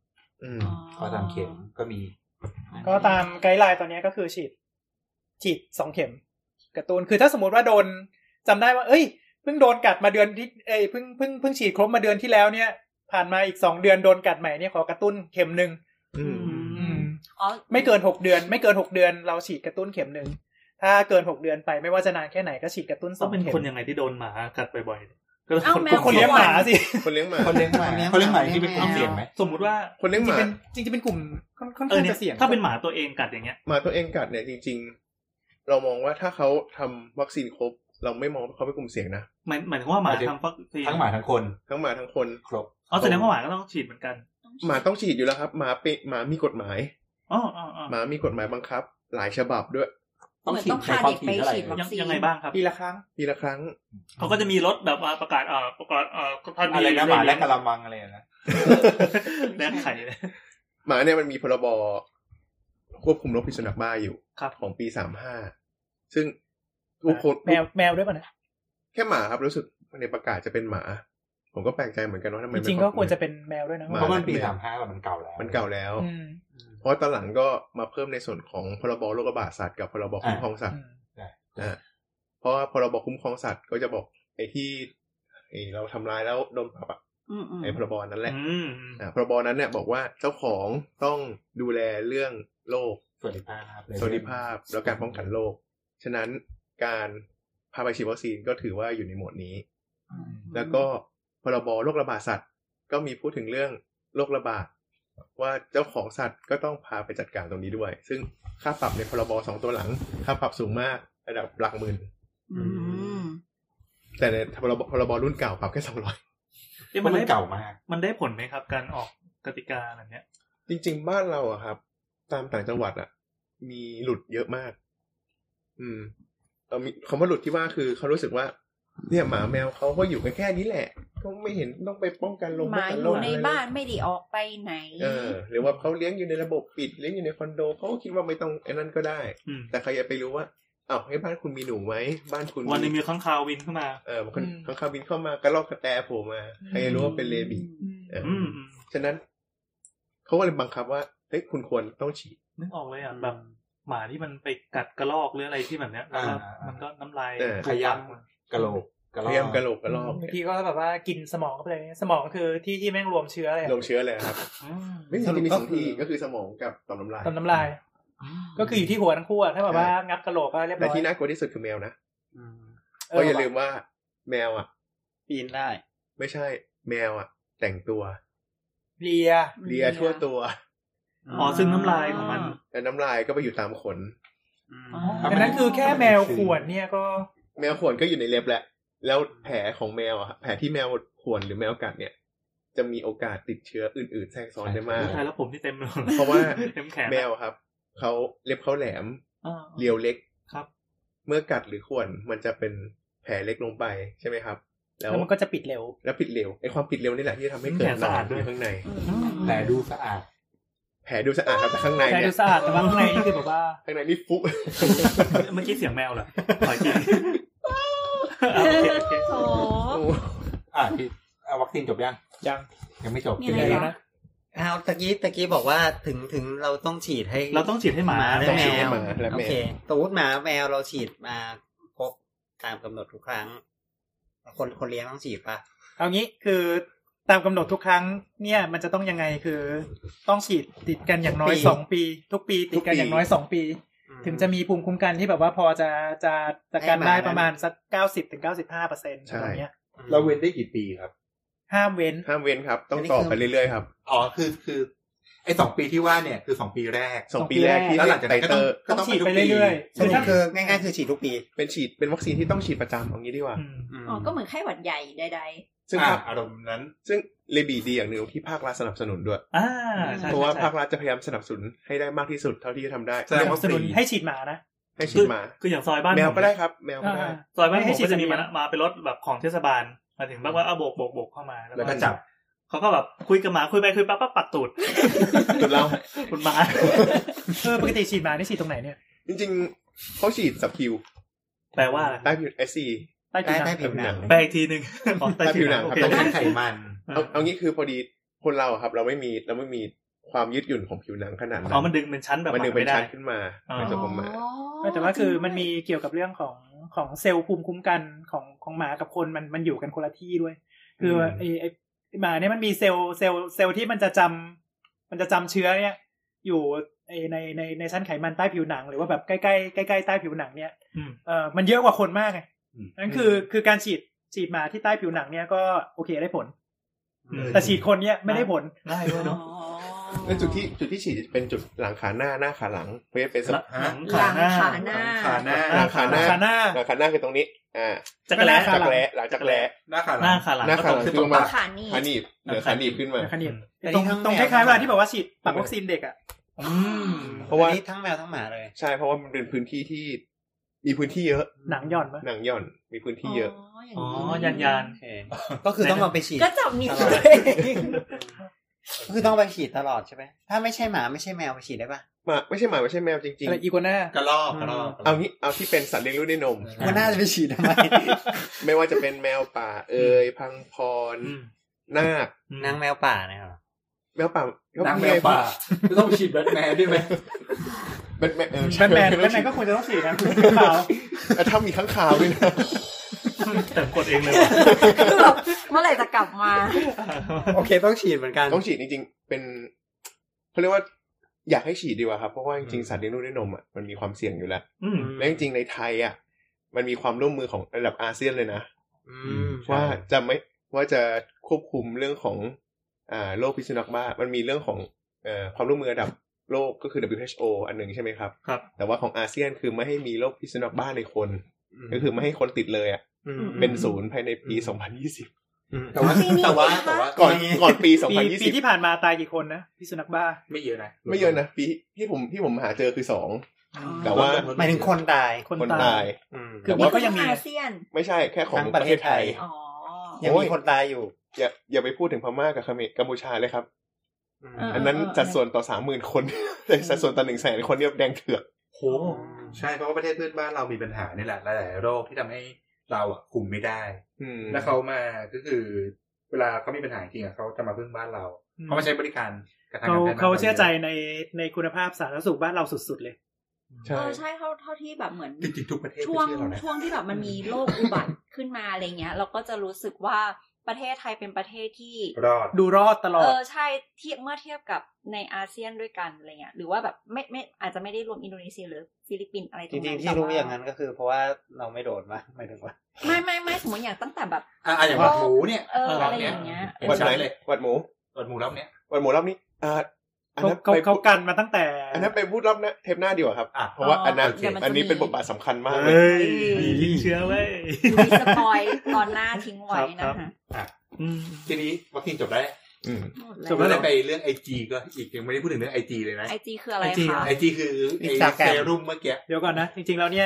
3ขอ3 เข็มก็มีก็ตามไกด์ไลน์ตอนนี้ก็คือฉีด2 เข็มกระตุ้นคือถ้าสมมติว่าโดนจำได้ว่าเพิ่งโดนกัดมาเดือนที่เพิ่งฉีดครบมาเดือนที่แล้วเนี่ยผ่านมาอีก2 เดือนโดนกัดใหม่เนี่ยขอกระตุ้นเข็ม1ไม่เกิน6 เดือนเราฉีดกระตุ้นเข็ม1 ถ้าเกิน6 เดือนไปไม่ว่าจะนานแค่ไหนก็ฉีดกระตุ้น2 ต้องเป็นเข็มคนยังไงที่โดนหมากัดบ่อยๆก็อ้าวแมวคนเลี้ยงหมาสิคนเลี้ยงหมาคนเลี้ยงหมาที่เป็นกลุ่มเสี่ยงไหมสมมุติว่าคนเลี้ยงหมาจริงๆเป็นกลุ่มค่อนข้างจะเสี่ยงถ้าเป็นหมาตัวเองกัดอย่างเงี้ยหมาตัวเองกัดเนี่ยจริงๆเรามองว่าถ้าเขาทำวัคซีนครบเราไม่มองว่าเขาเป็นกลุ่มเสี่ยงนะหมายถึงว่าหมาทำวัคซีนทั้งหมาทั้งคนทั้งหมาทั้งคนครบแสดงว่าหมาก็ต้องฉีดเหมือนกันหมาต้องฉีดอยู่แล้วครับหมามีกฎหมายอ๋อหมามีกฎหมายบังคับ หลายฉบับด้วยเหมือนต้องพาเด็กไปฉีดวัคซีนยังไงบ้างครับปีละครั้งปีละครั้งเขาก็จะมีรถแบบว่าประกาศท่านอะไรนะหมาและกะละมังอะไรนะแลกไข่หมาเนี่ยมันมีพรบควบคุมโรคพิษสุนัขบ้าอยู่ครับของปี35ซึ่งทุกคนแมวด้วยป่ะนะแค่หมาครับรู้สึกในประกาศจะเป็นหมา ผมก็แปลกใจเหมือนกันว่าทำไมจริงๆก็ควรจะเป็นแมวด้วยนะหมาเพราะมันปี35แล้วมันเก่าแล้วมันเก่าแล้วอืมเพราะตอนหลังก็มาเพิ่มในส่วนของพรบโรคระบาดสัตว์กับพรบคุ้มครองสัตว์เพราะว่าพรบคุ้มครองสัตว์ก็จะบอกไอ้ที่เราทำร้ายแล้วโดนปรับอะไอ้พรบนั้นแหละพรบนั้นเนี่ยบอกว่าเจ้าของต้องดูแลเรื่องโรคสวัสดิภาพแล้วการป้องกันโรคฉะนั้นการพาไปฉีดวัคซีนก็ถือว่าอยู่ในหมวดนี้แล้วก็พรบโรคระบาดสัตว์ก็มีพูดถึงเรื่องโรคระบาดว่าเจ้าของสัตว์ก็ต้องพาไปจัดการตรงนี้ด้วยซึ่งค่าปรับในพรบ2ตัวหลังค่าปรับสูงมากระดับหลักหมื่นแต่ในพรบรุ่นเก่าปรับแค่200 มันเก่ามากมันได้ผลไหมครับการออกกติกาอะไรเนี้ยจริงๆบ้านเราอะครับตามต่างจังหวัดอะมีหลุดเยอะมากมีคำว่าหลุดที่ว่าคือเขารู้สึกว่าเนี่ยหมาแมวเขาก็อยู่กันแค่นี้แหละก็ไม่เห็นต้องไปป้องกันโรคหมาอยู่ในบ้านไม่ได้ออกไปไหนหรือว่าเขาเลี้ยงอยู่ในระบบปิดเลี้ยงอยู่ในคอนโดเขาก็คิดว่าไม่ต้องไอ้นั่นก็ได้แต่ใครจะไปรู้ว่าอ้าวให้บ้านคุณมีหนูไหมบ้านคุณวันนึงมีค้างคาวบินเข้ามาค้างคาวบินเข้ามากระรอกกระแตโผล่มาใครจะรู้ว่าเป็นเรบิสฉะนั้นเขาก็เลยบังคับว่าเฮ้ยคุณควรต้องฉีดนึกออกเลยอ่ะแบบหมาที่มันไปกัดกระรอกหรืออะไรที่แบบเนี้ยแล้วมันก็น้ำลายขย้ำกระโหลกพยายามกระโหลกบางทีก็แบบว่ากินสมองเข้าไปเลยสมองคือที่แม่งรวมเชื้อเลยรวมเชื้อเลยครับไม่ใช่มี2ที่ก็คือสมองกับต่อมน้ำลายก็คืออยู่ที่หัวทั้งคู่ถ้าแบบว่างับกระโหลกก็เรียบร้อยแต่ที่น่ากลัวที่สุดคือแมวนะก็อย่าลืมว่าแมวอ่ะปีนได้ไม่ใช่แมวอ่ะแต่งตัวเลียทั่วตัวซึ่งน้ำลายของมันแต่น้ำลายก็ไปอยู่ตามขนดังนั้นคือแค่แมวข่วนเนี่ยก็แมวข่วนก็อยู่ในเล็บแหละแล้วแผลของแมวอ่ะแผลที่แมวข่วนหรือแมวกัดเนี่ยจะมีโอกาสติดเชื้ออื่นๆแทรกซ้อนได้มากใช่แล้วผมที่เต็มเลยเพราะว่าแมวครับเขาเล็บเขาแหลมเรียวเล็กครับเมื่อกัดหรือข่วนมันจะเป็นแผลเล็กลงไปใช่ไหมครับแล้วมันก็จะปิดเร็วไอ้ความปิดเร็วนี่แหละที่ทำให้เกิดสารอยู่ข้างในแผลดูสะอาดครับแต่ข้างในเนี่ยแผลดูสะอาดแต่ว่าข้างในนี่คือแบบว่าข้างในนี่ฟุ๊เมื่อกี้เสียงแมวเหรอขออีกโอ้ที่วัคซีนจบยังไม่จบยังไงนะตะกี้บอกว่าถึงเราต้องฉีดให้หมาและแมวโอเคสมมติหมาแมวเราฉีดมาครบตามกำหนดทุกครั้งคนเลี้ยงต้องฉีดป่ะเอางี้คือตามกำหนดทุกครั้งเนี่ยมันจะต้องยังไงคือต้องฉีดติดกันอย่างน้อย2ปีทุกปีติดกันอย่างน้อย2ปีถึงจะมีภูมิคุ้มกันที่แบบว่าพอจะกันได้ประมาณสัก 90-95% อะไรเงี้ยเราเว้นได้กี่ปีครับห้ามเว้นครับต้องต่อไปเรื่อยๆครับคือไอ้2ปีที่ว่าเนี่ยคือ2ปีแรกที่แล้วหลังจากนั้นก็ต้องฉีดไปเรื่อยๆคือง่ายๆคือฉีดทุกปีเป็นวัคซีนที่ต้องฉีดประจำเอางี้ดีกว่าก็เหมือนไข้หวัดใหญ่ใดๆซึ่งอารมณ์นั้นซึ่งเรบีดีอย่างนึงที่ภาครัฐสนับสนุนด้วยเพราะว่าภาครัฐจะพยายามสนับสนุนให้ได้มากที่สุดเท่าที่จะทำได้สนับสนุนให้ฉีดหมานะให้ฉีดหมาคืออย่างซอยบ้านแมวก็ได้ครับแมวก็ได้ซอยบ้านผมก็จะมีมาเป็นรถแบบของเทศบาลมาถึงแบบว่าโบกเข้ามาแล้วก็จับเขาก็แบบคุยกับหมาคุยไปคุยปั๊บปักตูดเราคุณหมาปกติฉีดหมานี่ฉีดตรงไหนเนี่ยจริงๆเขาฉีดสับคิวแปลว่าใต้ผิวSC ใต้ผิวหนังแปลอีกทีนึงใต้ผิวหนังครับต้องเป็นไขมันเอางี้คือพอดีคนเราครับเราไม่มีความยืดหยุ่นของผิวหนังขนาดนั้นมันดึงเป็นชั้นแบบมันดึงเป็นชั้นขึ้นมาเป็นตัวของหมาแต่ว่าคือมันมีเกี่ยวกับเรื่องของเซลล์ภูมิคุ้มกันของหมากับคนมันอยู่กันคนละที่ด้วยคือไอ้หมาเนี่ยมันมีเซลล์ที่มันจะจำเชื้อเนี่ยอยู่ในชั้นไขมันใต้ผิวหนังหรือว่าแบบใกล้ๆใกล้ๆใต้ผิวหนังเนี่ยมันเยอะกว่าคนมากไงนั่นคือการฉีดหมาที่ใต้ผิวหนังเนี่ยก็โอเคได้ผลแต่ฉีดคนเนี่ยไม่ได้ผลได้ด้วยเนาะแล้วจุดที่ฉีดเป็นจุดหลังขาหน้าขาหลังเพื่อเป็นหลังขาหน้าคือตรงนี้จักรแร้หลังจักรแร้หน้าขาหลังคือตรงขาหนีบเหนือขาหนีบขึ้นมาตรงคล้ายๆเวลาที่บอกว่าฉีดปักวัคซีนเด็กอ่ะเพราะว่าทั้งแมวทั้งหมาเลยใช่เพราะว่ามันเป็นพื้นที่ที่มีพื้นที่เยอะหนังหย่อนมั้ยหนังหย่อนมีพื้นที่เยอะยานก็คือต้องเอาไปฉีดก็จับมีดคือต้องไปฉีดตลอดใช่ไหมถ้าไม่ใช่หมาไม่ใช่แมวไปฉีดได้ป่ะไม่ใช่หมาไม่ใช่แมวจริงๆอะไรอีกัวน่ากระรอกเอาที่เป็นสัตว์เลี้ยงลูกด้วยนมอีกัวน่าจะไปฉีดทำไมไม่ว่าจะเป็นแมวป่าพังพรนาคนางแมวป่าเนี่ยหรอแมวป่านางแมวป่าต้องฉีดแบทแมนด้วยไหมแบทแมนก็ควรจะต้องฉีดนะข่าวถ้ามีข้างข่าวด้วยนะแต่กดเองเลยเมื่อไหร่จะกลับมาโอเคต้องฉีดเหมือนกันต้องฉีดจริงๆเป็นเขาเรียกว่าอยากให้ฉีดดีกว่าครับเพราะว่าจริงๆสัตว์เลี้ยงลูกด้วยนมอ่ะมันมีความเสี่ยงอยู่แล้วและจริงๆในไทยอ่ะมันมีความร่วมมือของระดับอาเซียนเลยนะว่าจะควบคุมเรื่องของโรคพิษสุนัขบ้ามันมีเรื่องของความร่วมมือระดับโลกก็คือ WHO อันหนึ่งใช่ไหมครับแต่ว่าของอาเซียนคือไม่ให้มีโรคพิษสุนัขบ้าในคนก็คือไม่ให้คนติดเลยอ่ะเป็นศูนย์ภายในปี2020แต่ว่าก่อนปี2020 ปีที่ผ่านมาตายกี่คนนะพิษสุนัขบ้าไม่เยอะนะปีที่ผมหาเจอคือ2แต่ว่าหมายถึงคนตายคือว่าก็ยังมีอาเซียนไม่ใช่แค่ของประเทศไทยยังมีคนตายอยู่อย่าไปพูดถึงพม่ากับกัมพูชาเลยครับอันนั้นสัดส่วนต่อ 30,000 คนแต่สัดส่วนต่อ 100,000 คนเนี่ยแดงเถือกโหใช่เพราะว่าประเทศเพื่อนบ้านเรามีปัญหานี่แหละหลายๆโรคที่ทำให้เราคุมไม่ได้แล้วเขามาก็คือเวลาเขามีปัญหาจริงเขาจะมาพึ่งบ้านเราเขามาใช้บริการเขาเชื่อใจในคุณภาพสาธารณสุขบ้านเราสุดๆเลยใช่เท่าที่แบบเหมือนจริงๆทุกประเทศช่วงที่แบบมันมีโรคอุบัติขึ้นมาอะไรเงี้ยเราก็จะรู้สึกว่าประเทศไทยเป็นประเทศที่ดูรอดตลอดใช่เมื่อเทียบกับในอาเซียนด้วยกันอะไรเงี้ยหรือว่าแบบไม่อาจจะไม่ได้รวมอินโดนีเซียหรือฟิลิปปินส์อะไรตรงนั้นจริงๆที่รู้อย่างนั้นก็คือเพราะว่าเราไม่โดดมาไม่ถึงว่าไม่สมมติอย่างตั้งแต่แบบอย่างวัดหมูเนี่ยอะไรอย่างเงี้ยวัดไหนเลยวัดหมูรอบเนี้ยวัดหมูรอบนี้เขากันมาตั้งแต่อันนั้นไปพูดรอบนะเทปหน้าดีกว่าครับเพราะว่าอันนี้เป็นบทบาทสำคัญมากเลยมีเชื้อไว้มีสปอยตอนหน้าทิ้งไว้นะคะทีนี้วัคซีนจบแล้วจบแล้วไปเรื่อง IG ก็อีกยังไม่ได้พูดถึงเรื่อง IG เลยนะ IG คืออะไรคะ IG คือเซรุ่มเมื่อกี้เดี๋ยวก่อนนะจริงๆแล้วเนี่ย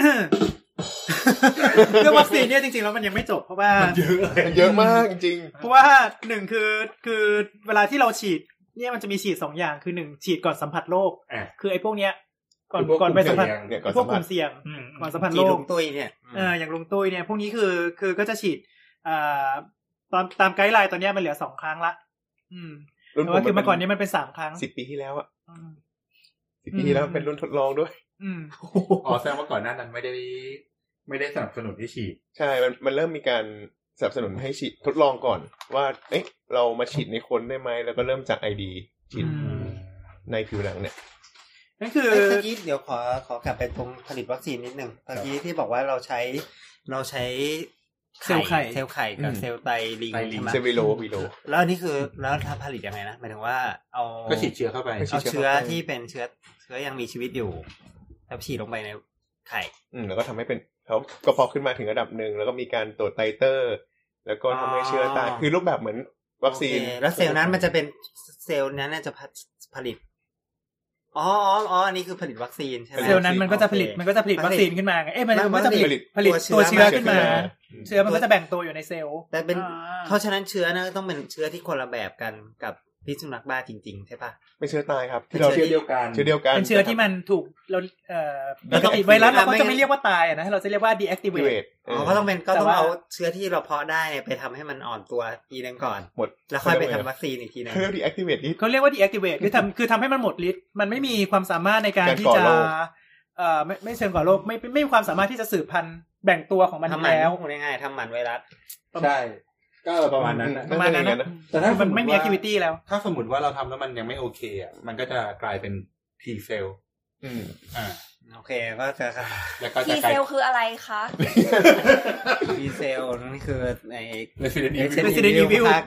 เรื่องวัคซีนเนี่ยจริงๆแล้วมันยังไม่จบเพราะว่าเยอะมากจริงๆเพราะว่า1คือเวลาที่เราฉีดเนี่ยมันจะมีฉีด2อย่างคือ1ฉีดก่อนสัมผัสโรคคือไอ้พวกเนี้ยก่อนไปสัมผัสพวกกลุ่มเสี่ยงก่อนสัมผัสโรคลุงตุ้ยเนี่ยอย่างลุงตุ้ยเนี่ยพวกนี้คือก็จะฉีดตามไกด์ไลน์ตอนนี้มันเหลือ2ครั้งละแต่ว่าคือเมื่อก่อนนี้มันเป็น3ครั้ง 10 ปีที่แล้วอ่ะ10 ปีที่แล้วเป็นรุ่นทดลองด้วยแสดงว่าก่อนหน้านั้นไม่ได้สนับสนุนให้ฉีดใช่มันเริ่มมีการสนับสนุนให้ฉีดทดลองก่อนว่าเรามาฉีดในคนได้ไหมแล้วก็เริ่มจาก ID ฉีดในผิวหนังเนี่ยนั่นคือเมื่อกี้เดี๋ยวขอกลับไปตรงผลิตวัคซีนนิดนึงเมื่อกี้ที่บอกว่าเราใช้เซลล์ไข่กับเซลล์ไตลิงเซลล์วิโลแล้วอันนี้คือแล้วทำผลิตยังไงนะหมายถึงว่าเอาก็ฉีดเชื้อเข้าไปเอาเชื้อที่เป็นเชื้อยังมีชีวิตอยู่แล้วฉีดลงไปในไข่แล้วก็ทำให้เป็นเขาก็พอขึ้นมาถึงระดับนึงแล้วก็มีการตรวจไตเตอร์แล้วก็ทำให้เชื้อตายคือรูปแบบเหมือนวัคซีนแล้วเซลล์นั้นมันจะเป็นเซลล์นั้นจะผลิตอันนี้คือผลิตวัคซีนใช่ไหมเซลล์นั้นมันก็จะผลิตวัคซีนขึ้นมาไงมันก็จะผลิตตัวเชื้อขึ้นมาเชื้อมันก็จะแบ่งตัวอยู่ในเซลล์แต่เป็นเพราะฉะนั้นเชื้อนะต้องเป็นเชื้อที่คนละแบบกันกับพิษสุนัขบ้าจริงๆใช่ป่ะไม่เชื้อตายครับเชื้อเดียวกันเป็นเชื้อที่มันถูกเราปกติไวรัสเราก็จะไม่เรียกว่าตายนะเราจะเรียกว่า deactivate ก็ต้องเอาเชื้อที่เราเพาะได้ไปทำให้มันอ่อนตัวทีนึงก่อนหมดแล้วค่อยไปทำวัคซีนอีกทีนึงเขาเรียก deactivate เขาเรียกว่า deactivate คือทำให้มันหมดฤทธิ์มันไม่มีความสามารถในการที่จะไม่เชิงก่อโรคไม่มีความสามารถที่จะสืบพันธุ์แบ่งตัวของมันแล้วง่ายๆทำหมันไวรัสใช่ก็ประมาณนั้นนะประมาณนั้นนะแต่ถ้ามันไม่มี activity แล้วถ้าสมมติว่าเราทำแล้วมันยังไม่โอเคอ่ะมันก็จะกลายเป็น T cell โอเคก็จะทีเซลคืออะไรคะทีเซลนั่นคือใน Resident Evil ภาค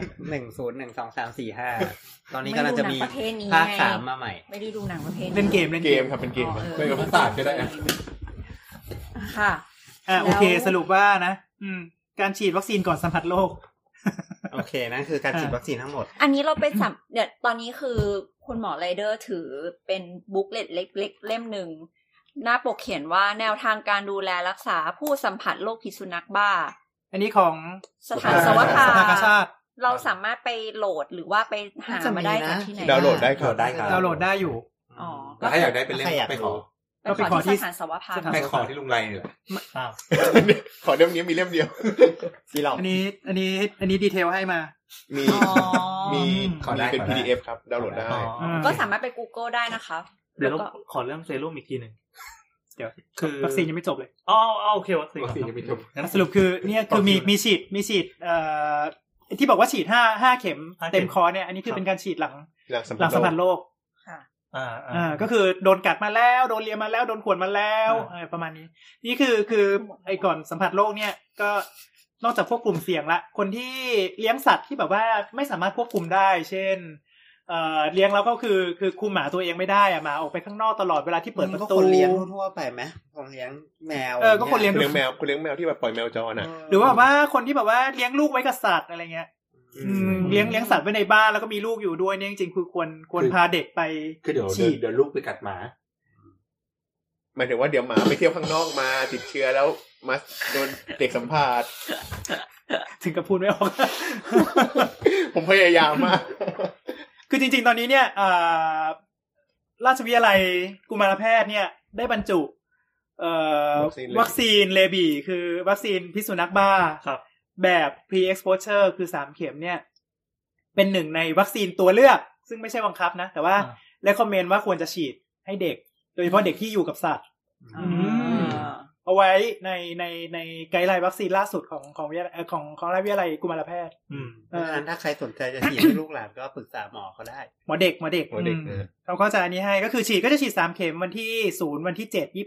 1012345ตอนนี้กำลังจะมีภาค3มาใหม่ไม่ได้ดูหนังประเภทเล่นเกมครับเป็นเกมเป็นภาษาก็ได้ค่ะโอเคสรุปว่านะการฉีดวัคซีนก่อนสัมผัสโรคโอเคนั่นคือการฉีดวัคซีนทั้งหมดอันนี้เราไปเดี๋ยวตอนนี้คือคุณหมอไรเดอร์ถือเป็นบุ๊กเล็ตเล็กๆเล่มหนึ่งหน้าปกเขียนว่าแนวทางการดูแลรักษาผู้สัมผัสโรคพิษสุนัขบ้าอันนี้ของสถานสวภาชาติเราสามารถไปโหลดหรือว่าไปหามาได้จากที่ไหนดาวน์โหลดได้ครับดาวน์โหลดได้อยู่ก็ถ้าอยากได้เป็นเล่มไปขอไปขอที่สถานสวภาไปขอที่ลุงไรนี่แหละขอเล่มนี้มีเล่มเดียวที่เราอันนี้ดีเทลให้มามีขอได้เป็น PDF ครับดาวน์โหลดได้ก็สามารถไป Google ได้นะคะเดี๋ยวเราขอเรื่องเซรุ่มอีกทีนึงเดี๋ยวคือวัคซีนยังไม่จบเลยโอเควัคซีนยังไม่จบสรุปคือเนี่ยคือมีฉีดที่บอกว่าฉีด5เข็มเต็มคอร์สเนี่ยอันนี้คือเป็นการฉีดหลังสัมผัสโรคก็คือโดนกัดมาแล้วโดนเลียมาแล้วโดนข่วนมาแล้วประมาณนี้นี่คือไอ้ก่อนสัมผัสโรคเนี่ยก็นอกจากพวกกลุ่มเสี่ยงละคนที่เลี้ยงสัตว์ที่แบบว่าไม่สามารถควบคุมได้เช่นเลี้ยงแล้วก็คือคุมหมาตัวเองไม่ได้หมาออกไปข้างนอกตลอดเวลาที่เปิดประตูคนเลี้ยงทั่วไปไหมคนเลี้ยงแมวก็คนเลี้ยงแมวที่แบบปล่อยแมวจรน่ะหรือว่าคนที่แบบว่าเลี้ยงลูกไว้กับสัตว์อะไรเงี้ยเลี้ยงสัตว์ไว้ในบ้านแล้วก็มีลูกอยู่ด้วยเนี่ยจริงๆคือควรพาเด็กไปคือเดี๋ยวลูกไปกัดหมาหมายถึงว่าเดี๋ยวหมาไปเที่ยวข้างนอกมาติดเชื้อแล้วมาโดนเด็กสัมผัสถึงกับพูดไม่ออกผมพยายามมากคือจริงๆตอนนี้เนี่ยราชวิทยาลัยกุมารแพทย์เนี่ยได้บรรจุวัคซีนเลบีคือวัคซีนพิษสุนัขบ้าแบบ pre-exposure คือ3เข็มเนี่ยเป็นหนึ่งในวัคซีนตัวเลือกซึ่งไม่ใช่บังคับนะแต่ว่าrecommendว่าควรจะฉีดให้เด็กโดยเฉพาะเด็กที่อยู่กับสัตว์เอาไว้ในไกด์ไลน์วัคซีนล่าสุดของราชวิทยาลัยกุมารแพทย์เพราะฉะนั้นถ้าใครสนใจจะฉีดให้ลูกหลานก็ปรึกษาหมอเขาได้หมอเด็กเขาก็จะอันนี้ให้ก็คือฉีดก็จะฉีด3เข็มวันที่0วันที่7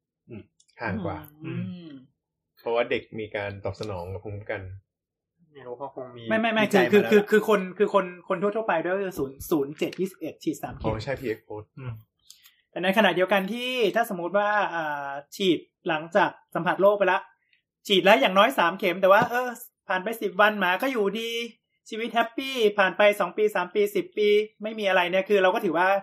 21 ห่างกว่าเพราะว่าเด็กมีการตอบสนองกับภูมิคุ้มกันไม่รู้เขาคงมีไม่คือคนทั่วไปด้วยคือ0 7 21ฉีด3เข็มใช่ PX code แต่ในขณะเดียวกันที่ถ้าสมมุติว่าฉีดหลังจากสัมผัสโรคไปแล้วฉีดแล้วอย่างน้อย3เข็มแต่ว่าผ่านไป10วันหมาก็อยู่ดีชีวิตแฮปปี้ผ่านไป2ปี3ปี10ปีไม่มีอะไรเนี่ยคือเราก็ถือว่า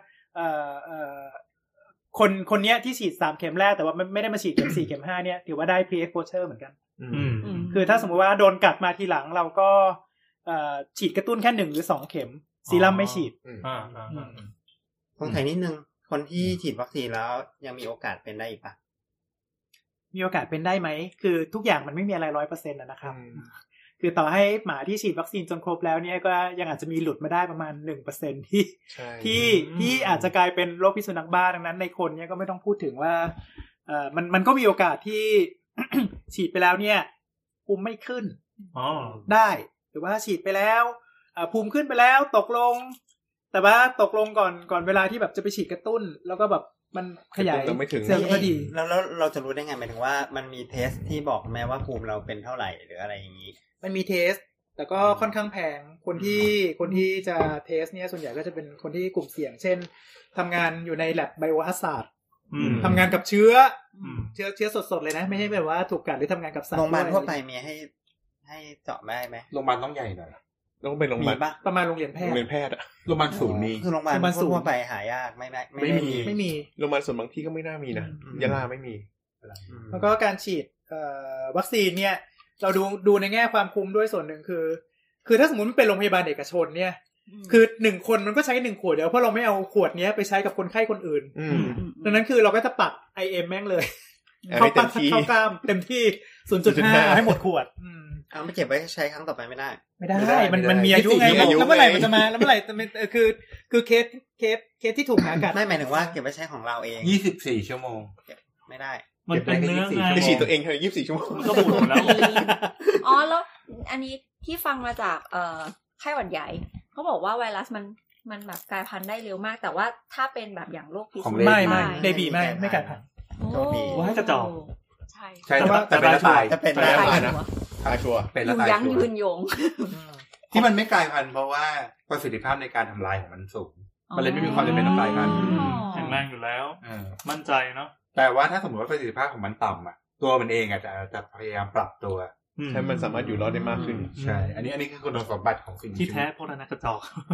คนเนี้ยที่ฉีด3เข็มแรกแต่ว่าไม่ได้มาฉีดเข็ม4เข็ม5เนี่ยถือว่าได้ pre-exposure เหมือนกันคือถ้าสมมุติว่าโดนกัดมาทีหลังเราก็ฉีดกระตุ้นแค่1หรือ2เข็มซีรั่มไม่ฉีดต้องถ่ายนิดนึงคนที่ฉีดวัคซีนแล้วยังมีโอกาสเป็นได้อีกปะมีโอกาสเป็นได้ไหมคือทุกอย่างมันไม่มีอะไร 100% นะครับคือต่อให้หมาที่ฉีดวัคซีนจนครบแล้วเนี่ยก็ยังอาจจะมีหลุดมาได้ประมาณ 1% ที่อาจจะกลายเป็นโรคพิษสุนัขบ้าดังนั้นในคนเนี่ยก็ไม่ต้องพูดถึงว่ามันก็มีโอกาสที่ ฉีดไปแล้วเนี่ยภูมิไม่ขึ้นได้หรือว่าฉีดไปแล้วภูมิขึ้นไปแล้วตกลงแต่ว่าตกลงก่อนเวลาที่แบบจะไปฉีดกระตุ้นแล้วก็แบบมันขยายเซลล์พอดีแล้วเราจะรู้ได้ไงหมายถึงว่ามันมีเทสที่บอกแม้ว่าภูมิเราเป็นเท่าไหร่หรืออะไรอย่างนี้มันมีเทสแต่ก็ค่อนข้างแพงคนที่จะเทสเนี่ยส่วนใหญ่ก็จะเป็นคนที่กลุ่มเสี่ยงเช่นทำงานอยู่ใน lab biohazard ทำงานกับเชื้อสดๆเลยนะไม่ใช่แบบว่าถูกกัดหรือทำงานกับสัตว์โรงพยาบาลทั่วไปมีให้เจาะได้ไหมโรงพยาบาลต้องใหญ่หน่อยต้องเป็นโรงพยาบาลประมาณโรงเรียนแพทย์โรงพยาบาลศูนย์มีคือโรงพยาบาลทั่วไปหายากไม่มีโรงพยาบาลส่วนบางที่ก็ไม่น่ามีนะยะลาไม่มีแล้วก็การฉีดวัคซีนเนี่ยเราดูในแง่ความคุ้มด้วยส่วนหนึ่งคือถ้าสมมุติมันเป็นโรงพยาบาลเอกชนเนี่ยคือ1คนมันก็ใช้1ขวดเดียวเพราะเราไม่เอาขวดนี้ไปใช้กับคนไข้คนอื่นดังนั้นคือเราก็จะปัก IM แม่งเลยเขาปักเข้ากล้ามเต็มที่ 0.5 ให้หมดขวดไม่เก็บไว้ใช้ครั้งต่อไปไม่ได้มันมีอายุไงแล้วเมื่อไหร่มันจะมาแล้วเมื่อไหร่คือเคสที่ถูกหากัดไม่หมายถึงว่าเก็บไว้ใช้ของเราเอง 24ชั่วโมงไม่ได้มันเป็นเนื้อไงจะฉีดตัวเองแค่24ชั่วโมงก็บูดแล้วแล้วอันนี้ที่ฟังมาจากไข้หวัดใหญ่เขาบอกว่าไวรัสมันแบบกลายพันธุ์ได้เร็วมากแต่ว่าถ้าเป็นแบบอย่างโรคพิษไม่เบบีไม่กลายพันธุ์โอ้ว่าให้กระจอกใช่ใช่แต่เป็นแล้วตายจะเป็นตายได้นะตายชัวร์เป็นอแล้วยู่ตายยั้งชัวยืนร์ยงที่มันไม่กลายพันธุ์เพราะว่าประสิทธิภาพในการทำลายของมันสูงมันเลยไม่มีความจำเป็นต้องกลายพันธุ์แข็งแรงอยู่แล้วมั่นใจเนาะแต่ว่าถ้าสมมติว่าประสิทธิภาพของมันต่ำอ่ะตัวมันเองอ่ะจะพยายามปรับตัวให้มันสามารถอยู่รอดได้มากขึ้นใช่อันนี้คือคุณสมบัติของสิ่งที่แท้พวกนั้นกระจอก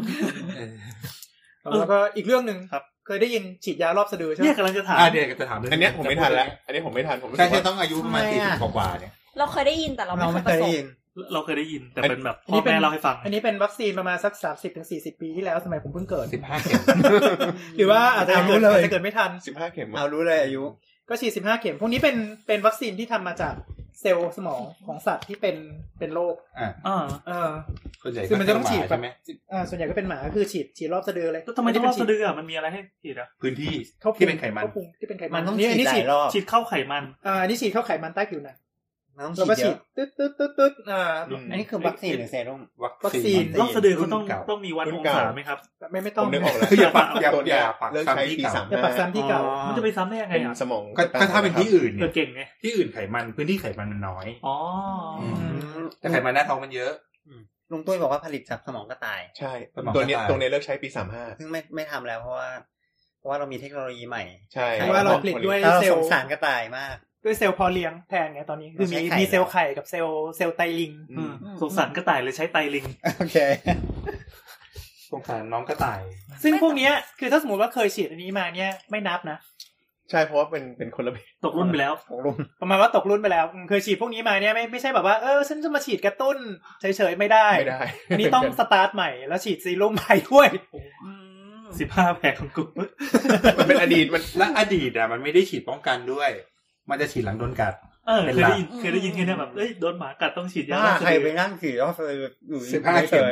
แล้วก็อีกเรื่องนึงเคยได้ยินฉีดยารอบสะดือใช่ไหมเนี่ยกำลังจะถามเดี๋ยวจะถามอันนี้ผมไม่ทันแล้วอันนี้ผมไม่ทันผมใช่ต้องอายุประมาณ40กว่าเนี่ยเราเคยได้ยินแต่เราไม่เคยประสบเราเคยได้ยินแต่เป็นแบบพ่อแม่เล่าให้ฟังอันนี้เป็นวัคซีนประมาณสัก 30-40 ปีที่แล้วสมัยผมเพิ่งเกิด 15เข็มหรือว่าอาจจะเกิดไม่ทัน 15เข็มเอารู้เลยอายุก็ฉีด15เข็มพวกนี้เป็นวัคซีนที่ทำมาจากเซลล์สมองของสัตว์ที่เป็นโรคส่วนใหญ่คือมันจะต้องฉีดใช่ไหมส่วนใหญ่ก็เป็นหมาก็คือฉีดรอบสะดือเลยทำไมต้องรอบสะดือมันมีอะไรให้ฉีดอ่ะพื้นที่ที่ที่เป็นไขมันที่เป็นไขมันมันต้องนี่ฉีดหลายรอบฉีดเข้าไขมันอันนี้ฉีดเข้าไขมันใต้ผิวหนังแล้วก็ฉีดตึ๊ดอันนี้คือวัคซีนหรือเซรุ่มวัคซีนรอบสะดือเขาต้องมีวัดองศาไหมครับไม่ต้องนึกออกแล้วคืออย่าปักเลิกใช้ปีอย่าปักซ้ำที่เก่ามันจะไปซ้ำได้ยังไงเป็นอ่ะสมองก็ถ้าเป็นที่อื่นเนี่ยเก่งไงที่อื่นไขมันพื้นที่ไขมันมันน้อยอ๋อแต่ไขมันหน้าท้องมันเยอะลุงตุ้ยบอกว่าผลิตจากสมองกระต่ายใช่ตัวนี้เลิกใช้ปี35 ซึ่งไม่ทำแล้วเพราะว่าเรามีเทคโนโลยีใหม่ใช่เพราะว่าเราผลิตด้วยเซลล์สารกระต่ายมากด้วยเซลล์พอเลี้ยงแทนไงตอนนี้คือมีเซลล์ไข่กับเซลล์ไตลิงสงสารกระต่ายเลยใช้ไตลิงโอเคสงสารน้องกระต่ายซึ่งพวกนี้คือถ้าสมมติว่าเคยฉีดอันนี้มาเนี่ยไม่นับนะใช่เพราะว่าเป็นคนละแบบตกรุ่นไปแล้วประมาณว่าตกรุ่นไปแล้วเคยฉีดพวกนี้มาเนี่ยไม่ใช่แบบว่าฉันจะมาฉีดกระตุ้นเฉยๆไม่ได้อันนี้ต้องสตาร์ทใหม่แล้วฉีดซีรุ่มใหม่ด้วย 15แผลของกูมันเป็นอดีตและอดีตอ่ะมันไม่ได้ฉีดป้องกันด้วยมันจะฉีดหลังโดนกัดเคยได้ยินแค่นี้แบบโดนหมากัดต้องฉีดยาใครไปนั่งฉีดแล้วอยู่ 15เข็ม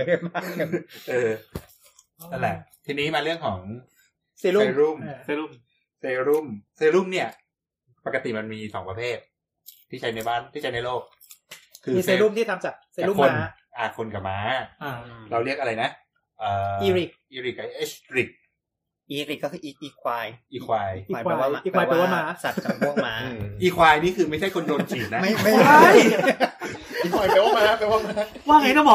นั่นแหละทีนี้มาเรื่องของเซรุ่มเนี่ยปกติมันมี2ประเภทที่ใช้ในบ้านที่ใช้ในโลกคือเซรุ่มที่ทำจากเซรุ่มม้าคนกับม้าเราเรียกอะไรนะอีริกกับเอชริกก็คืออีควายแปลว่าม้าสัตว์จำพวกม้าอีควายนี่คือไม่ใช่คนโดนฉีดนะไม่ใช่อีควายแปลว่าม้าว่าไงนะหมอ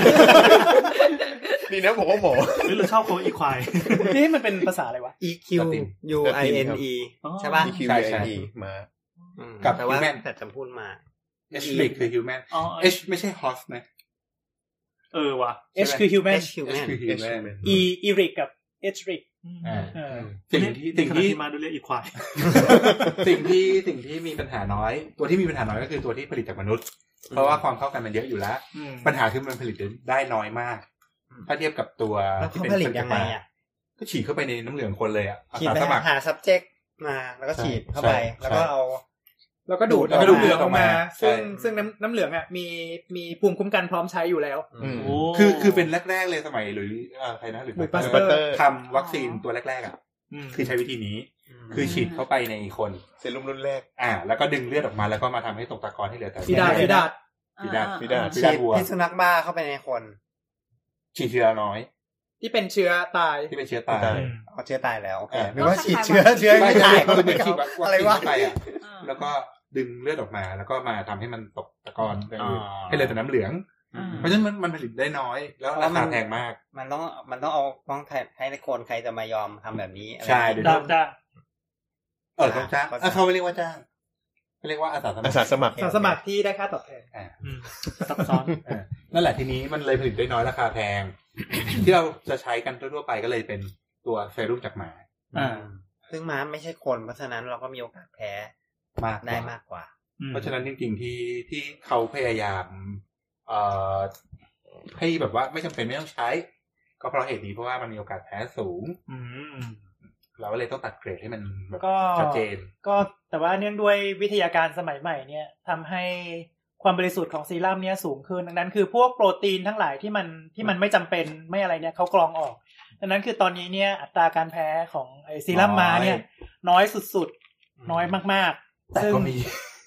นี่นะผมว่าหมอหรือเราชอบเขาอีควายนี่มันเป็นภาษาอะไรวะ EQUINE ใช่ป่ะ EQUINE มากับแต่ว่าแต่จำพูดมา H คือ human H ไม่ใช่ horse นะว่ะ H คือ human E อีริกกับ H ริกสิ่งที่มาดูเรียกอีควายสิ่งที่มีปัญหาน้อยตัวที่มีปัญหาน้อยก็คือตัวที่ผลิตจากมนุษย์เพราะว่าความเข้ากันมันเยอะอยู่แล้วปัญหาคือมันผลิตได้น้อยมากถ้าเทียบกับตัวที่เป็นผลิตยังไงอ่ะก็ฉีดเข้าไปในน้ำเหลืองคนเลยอ่ะฉีดไปหา subject มาแล้วก็ฉีดเข้าไปแล้วก็เอาแล้วก็ดูดน้ำเหลืองออกมาซึ่งน้ำเหลืองอ่ะมีภูมิคุ้มกันพร้อมใช้อยู่แล้วคือเป็นแรกๆเลยสมัยหรือใครนะหรือปัสเตอร์ทำวัคซีนตัวแรกๆอ่ะคือใช้วิธีนี้คือฉีดเข้าไปในคนเซรุ่มรุ่นแรกแล้วก็ดึงเลือดออกมาแล้วก็มาทำให้ตกตะกอนให้เหลือแต่ฟิดาดฉีดพิษสุนัขบ้าเข้าไปในคนฉีดเชื้อน้อยที่เป็นเชื้อตายเอาเชื้อตายแล้วหรือว่าฉีดเชื้อไม่ตายอะไรวะแล้วก็ดึงเลือดออกมาแล้วก็มาทำให้มันตกตะกอนให้เหลือแต่น้ำเหลืองเพราะฉะนั้นมันผลิตได้น้อยแล้วราคาแพงมากมันต้องเอาต้องให้ในคนใครจะมายอมทำแบบนี้ใช่ต้องจ้างต้องจ้างเขาไม่เรียกว่าจ้างเขาเรียกว่าอาสาสมัครที่ได้ค่าตอบแทนซับซ้อนนั่นแหละทีนี้มันเลยผลิตได้น้อยราคาแพงที่เราจะใช้กันทั่วไปก็เลยเป็นตัวเซรุ่มจากหมาซึ่งม้าไม่ใช่คนเพราะฉะนั้นเราก็มีโอกาสแพ้ได้มากกว่าเพราะฉะนั้นจริงๆที่เขาพยายามให้แบบว่าไม่จำเป็นไม่ต้องใช้ก็เพราะเหตุนี้เพราะว่ามันมีโอกาสแพ้สูงเราก็เลยต้องตัดเกรดให้มันแบบชัดเจนก็แต่ว่าเนื่องด้วยวิทยาการสมัยใหม่เนี่ยทำให้ความบริสุทธิ์ของซีรั่มเนี่ยสูงขึ้นดังนั้นคือพวกโปรตีนทั้งหลายที่มันไม่จำเป็นไม่อะไรเนี่ยเขากรองออกดังนั้นคือตอนนี้เนี่ยอัตราการแพ้ของไอซีรั่มม้าเนี่ยน้อยสุดๆน้อยมากๆแต่ก็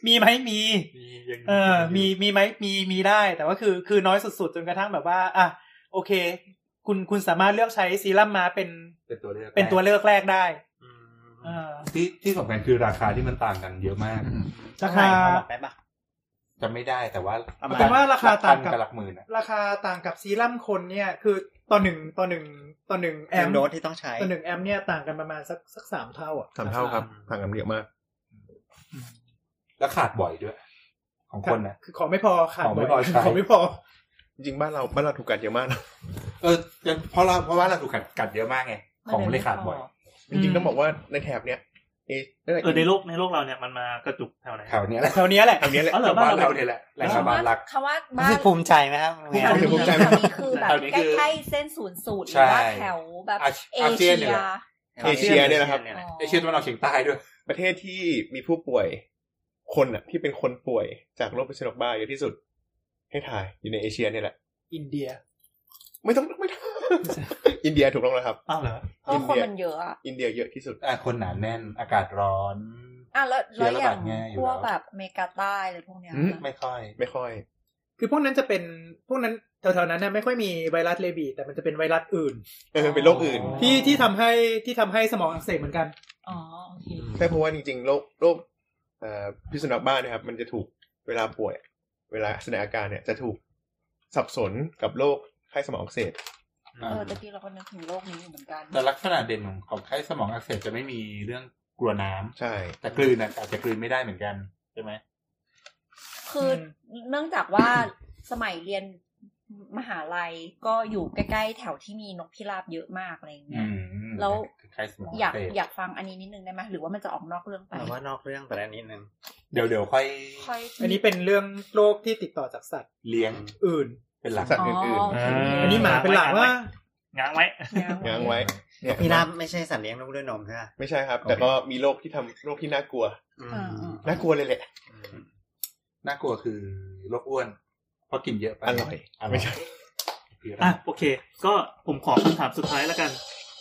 มีไหมมีมีไหมมีได้แต่ว่าคือน้อยสุดๆจนกระทั่งแบบว่าอ่ะโอเคคุณสามารถเลือกใช้ซีรั่มม้าเป็นตัวเลือกแรกได้ที่สำคัญคือราคาที่มันต่างกันเยอะมากราคาจะไม่ได้แต่ว่าแต่ว่าราคาต่างกับหลักหมื่นราคาต่างกับซีรั่มคนเนี่ยคือต่อหนึ่งแอมป์โดสที่ต้องใช้ต่อ1แอมป์เนี่ยต่างกันประมาณสัก3 เท่าอ่ะ 3 เท่าครับต่างกันเยอะมากแล้วขาดบ่อยด้วยของคนน่ะคือของไม่พอขาดของไม่พอจริงๆบ้านเราถูกกัดเยอะมากนะเพราะว่าเราถูกกัดเยอะมากไงของเลยขาดบ่อยจริงๆต้องบอกว่าในแถบเนี้ยในโลกเราเนี่ยมันมากระจุกแถวไหนแถวนี้แหละอ๋อเหรอบ้านเราเนี่ยแหละแหล่งบ้านรักคำว่าบ้านภูมิใจไหมครับภูมิใจคือแบบใกล้ๆเส้นศูนย์สูตรหรือว่าแถวแบบเอเชียเนี่ยนะครับเอเชียตะวันออกเฉียงใต้ด้วยประเทศที่มีผู้ป่วยคนอ่ะที่เป็นคนป่วยจากโรคพิษสุนัขบ้าเยอะที่สุดให้ทายอยู่ในเอเชียนี่แหละอินเดียไม่ต้องอินเดียถูกต้องแล้วครับอ้าวเหรอเพราะคนมันเยอะอ่ะอินเดียเยอะที่สุดคนหนาแน่นอากาศร้อนแล้วอย่างพวกแบบอเมริกาใต้อะไรพวกเนี้ยไม่ค่อยคือพวกนั้นจะเป็นพวกนั้นแถวๆนั้นน่ะไม่ค่อยมีไวรัสเรบีสแต่มันจะเป็นไวรัสอื่นเป็นโรคอื่นที่ทำให้สมองอักเสบเหมือนกันอ๋อโอเคใช่เพราะว่าจริงๆโรคพิษสุนัขบ้านะครับมันจะถูกเวลาป่วยเวลาแสดงอาการเนี่ยจะถูกสับสนกับโรคไข้สมองอักเสบแต่ที่เราก็นึกถึงโรคนี้เหมือนกันแต่ลักษณะเด่นของไข้สมองอักเสบจะไม่มีเรื่องกลัวน้ำใช่แต่กลืนอาจจะกลืนไม่ได้เหมือนกันใช่ไหมคือเนื่องจากว่าสมัยเรียนมหาลัยก็อยู่ใกล้ๆแถวที่มีนกพิราบเยอะมากอะไรอย่างเงี้ยแล้วอยากฟังอันนี้นิดนึงได้ไหมหรือว่ามันจะออกนอกเรื่องไปว่านอกเรื่องแต่อันนี้นึงเดี๋ยวค่อยอันนี้เป็นเรื่องโรคที่ติดต่อจากสัตว์เลี้ยงอื่นเป็นหลักสัตว์อื่นๆอันนี้หมาเป็นหลักว่าง้างไว้พี่น้ำไม่ใช่สัตว์เลี้ยงลูกด้วยนมใช่ไหมไม่ใช่ครับแต่ก็มีโรคที่น่ากลัวเลยแหละน่ากลัวคือโรคอ้วนเพราะกินเยอะไปอร่อยไม่ใช่โอเคก็ผมขอคำถามสุดท้ายแล้วกัน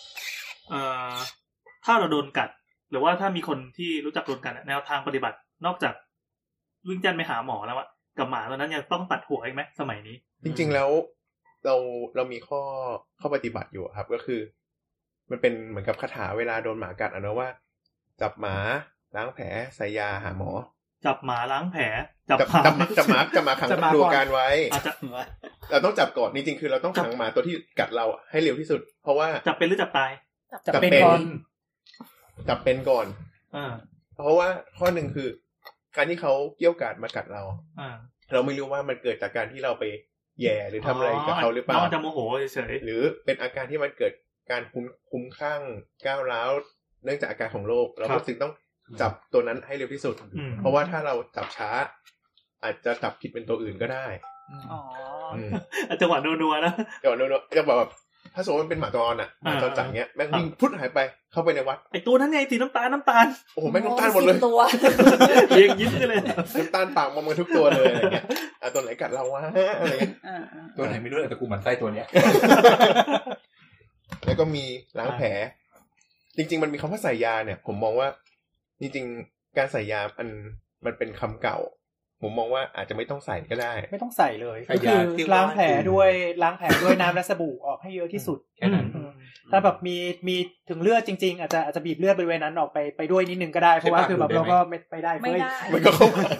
ถ้าเราโดนกัดหรือว่าถ้ามีคนที่รู้จักโดนกัดแนวทางปฏิบัตินอกจากวิ่งจันไปหาหมอแล้วอะกับหมาตัวนั้นยังต้องตัดหัวอีกไหมสมัยนี้จริงๆแล้วเรามีข้อปฏิบัติอยู่ครับก็คือมันเป็นเหมือนกับคาถาเวลาโดนหมากัดนะว่าจับหมาล้างแผลใส่ยาหาหมอจับหมาล้างแผลจับหมาขังดูการไว้เราต้องจับก่อนจริงๆคือเราต้องขังหมาตัวที่กัดเราให้เร็วที่สุดเพราะว่าจับเป็นหรือจับตายจับเป็นก่อนเพราะว่าข้อหนึ่งคือการที่เขาเกี้ยวกาดมากัดเราเราไม่รู้ว่ามันเกิดจากการที่เราไปแย่หรือทำอะไรกับเขาหรือเปล่าจะโมโหเฉยหรือเป็นอาการที่มันเกิดการคุ้มข้างก้าวร้าวเนื่องจากอาการของโรคเราก็จึงต้องจับตัวนั้นให้เร็วที่สุดเพราะว่าถ้าเราจับช้าอาจจะจับผิดเป็นตัวอื่นก็ได้จังหวะนัวๆนะจังหวะนัวๆจะแบบถ้าสมมติมันเป็นหมาจรอ่ะหมาจรจัดเงี้ยแม่งวิ่งพุทหายไปเข้าไปในวัดไอตัวนั้นไงสีน้ำตาลโอ้โหแม่งน้ำตาลหมดเลยตัวเลี้ยงยิ้มเลยน้ำตาลปากมองมันทุกตัวเลยอะไรเงี้ยตัวไหนกัดเราวะอะไรเงี้ยตัวไหนไม่รู้แต่กูหมั่นไส้ตัวเนี้ยแล้วก็มีล้างแผลจริงๆมันมีคำว่าใส่ยาเนี่ยผมมองว่าจริงๆการใส่ยามันเป็นคำเก่าผมมองว่าอาจจะไม่ต้องใส่ก็ได้ไม่ต้องใส่เลยก็คือล้างแผลด้วยน้ำและสบู่ออกให้เยอะที่สุดแค่นั้นถ้าแบบมีถึงเลือดจริงๆอาจจะบีบเลือดบริเวณนั้นออกไปด้วยนิดนึงก็ได้เพราะว่าคือแบบเราก็ไม่ได้มันก็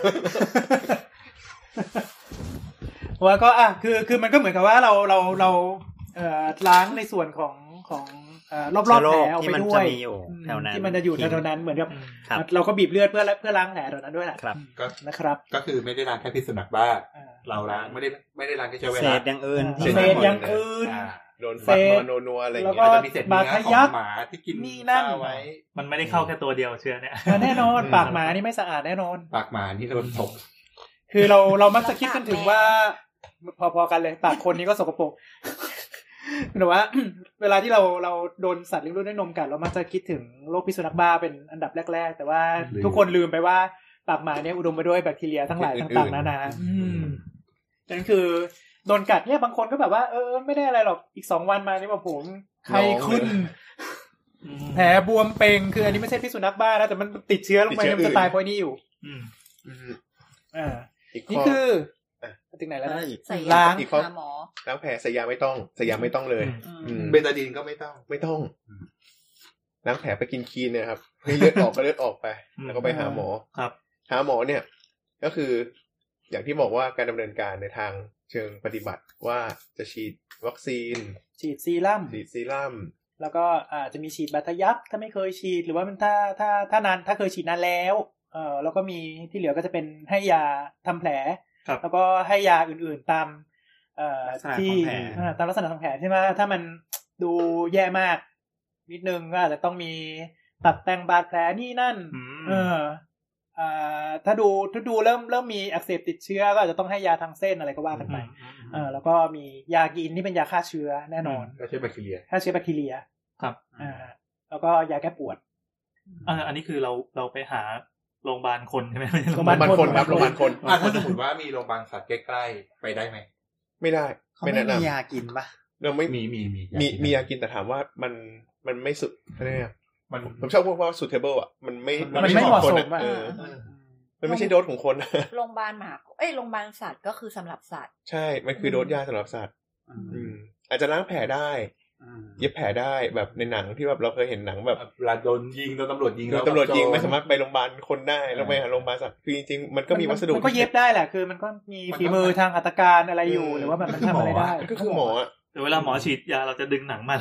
ว่าก็คือมันก็เหมือนกับว่าเราล้างในส่วนของรอบๆแผลออกไปด้วยที่มันจะอยู่แถวนั้นเหมือนกับเราก็บีบเลือดเพื่อล้างแผลตรงนั้นด้วยแหละนะครับก็คือไม่ได้ล้างแค่พิษสุนัขบ้าเราล้างไม่ได้ล้างแค่เชื้อไวรัสเศษอย่างอื่นโดนฟันมานัวๆอะไรอย่างเงี้ยอาจจะมีเศษเนื้อของหมาที่กินข้าวไว้มันไม่ได้เข้าแค่ตัวเดียวเชื้อเนี่ยแน่นอนปากหมานี่ไม่สะอาดแน่นอนปากหมานี่โดนฉกคือเรามักจะคิดกันถึงว่าพอๆกันเลยปากคนนี้ก็สกปรกแต่ว่าเวลาที่เราโดนสัตว์เลี้ยงลูกด้วยนมกัดเรามักจะคิดถึงโรคพิษสุนัขบ้าเป็นอันดับแรกๆแต่ว่าทุกคนลืมไปว่าปากหมาเนี่ยอุดมไปด้วยแบคทีเรียทั้งหลายต่างๆนานานั่นคือโดนกัดเนี่ยบางคนก็แบบว่าไม่ได้อะไรหรอกอีก2วันมานี่ผมไข้ขึ้นแผลบวมเป่งคืออันนี้ไม่ใช่พิษสุนัขบ้านะแต่มันติดเชื้อลงไปมันจะตายเพราะนี่อยู่นี่คือถึงไหนแล้วนะใส่ล้างหาหมอล้างแผลใส่ยาไม่ต้องเลยเบตาดีนก็ไม่ต้องล้างแผลไปกินคีนเนี่ยครับให้เลือดออกก็เลือดออกไปแล้วก็ไปหาหมอครับหาหมอเนี่ยก็คืออย่างที่บอกว่าการดำเนินการในทางเชิงปฏิบัติว่าจะฉีดวัคซีนฉีดซีรั่มแล้วก็จะมีฉีดบาดทะยักถ้าไม่เคยฉีดหรือว่ามันถ้านานถ้าเคยฉีดนานแล้วแล้วก็มีที่เหลือก็จะเป็นให้ยาทำแผลแล้วก็ให้ยาอื่นๆตามที่ตามลักษณะของแผลใช่ไหมถ้ามันดูแย่มากนิดนึงก็อาจจะต้องมีตัดแต่งบาดแผลนี่นั่นถ้าดูเริ่มมีอักเสบติดเชื้อก็อาจจะต้องให้ยาทางเส้นอะไรก็ว่ากันไปแล้วก็มียากินที่เป็นยาฆ่าเชื้อแน่นอนฆ่าเชื้อแบคทีเรียครับแล้วก็ยาแก้ปวดอันนี้คือเราไปหาโรงพยาบาลคนใช่ไหมโรงพยาบาลคนครับโรงพยาบาลคนถ้าสมมติว่ามีโรงพยาบาลสัตว์ใกล้ๆไปได้ไหมไม่ได้ไม่แนะนำมียากินปะเราไม่มียากินแต่ถามว่ามันไม่สุดอะไรเนี่ยผมชอบพูดว่า suitable อ่ะมันไม่เหมาะสมมันไม่ใช่โดสของคนโรงพยาบาลหมาโรงพยาบาลสัตว์ก็คือสำหรับสัตว์ใช่มันคือโดสยาสำหรับสัตว์อาจจะล้างแผลได้เย็บแผลได้แบบในหนังที่แบบเราเคยเห็นหนังแบบเวลาโดนยิงโดนตำรวจยิงไม่สามารถไปโรงพยาบาลคนได้แล้วไปหาโรงพยาบาลสัตว์คือจริงๆมันก็มีวัสดุมันก็เย็บได้แหละคือมันก็มีฝีมือทางหัตถการอะไรอยู่หรือว่ามันทำอะไรได้ก็คือหมอแต่เวลาหมอฉีดยาเราจะดึงหนังมา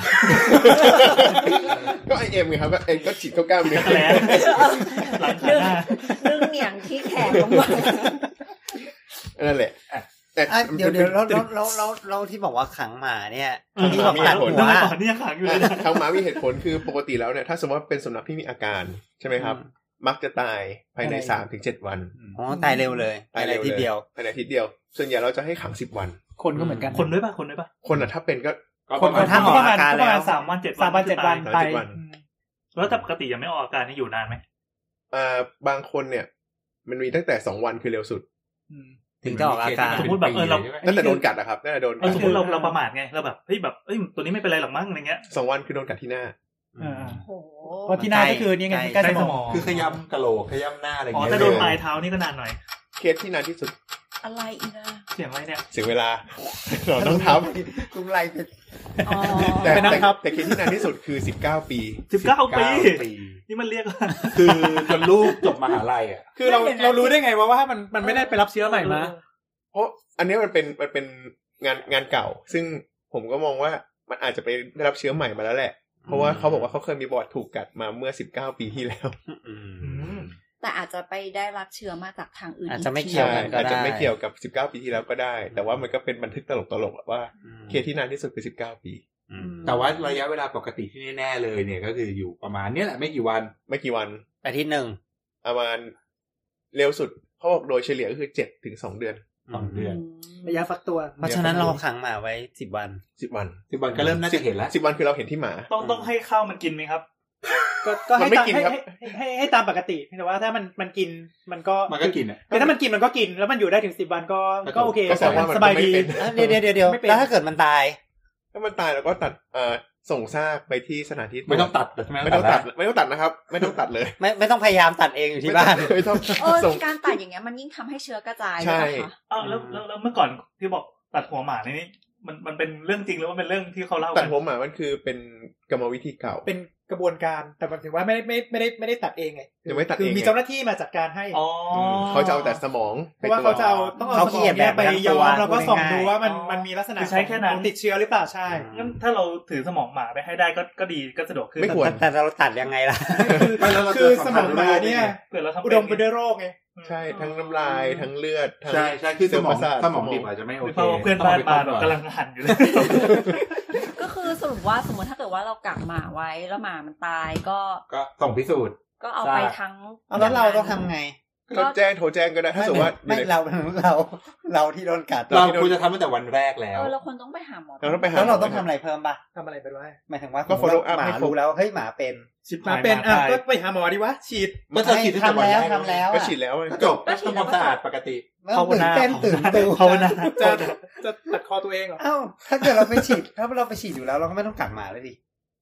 ก็IM ไงครับก็ฉีดเข้ากล้ามเนื้อแผลหลังขาหน้าดึงเหนียงที่แขนลงมานั่นแหละเดี๋ยวเราที่บอกว่าขังหมาเนี่ยที่บอกขังหัวเนี่ยขังอยู่เลยขังหมามีเหตุผลคือปกติแล้วเนี่ยถ้าสมมติว่าเป็นสุนัขที่มีอาการใช่ไหมครับมักจะตายภายใน 3-7 วันตายเร็วเลยภายในอาทิตย์เดียวส่วนใหญ่เราจะให้ขัง10 วันคนก็เหมือนกันคนด้วยป่ะคนถ้าเป็นก็คนถ้าออกอาการแล้ว3 วัน 7 วันไปแล้วถ้าปกติยังไม่ออกอาการนี่อยู่นานไหมบางคนเนี่ยมันมีตั้งแต่2 วันคือเร็วสุดถึงจะออกอาการสมมติแบบเราตั้งแต่โดนกัดอะครับตั้งแต่โดนสมมติเราประมาทไงเราแบบเฮ้ยแบบตัวนี้ไม่เป็นไรหรอกมั้งอะไรเงี้ย 2 วันคือโดนกัดที่หน้าเพราะที่หน้าก็คือนี่ไงใกล้สมองคือขย้ำกะโหลกขย้ำหน้าอะไรอย่างเงี้ยถ้าโดนปลายเท้านี่ก็นานหน่อยเคสที่นานที่สุดอะไรอีกอะเสียงอะไรเนี่ยเสียงเวลาเราต้องทำกุ้งไล่แต่เคสที่นานที่สุดคือ19 ปีนี่มันเรียกคือจนลูกจบมหาลัยอ่ะคือเรารู้ได้ไงว่ามันไม่ได้ไปรับเชื้อใหม่มาเพราะอันนี้มันเป็นงานเก่าซึ่งผมก็มองว่ามันอาจจะไปได้รับเชื้อใหม่มาแล้วแหละเพราะว่าเขาบอกว่าเขาเคยมีบอดถูกกัดมาเมื่อ19 ปีที่แล้วแต่อาจจะไปได้รับเชื้อมาจากทางอื่นอาจจะไม่เกี่ยวกันก็ได้อาจจะไม่เกี่ยวกับ19 ปีที่แล้วก็ได้แต่ว่ามันก็เป็นบันทึกตลกว่าเคสที่นานที่สุดคือ19 ปีแต่ว่าระยะเวลาปกติที่แน่ๆเลยเนี่ยก็คืออยู่ประมาณนี้แหละไม่กี่วันอาทิตย์นึงประมาณเร็วสุดเขาบอกโดยเฉลี่ยก็คือ7 ถึง 2 เดือนระยะฟักตัวเพราะฉะนั้นเราขังหมาไว้10 วัน 10 วันก็เริ่มน่าจะเห็นแล้ว 10 วันคือเราเห็นที่หมาต้องให้ข้าวมันกินไหมครับก็ให้ตามปกติแต่ว่าถ้ามันกินมันก็กินอ่ะแต่ถ้ามันกินมันก็กินแล้วมันอยู่ได้ถึง10 วันก็โอเคสบายดีเดี๋ยวแล้วถ้าเกิดมันตายถ้ามันตายเราก็ตัดส่งซากไปที่สถานที่ไม่ต้องตัดใช่ไหมไม่ต้องตัดนะครับไม่ต้องตัดเลยไม่ต้องพยายามตัดเองอยู่ที่บ้านการตัดอย่างเงี้ยมันยิ่งทำให้เชื้อกระจายใช่แล้วเมื่อก่อนที่บอกตัดหัวหมานี่มันเป็นเรื่องจริงหรือว่าเป็นเรื่องที่เขาเล่าตัดหัวหมามันคือเป็นกรรมวิธีเก่าเป็นกระบวนการแต่หมายถึงว่าไม่ได้ตัดเองไงคือมีเจ้าหน้าที่มาจัดการให้เขาจะเอาแต่สมองเพราะว่าเขาจะต้องเอาสมองไปย้อนแล้วก็ส่องดูว่ามันมีลักษณะใช้แค่นั้นติดเชื้อหรือเปล่าใช่งั้นถ้าเราถือสมองหมาไปให้ได้ก็ดีก็สะดวกขึ้นไม่ควรแต่เราตัดยังไงล่ะคือสมองหมาเนี่ยอุดมไปด้วยโรคไงใช่ทั้งน้ำลายทั้งเลือดใช่คือสมองดิบอาจจะไม่โอเคเพื่อนบ้านมากำลังหั่นอยู่เลยก็คือสรุปว่าสมมติถ้าเกิดว่าเรากักหมาไว้แล้วหมามันตายก็ส่งพิสูจน์ก็เอาไปทั้งแล้วเราต้องทำไงก็โทรแจ้งก็ได้ถ้าสมมติว่าไม่เราที่โดนกัดเราควรจะทำตั้งแต่วันแรกแล้วเราควรต้องไปหาหมอแล้วเราต้องทำอะไรเพิ่มป่ะทำอะไรไปด้วยหมายถึงว่าก็follow up หมารู้แล้วเฮ้ยหมาเป็นหมาเป็นก็ไปหาหมอดีวะฉีดก็จะฉีดทำแล้วก็ฉีดแล้วจบก็ทำความสะอาดปกติตื่นตัวภาวนาจะตัดคอตัวเองเหรอถ้าเกิดเราไปฉีดถ้าเราไปฉีดอยู่แล้วเราก็ไม่ต้องกักหมาเลยดิ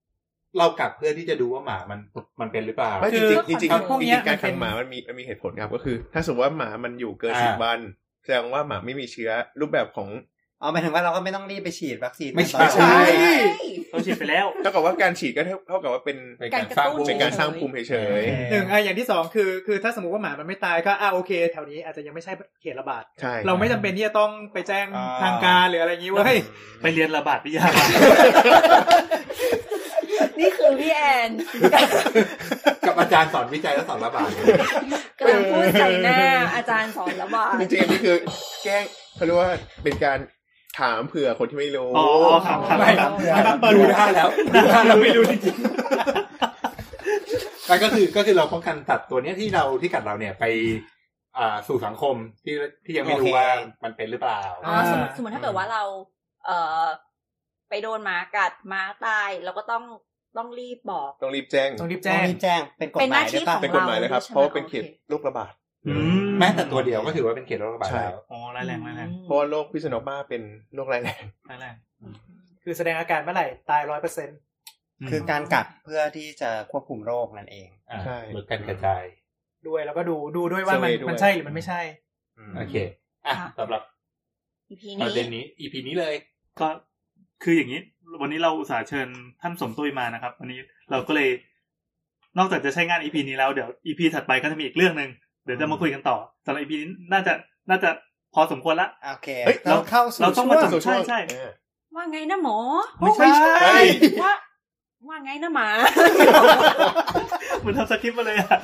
เรากักเพื่อที่จะดูว่าหมามันเป็นหรือเปล่าไม่จริงๆพวกนี้การขังหมามันมีเหตุผลครับก็คือถ้าสมมติว่าหมามันอยู่เกิน10 วันแสดงว่าหมาไม่มีเชื้อรูปแบบของหมายถึงว่าเราก็ไม่ต้องรีบไปฉีดวัคซีนไม่ใช่เราฉีดไปแล้วเท่ากับว่าการฉีดก็เท่ากับว่าเป็นการสร้างภูมิเป็นการสร้างภูมิเฉยๆหนึ่งอย่างที่2คือถ้าสมมุติว่าหมามันไม่ตายก็โอเคแถวนี้อาจจะยังไม่ใช่เขตระบาดเราไม่จำเป็นที่จะต้องไปแจ้งทางการหรืออะไรอย่างงี้เว้ยไปเรียนระบาดวิทยานี่คือพี่แอนกับอาจารย์สอนวิจัยและสอนระบาดกำลังพูดใส่หน้าอาจารย์สอนระบาดจริงๆนี่คือแกล้งเขาเรียกว่าเป็นการถามเผื่อคนที่ไม่รู้ครับไม่ดูได้แล้วไม่รู้จริงๆก็คือเราป้องกันสัตว์ตัวนี้ที่กัดเราเนี่ยไปสู่สังคมที่ยังไม่รู้ว่ามันเป็นหรือเปล่าสมมติถ้าเกิดว่าเราไปโดนหมากัดหมาตายเราก็ต้องรีบบอกต้องรีบแจ้งเป็นกฎหมายหรือเปล่าเป็นกฎหมายเลยครับเพราะเป็นเขตโรคระบาดแม้แต่ตัวเดียวก็ถือว่าเป็นเขตโรคระบาดแล้วร้ายแรงเพราะว่าโรคพิษณุบ้าเป็นโรคร้ายแรงคือแสดงอาการเมื่อไหร่ตาย 100% คือการกัดเพื่อที่จะควบคุมโรคนั่นเองใช่ลดการกระจายด้วยแล้วก็ดูด้วยว่ามันใช่หรือมันไม่ใช่โอเคสำหรับ ประเด็นนี้ EP นี้เลยก็คืออย่างนี้วันนี้เราอุตส่าห์เชิญท่านสมตุ้ยมานะครับวันนี้เราก็เลยนอกจากจะใช้งาน EP นี้แล้วเดี๋ยว EP ถัดไปก็จะมีอีกเรื่องนึงเดี๋ยวจะมาคุยกันต่อสำหรับ EP นี้น่าจะพอสมควรละโอเคเราเข้าสู่เราต้องมาจบใช่ว่าไงนะหมอไม่ใช่ว่าไงนะหมาเหมือนทำสคริปต์มาเลยอ่ะ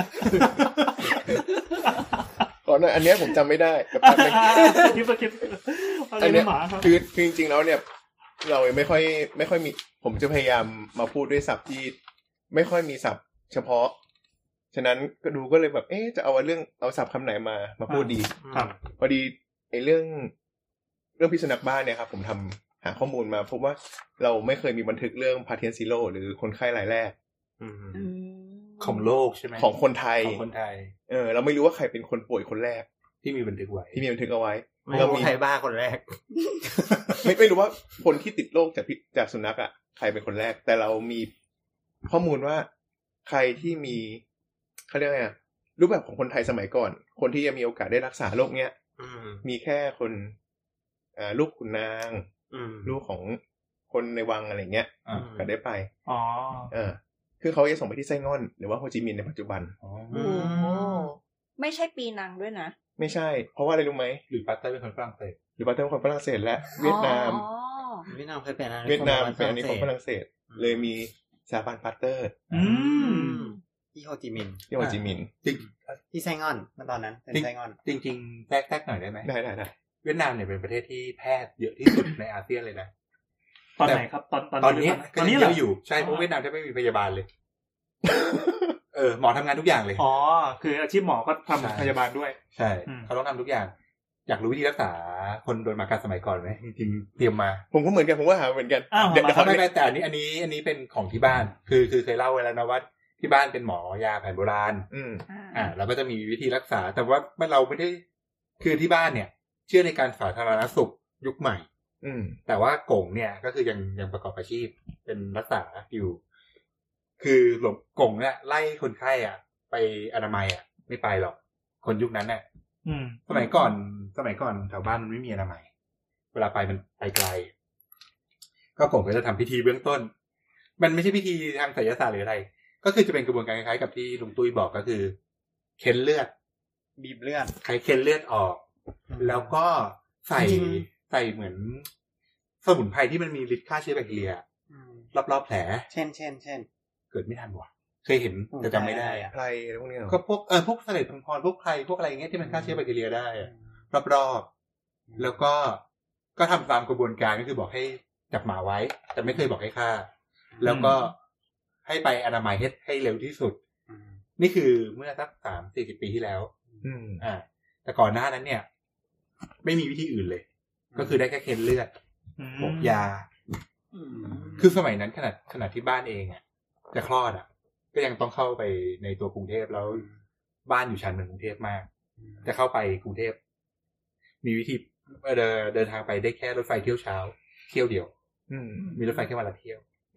ก่อนหน้าอันนี้ผมจำไม่ได้กับสคริปต์อันนี้คือจริงๆแล้วเนี่ยเราไม่ค่อยมีผมจะพยายามมาพูดด้วยศัพท์ที่ไม่ค่อยมีศัพท์เฉพาะฉะนั้นก็เลยแบบจะเอาศัพท์คำไหนมาพูดดีพอดีเรื่องพิษสุนัขบ้านเนี่ยครับผมหาข้อมูลมาพบว่าเราไม่เคยมีบันทึกเรื่องพาเทียนซีโร่หรือคนไข้รายแรกของโลกใช่ไหมของคนไทยเราไม่รู้ว่าใครเป็นคนป่วยคนแรกที่มีบันทึกไว้เอาไว้เรามีใครบ้าคนแรกไม่รู้ว่าคนที่ติดโรคจากสุนัขใครเป็นคนแรกแต่เรามีข้อมูลว่าใครที่มีเขาเรียกไงรูปแบบของคนไทยสมัยก่อนคนที่จะมีโอกาสได้รักษาโรคเนี้ยมีแค่คนลูกขุนนางลูกของคนในวังอะไรเงี้ยก็ได้ไปคือเขาจะส่งไปที่ไส้ง่อนหรือว่าโฮจิมินห์ในปัจจุบันไม่ใช่ปีนังด้วยนะไม่ใช่เพราะว่าอะไรรู้ไหมหรือปัตเตอร์เป็นคนฝรั่งเศสและเวียดนามเคยเป็นเวียดนามเป็นอันนี้ของฝรั่งเศสเลยมีสถาบันปัตเตอร์ที่โฮจิมินห์จริงที่ไส้ง่อนเมื่อตอนนั้นเป็นไส้ง่อนจริงๆแทรกหน่อยได้ไหมได้เวียดนามเนี่ยเป็นประเทศที่แพทย์เยอะที่สุดในอาเซียนเลยนะตอนไหนครับตอนนี้เยอะอยู่ใช่เพราะเวียดนามจะไม่มีพยาบาลเลยหมอทำงานทุกอย่างเลยคืออาชีพหมอก็ทำพยาบาลด้วยใช่เขาต้องทำทุกอย่างอยากรู้วิธีรักษาคนโดนหมากัดสมัยก่อนไหมจริงๆเตรียมมาผมก็เหมือนกันผมก็หาเหมือนกันเดี๋ยวเขาไม่แต่อันนี้เป็นของที่บ้านคือเคยเล่าไว้แล้วนะว่าที่บ้านเป็นหมอยาแผนโบราณเราก็จะมีวิธีรักษาแต่ว่าเราไม่ได้คือที่บ้านเนี่ยเชื่อในการสาธารณสุขยุคใหม่แต่ว่ากงเนี่ยก็คือยังประกอบอาชีพเป็นรักษาอยู่คือหลวงกงเนี่ยไล่คนไข้ไปอนามัยไม่ไปหรอกคนยุคนั้นเนี่ยสมัยก่อนแถวบ้านมันไม่มีอนามัยเวลาไปมันไปไกลก็กงก็จะทำพิธีเบื้องต้นมันไม่ใช่พิธีทางไสยศาสตร์หรืออะไรก็คือจะเป็นกระบวนการคล้ายๆกับที่ลุงตุ้ยบอกก็คือเค้นเลือดบีบเลือดใครเค้นเลือดออกแล้วก็ใส่เหมือนสมุนไพรที่มันมีฤทธิ์ฆ่าเชื้อแบคทีเรียรอบๆแผลเช่นเกิดไม่ทันว่ะเคยเห็นแต่จำไม่ได้ไพรพวกนี้ก็พวกเสลดพังพรพวกไพรพวกอะไรเงี้ยที่มันฆ่าเชื้อแบคทีเรียได้รอบๆแล้วก็ทำตามกระบวนการก็คือบอกให้จับหมาไว้แต่ไม่เคยบอกให้ฆ่าแล้วก็ให้ไปอนามัยให้เร็วที่สุดนี่คือเมื่อสัก 30-40 ปีที่แล้วแต่ก่อนหน้านั้นเนี่ยไม่มีวิธีอื่นเลยก็คือได้แค่เค้นเลือดบอกยาคือสมัยนั้นขนาดที่บ้านเองจะคลอดก็ยังต้องเข้าไปในตัวกรุงเทพแล้วบ้านอยู่ชั้นกรุงเทพมากจะเข้าไปกรุงเทพมีวิธีเดินทางไปได้แค่รถไฟเที่ยวเช้าเที่ยวเดียวมีรถไฟแค่วันละเที่ยวอย่างเงี้ย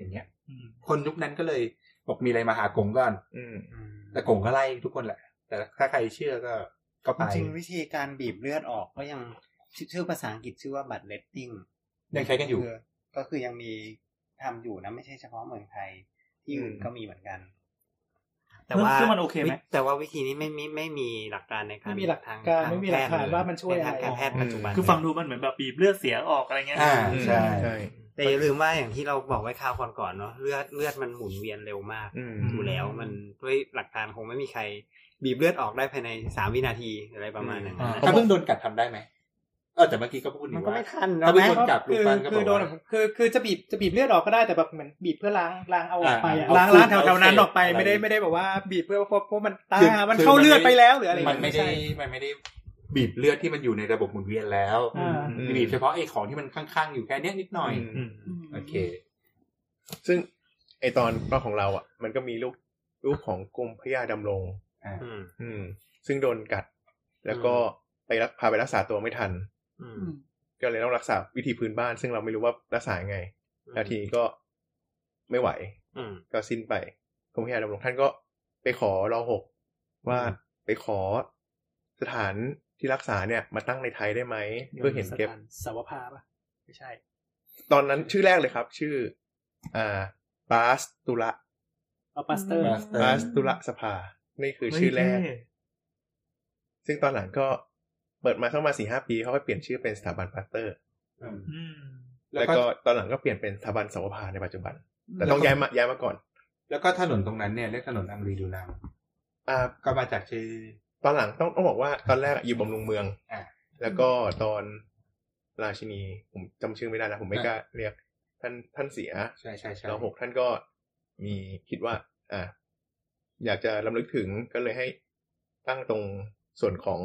คนยุคนั้นก็เลยบอกมีอะไรมาหากงก่อนแต่กงก็ไล่ทุกคนแหละแต่ถ้าใครเชื่อก็ไปจริงวิธีการบีบเลือดออกก็ยังชื่อภาษาอังกฤษชื่อว่าบัตเลตติ้งยังใช้กันอยู่ก็คือยังมีทำอยู่นะไม่ใช่เฉพาะเมืองไทยที่อื่นก็มีเหมือนกันแต่ว่ามันโอเคไหมแต่ว่าวิธีนี้ไม่มีหลักการในการไม่มีหลักการไม่มีหลักฐานว่ามันช่วยอะไรแพทย์ปัจจุบันคือฟังดูมันเหมือนแบบบีบเลือดเสียออกอะไรเงี้ยใช่แต่อย่าลืมว่าอย่างที่เราบอกไว้คราวก่อนเนาะเลือดมันหมุนเวียนเร็วมากอยู่แล้วมันด้วยหลักการคงไม่มีใครบีบเลือดออกได้ภายใน3วินาทีอะไรประมาณนั้นถ้าเพิ่งโดนกัดทำได้ไหมแต่เมื่อกี้ก็พูดมันก็ไม่ทันถ้าเป็นคนกัดคือโดนคือจะบีบเลือดออกก็ได้แต่แบบเหมือนบีบเพื่อล้างเอาออกไปล้างแถวๆนั้นออกไปไม่ได้แบบว่าบีบเพื่อเพราะมันมันเข้าเลือดไปแล้วหรืออะไรมันไม่ได้บีบเลือดที่มันอยู่ในระบบหมุนเวียนแล้วบีบเฉพาะไอ้ของที่มันข้างๆอยู่แค่นี้นิดหน่อยโอเคซึ่งไอ้ตอนของเราอ่ะมันก็มีลูกของกรมพระยาดำรงซึ่งโดนกัดแล้วก็พาไปรักษาตัวไม่ทันก็เลยต้องรักษาวิธีพื้นบ้านซึ่งเราไม่รู้ว่ารักษาไงแล้วทีนี้ก็ไม่ไหวก็สิ้นไปกรมพระยาดำรงท่านก็ไปขอร.6ว่าไปขอสถานที่รักษาเนี่ยมาตั้งในไทยได้ไหมเพื่อเห็นเก็บสาวภาป่ะไม่ใช่ตอนนั้นชื่อแรกเลยครับชื่อปาสตุระปาสตุระสภานี่คือชื่อแรกซึ่งตอนหลังก็เปิดมาเข้ามา 4-5 ปีเขาก็เปลี่ยนชื่อเป็นสถาบันปาสเตอร์แล้วก็ตอนหลังก็เปลี่ยนเป็นสถาบันสาวภาในปัจจุบันแต่ต้องย้ายมาก่อนแล้วก็ถนนตรงนั้นเนี่ยเรียกถนนอังรีดูนังก็มาจากชื่อตอนหลังต้องบอกว่าตอนแรกอยู่บำรุงเมืองแล้วก็ตอนราชินีผมจำชื่อไม่ได้แล้วผมไม่กล้าเรียกท่านเสียใช่ร.6ท่านก็มีคิดว่าอยากจะรำลึกถึงก็เลยให้ตั้งตรงส่วนของ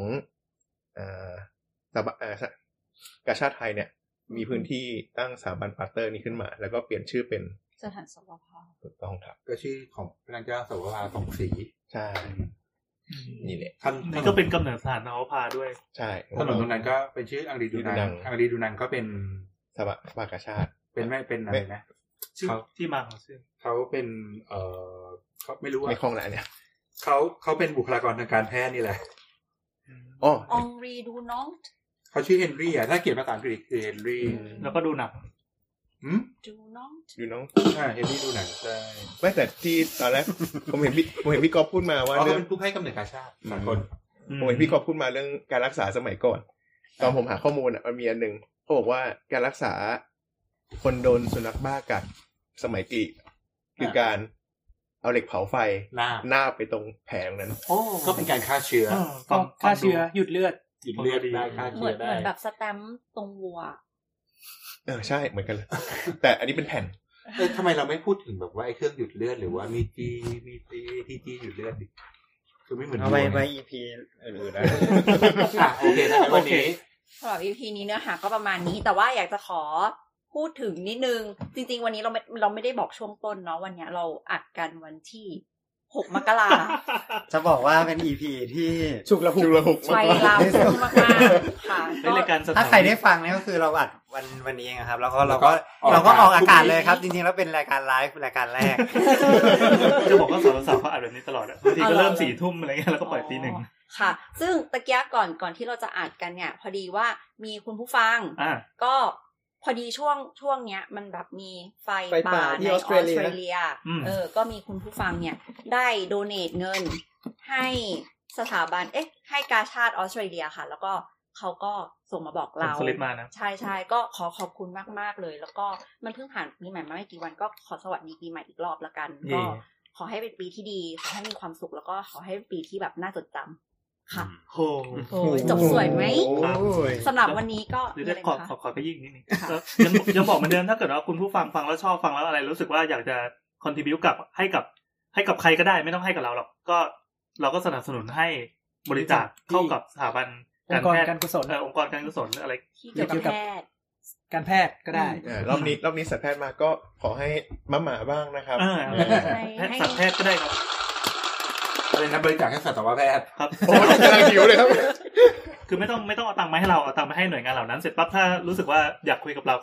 กาชาดไทยเนี่ยมีพื้นที่ตั้งสถาบันปาสเตอร์นี้ขึ้นมาแล้วก็เปลี่ยนชื่อเป็นสถานสาวภาถูกต้องครับก็ชื่อของพระนางเจ้าสาวภาสงศรีใช่นี่แหละนี่ก็เป็นกำเนิดสถานสาวภาด้วยใช่ถนนตรงนั้นก็เป็นชื่ออังรีดูนังอังรีดูนังก็เป็นสภากาชาดเป็นไม่เป็นอะไรนะชื่อที่มาของชื่อเขาเป็นเขาไม่รู้ว่าไม่คล่องแหละเนี่ยเขาเป็นบุคลากรทางการแพทย์นี่แหละองรีดูน้องเขาชื่อเฮนรี่ถ้าเขียนภาษาอังกฤษคือเฮนรี่แล้วก็ดูหนังดูน้องเฮนรี่ดูหนังใช่ไม่แต่ที่ตอนแรกผมเห็นพี่กอล์ฟพูดมาว่าเรื่องผู้ให้กำเนิดกาชาดสากลผมเห็นพี่กอล์ฟพูดมาเรื่องการรักษาสมัยก่อนตอนผมหาข้อมูลมันมีอันนึงเขาบอกว่าการรักษาคนโดนสุนัขบ้ากัดสมัยกรีกคือการเอาเหล็กเผาไฟหน้าไปตรงแผลนั้นก็เป็นการฆ่าเชื้อฆ่าเชื้อหยุดเลือดได้ฆ่าเชื้อได้เหมือนแบบสแตมป์ตรงวัวใช่เหมือนกันเลยแต่อันนี้เป็นแผ่นทำไมเราไม่พูดถึงแบบว่าไอ้เครื่องหยุดเลือดหรือว่ามีจีหยุดเลือดดิคือไม่เหมือนเอาไป EP อื่นๆได้โอเคนะครับวันนี้สำหรับ EP นี้เนื้อหาก็ประมาณนี้แต่ว่าอยากจะขอพูดถึงนิดนึงจริงๆวันนี้เราไม่ได้บอกช่วงต้นเนาะวันนี้เราอัดกันวันที่6 มกราคมจะบอกว่าเป็น EP ที่ฉุกละหุกไฟลามมากๆค่ะถ้าใครได้ฟังเนี่ยก็คือเราอัดวันนี้เองครับแล้วก็เราก็ออกอากาศเลยครับจริงๆแล้วเป็นรายการไลฟ์รายการแรกจะบอกว่าสาวๆเขาอัดแบบนี้ตลอดบางทีก็เริ่ม 4 ทุ่มอะไรเงี้ยแล้วก็ปล่อย 1:00 นค่ะซึ่งตะเกียก่อนที่เราจะอัดกันเนี่ยพอดีว่ามีคุณผู้ฟังก็พอดีช่วงเนี้ยมันแบบมีไฟป่าในออสเตรเลียก็มีคุณผู้ฟังเนี่ยได้โดเนทเงินให้สถาบันให้กาชาดออสเตรเลียค่ะแล้วก็เขาก็ส่งมาบอกเราใช่ๆก็ขอบคุณมากๆเลยแล้วก็มันเพิ่งผ่านปีใหม่มาไม่กี่วันก็ขอสวัสดีปีใหม่อีกรอบละกันก็ขอให้เป็นปีที่ดีขอให้มีความสุขแล้วก็ขอให้เป็นปีที่แบบน่าจดจำค่ะโอ้จบสวยไหมสำหรับวันนี้ก็ขอไปยิ่งนิดนึงยังบอกเหมือนเดิมถ้าเกิดว่าคุณผู้ฟังแล้วชอบฟังแล้วอะไรรู้สึกว่าอยากจะคอนทริบิวต์กับให้กับใครก็ได้ไม่ต้องให้กับเราหรอกก็เราก็สนับสนุนให้บริจาคเข้ากับสถาบันการแพทย์การกุศลองค์กรการกุศลอะไรที่เกี่ยวกับการแพทย์ก็ได้รอบนี้สัตวแพทย์มาก็ขอให้มาหมาบ้างนะครับสัตวแพทย์ก็ได้ครับอะไรนะบริจาคให้สัตวแพทย์ครับโอ้ยกำลังหิวเลยครับคือไม่ต้องเอาตังค์มาให้เราเอาตังค์มาให้หน่วยงานเหล่านั้นเสร็จปั๊บถ้ารู้สึกว่าอยากคุยกับเราก็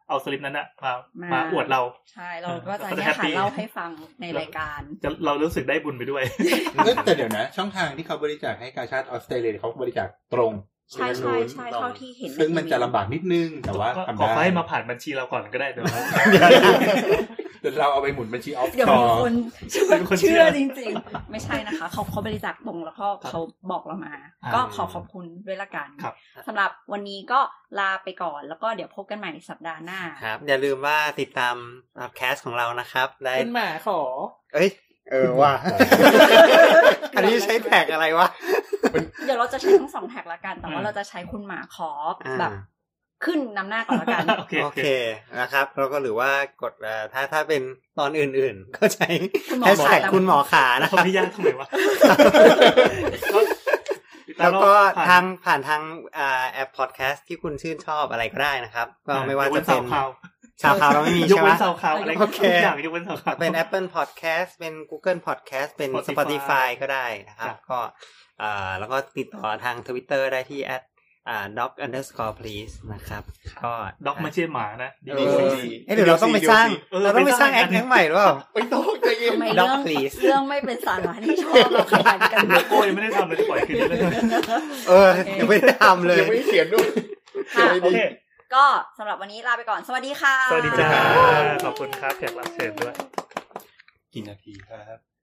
เอาสลิปนั้นอะมาอวดเราใช่เราก็จะเนี่ยค่ะเล่าให้ฟังในรายการเรารู้สึกได้บุญไปด้วยแต่เดี๋ยวนะช่องทางที่เขาบริจาคให้กาชาดออสเตรเลียเขาบริจาคตรงใช่เท่าที่เห็นซึ่งมันจะลำบากนิดนึงแต่ว่าขอให้มาผ่านบัญชีเราก่อนก็ได้เดี๋ยวเราเอาไปหมุนบัญชีออฟเดี๋ยวมีคนเชื่อจริงๆไม่ใช่นะคะเขาบริจาคตรงแล้วก็เขาบอกเรามาก็ขอบคุณด้วยละกันสำหรับวันนี้ก็ลาไปก่อนแล้วก็เดี๋ยวพบกันใหม่สัปดาห์หน้าครับอย่าลืมว่าติดตามแคสของเรานะครับได้คุณหมาขอว่าอันนี้ใช้แท็กอะไรวะเดี๋ยวเราจะใช้ทั้ง2แท็กละกันแต่ว่าเราจะใช้คุณหมาขอแบบขึ้นนำหน้าก่อนละกันโอเคนะครับแล้วก็หรือว่ากดถ้าเป็นตอนอื่นๆก็ใช้แฮชแท็กคุณหมอขานะครับพี่ย่างทำไมวะแล้วก็ผ่านทางแอปพอดแคสต์ที่คุณชื่นชอบอะไรก็ได้นะครับก็ไม่ว่าจะเป็นชาวข่าวเราไม่มีใช่ไหมยกเว้นชาวข่าวอะไรทุกอย่างยกเว้นชาวข่าวเป็น Apple Podcast เป็น Google Podcast เป็น Spotify ก็ได้นะครับก็แล้วก็ติดต่อทาง Twitter ได้ที่@doc_please นะครับก็ด็อกไม่ใช่หมานะเดี๋ยวเราต้องไปสร้างแอคใหม่หรือเปล่าไม่ต้องใจเย็น Doc Please เรื่องไม่เป็นสาระที่ชอบเราขนาดกันโลโก้ยังไม่ได้ทำเลยจะปล่อยคืนเลยยังไม่ได้ทำเลยยังไม่ได้เขียนด้วยโอเคก็สำหรับวันนี้ลาไปก่อนสวัสดีค่ะสวัสดีจ้าขอบคุณครับแขกรับเชิญด้วยกี่นาทีครับ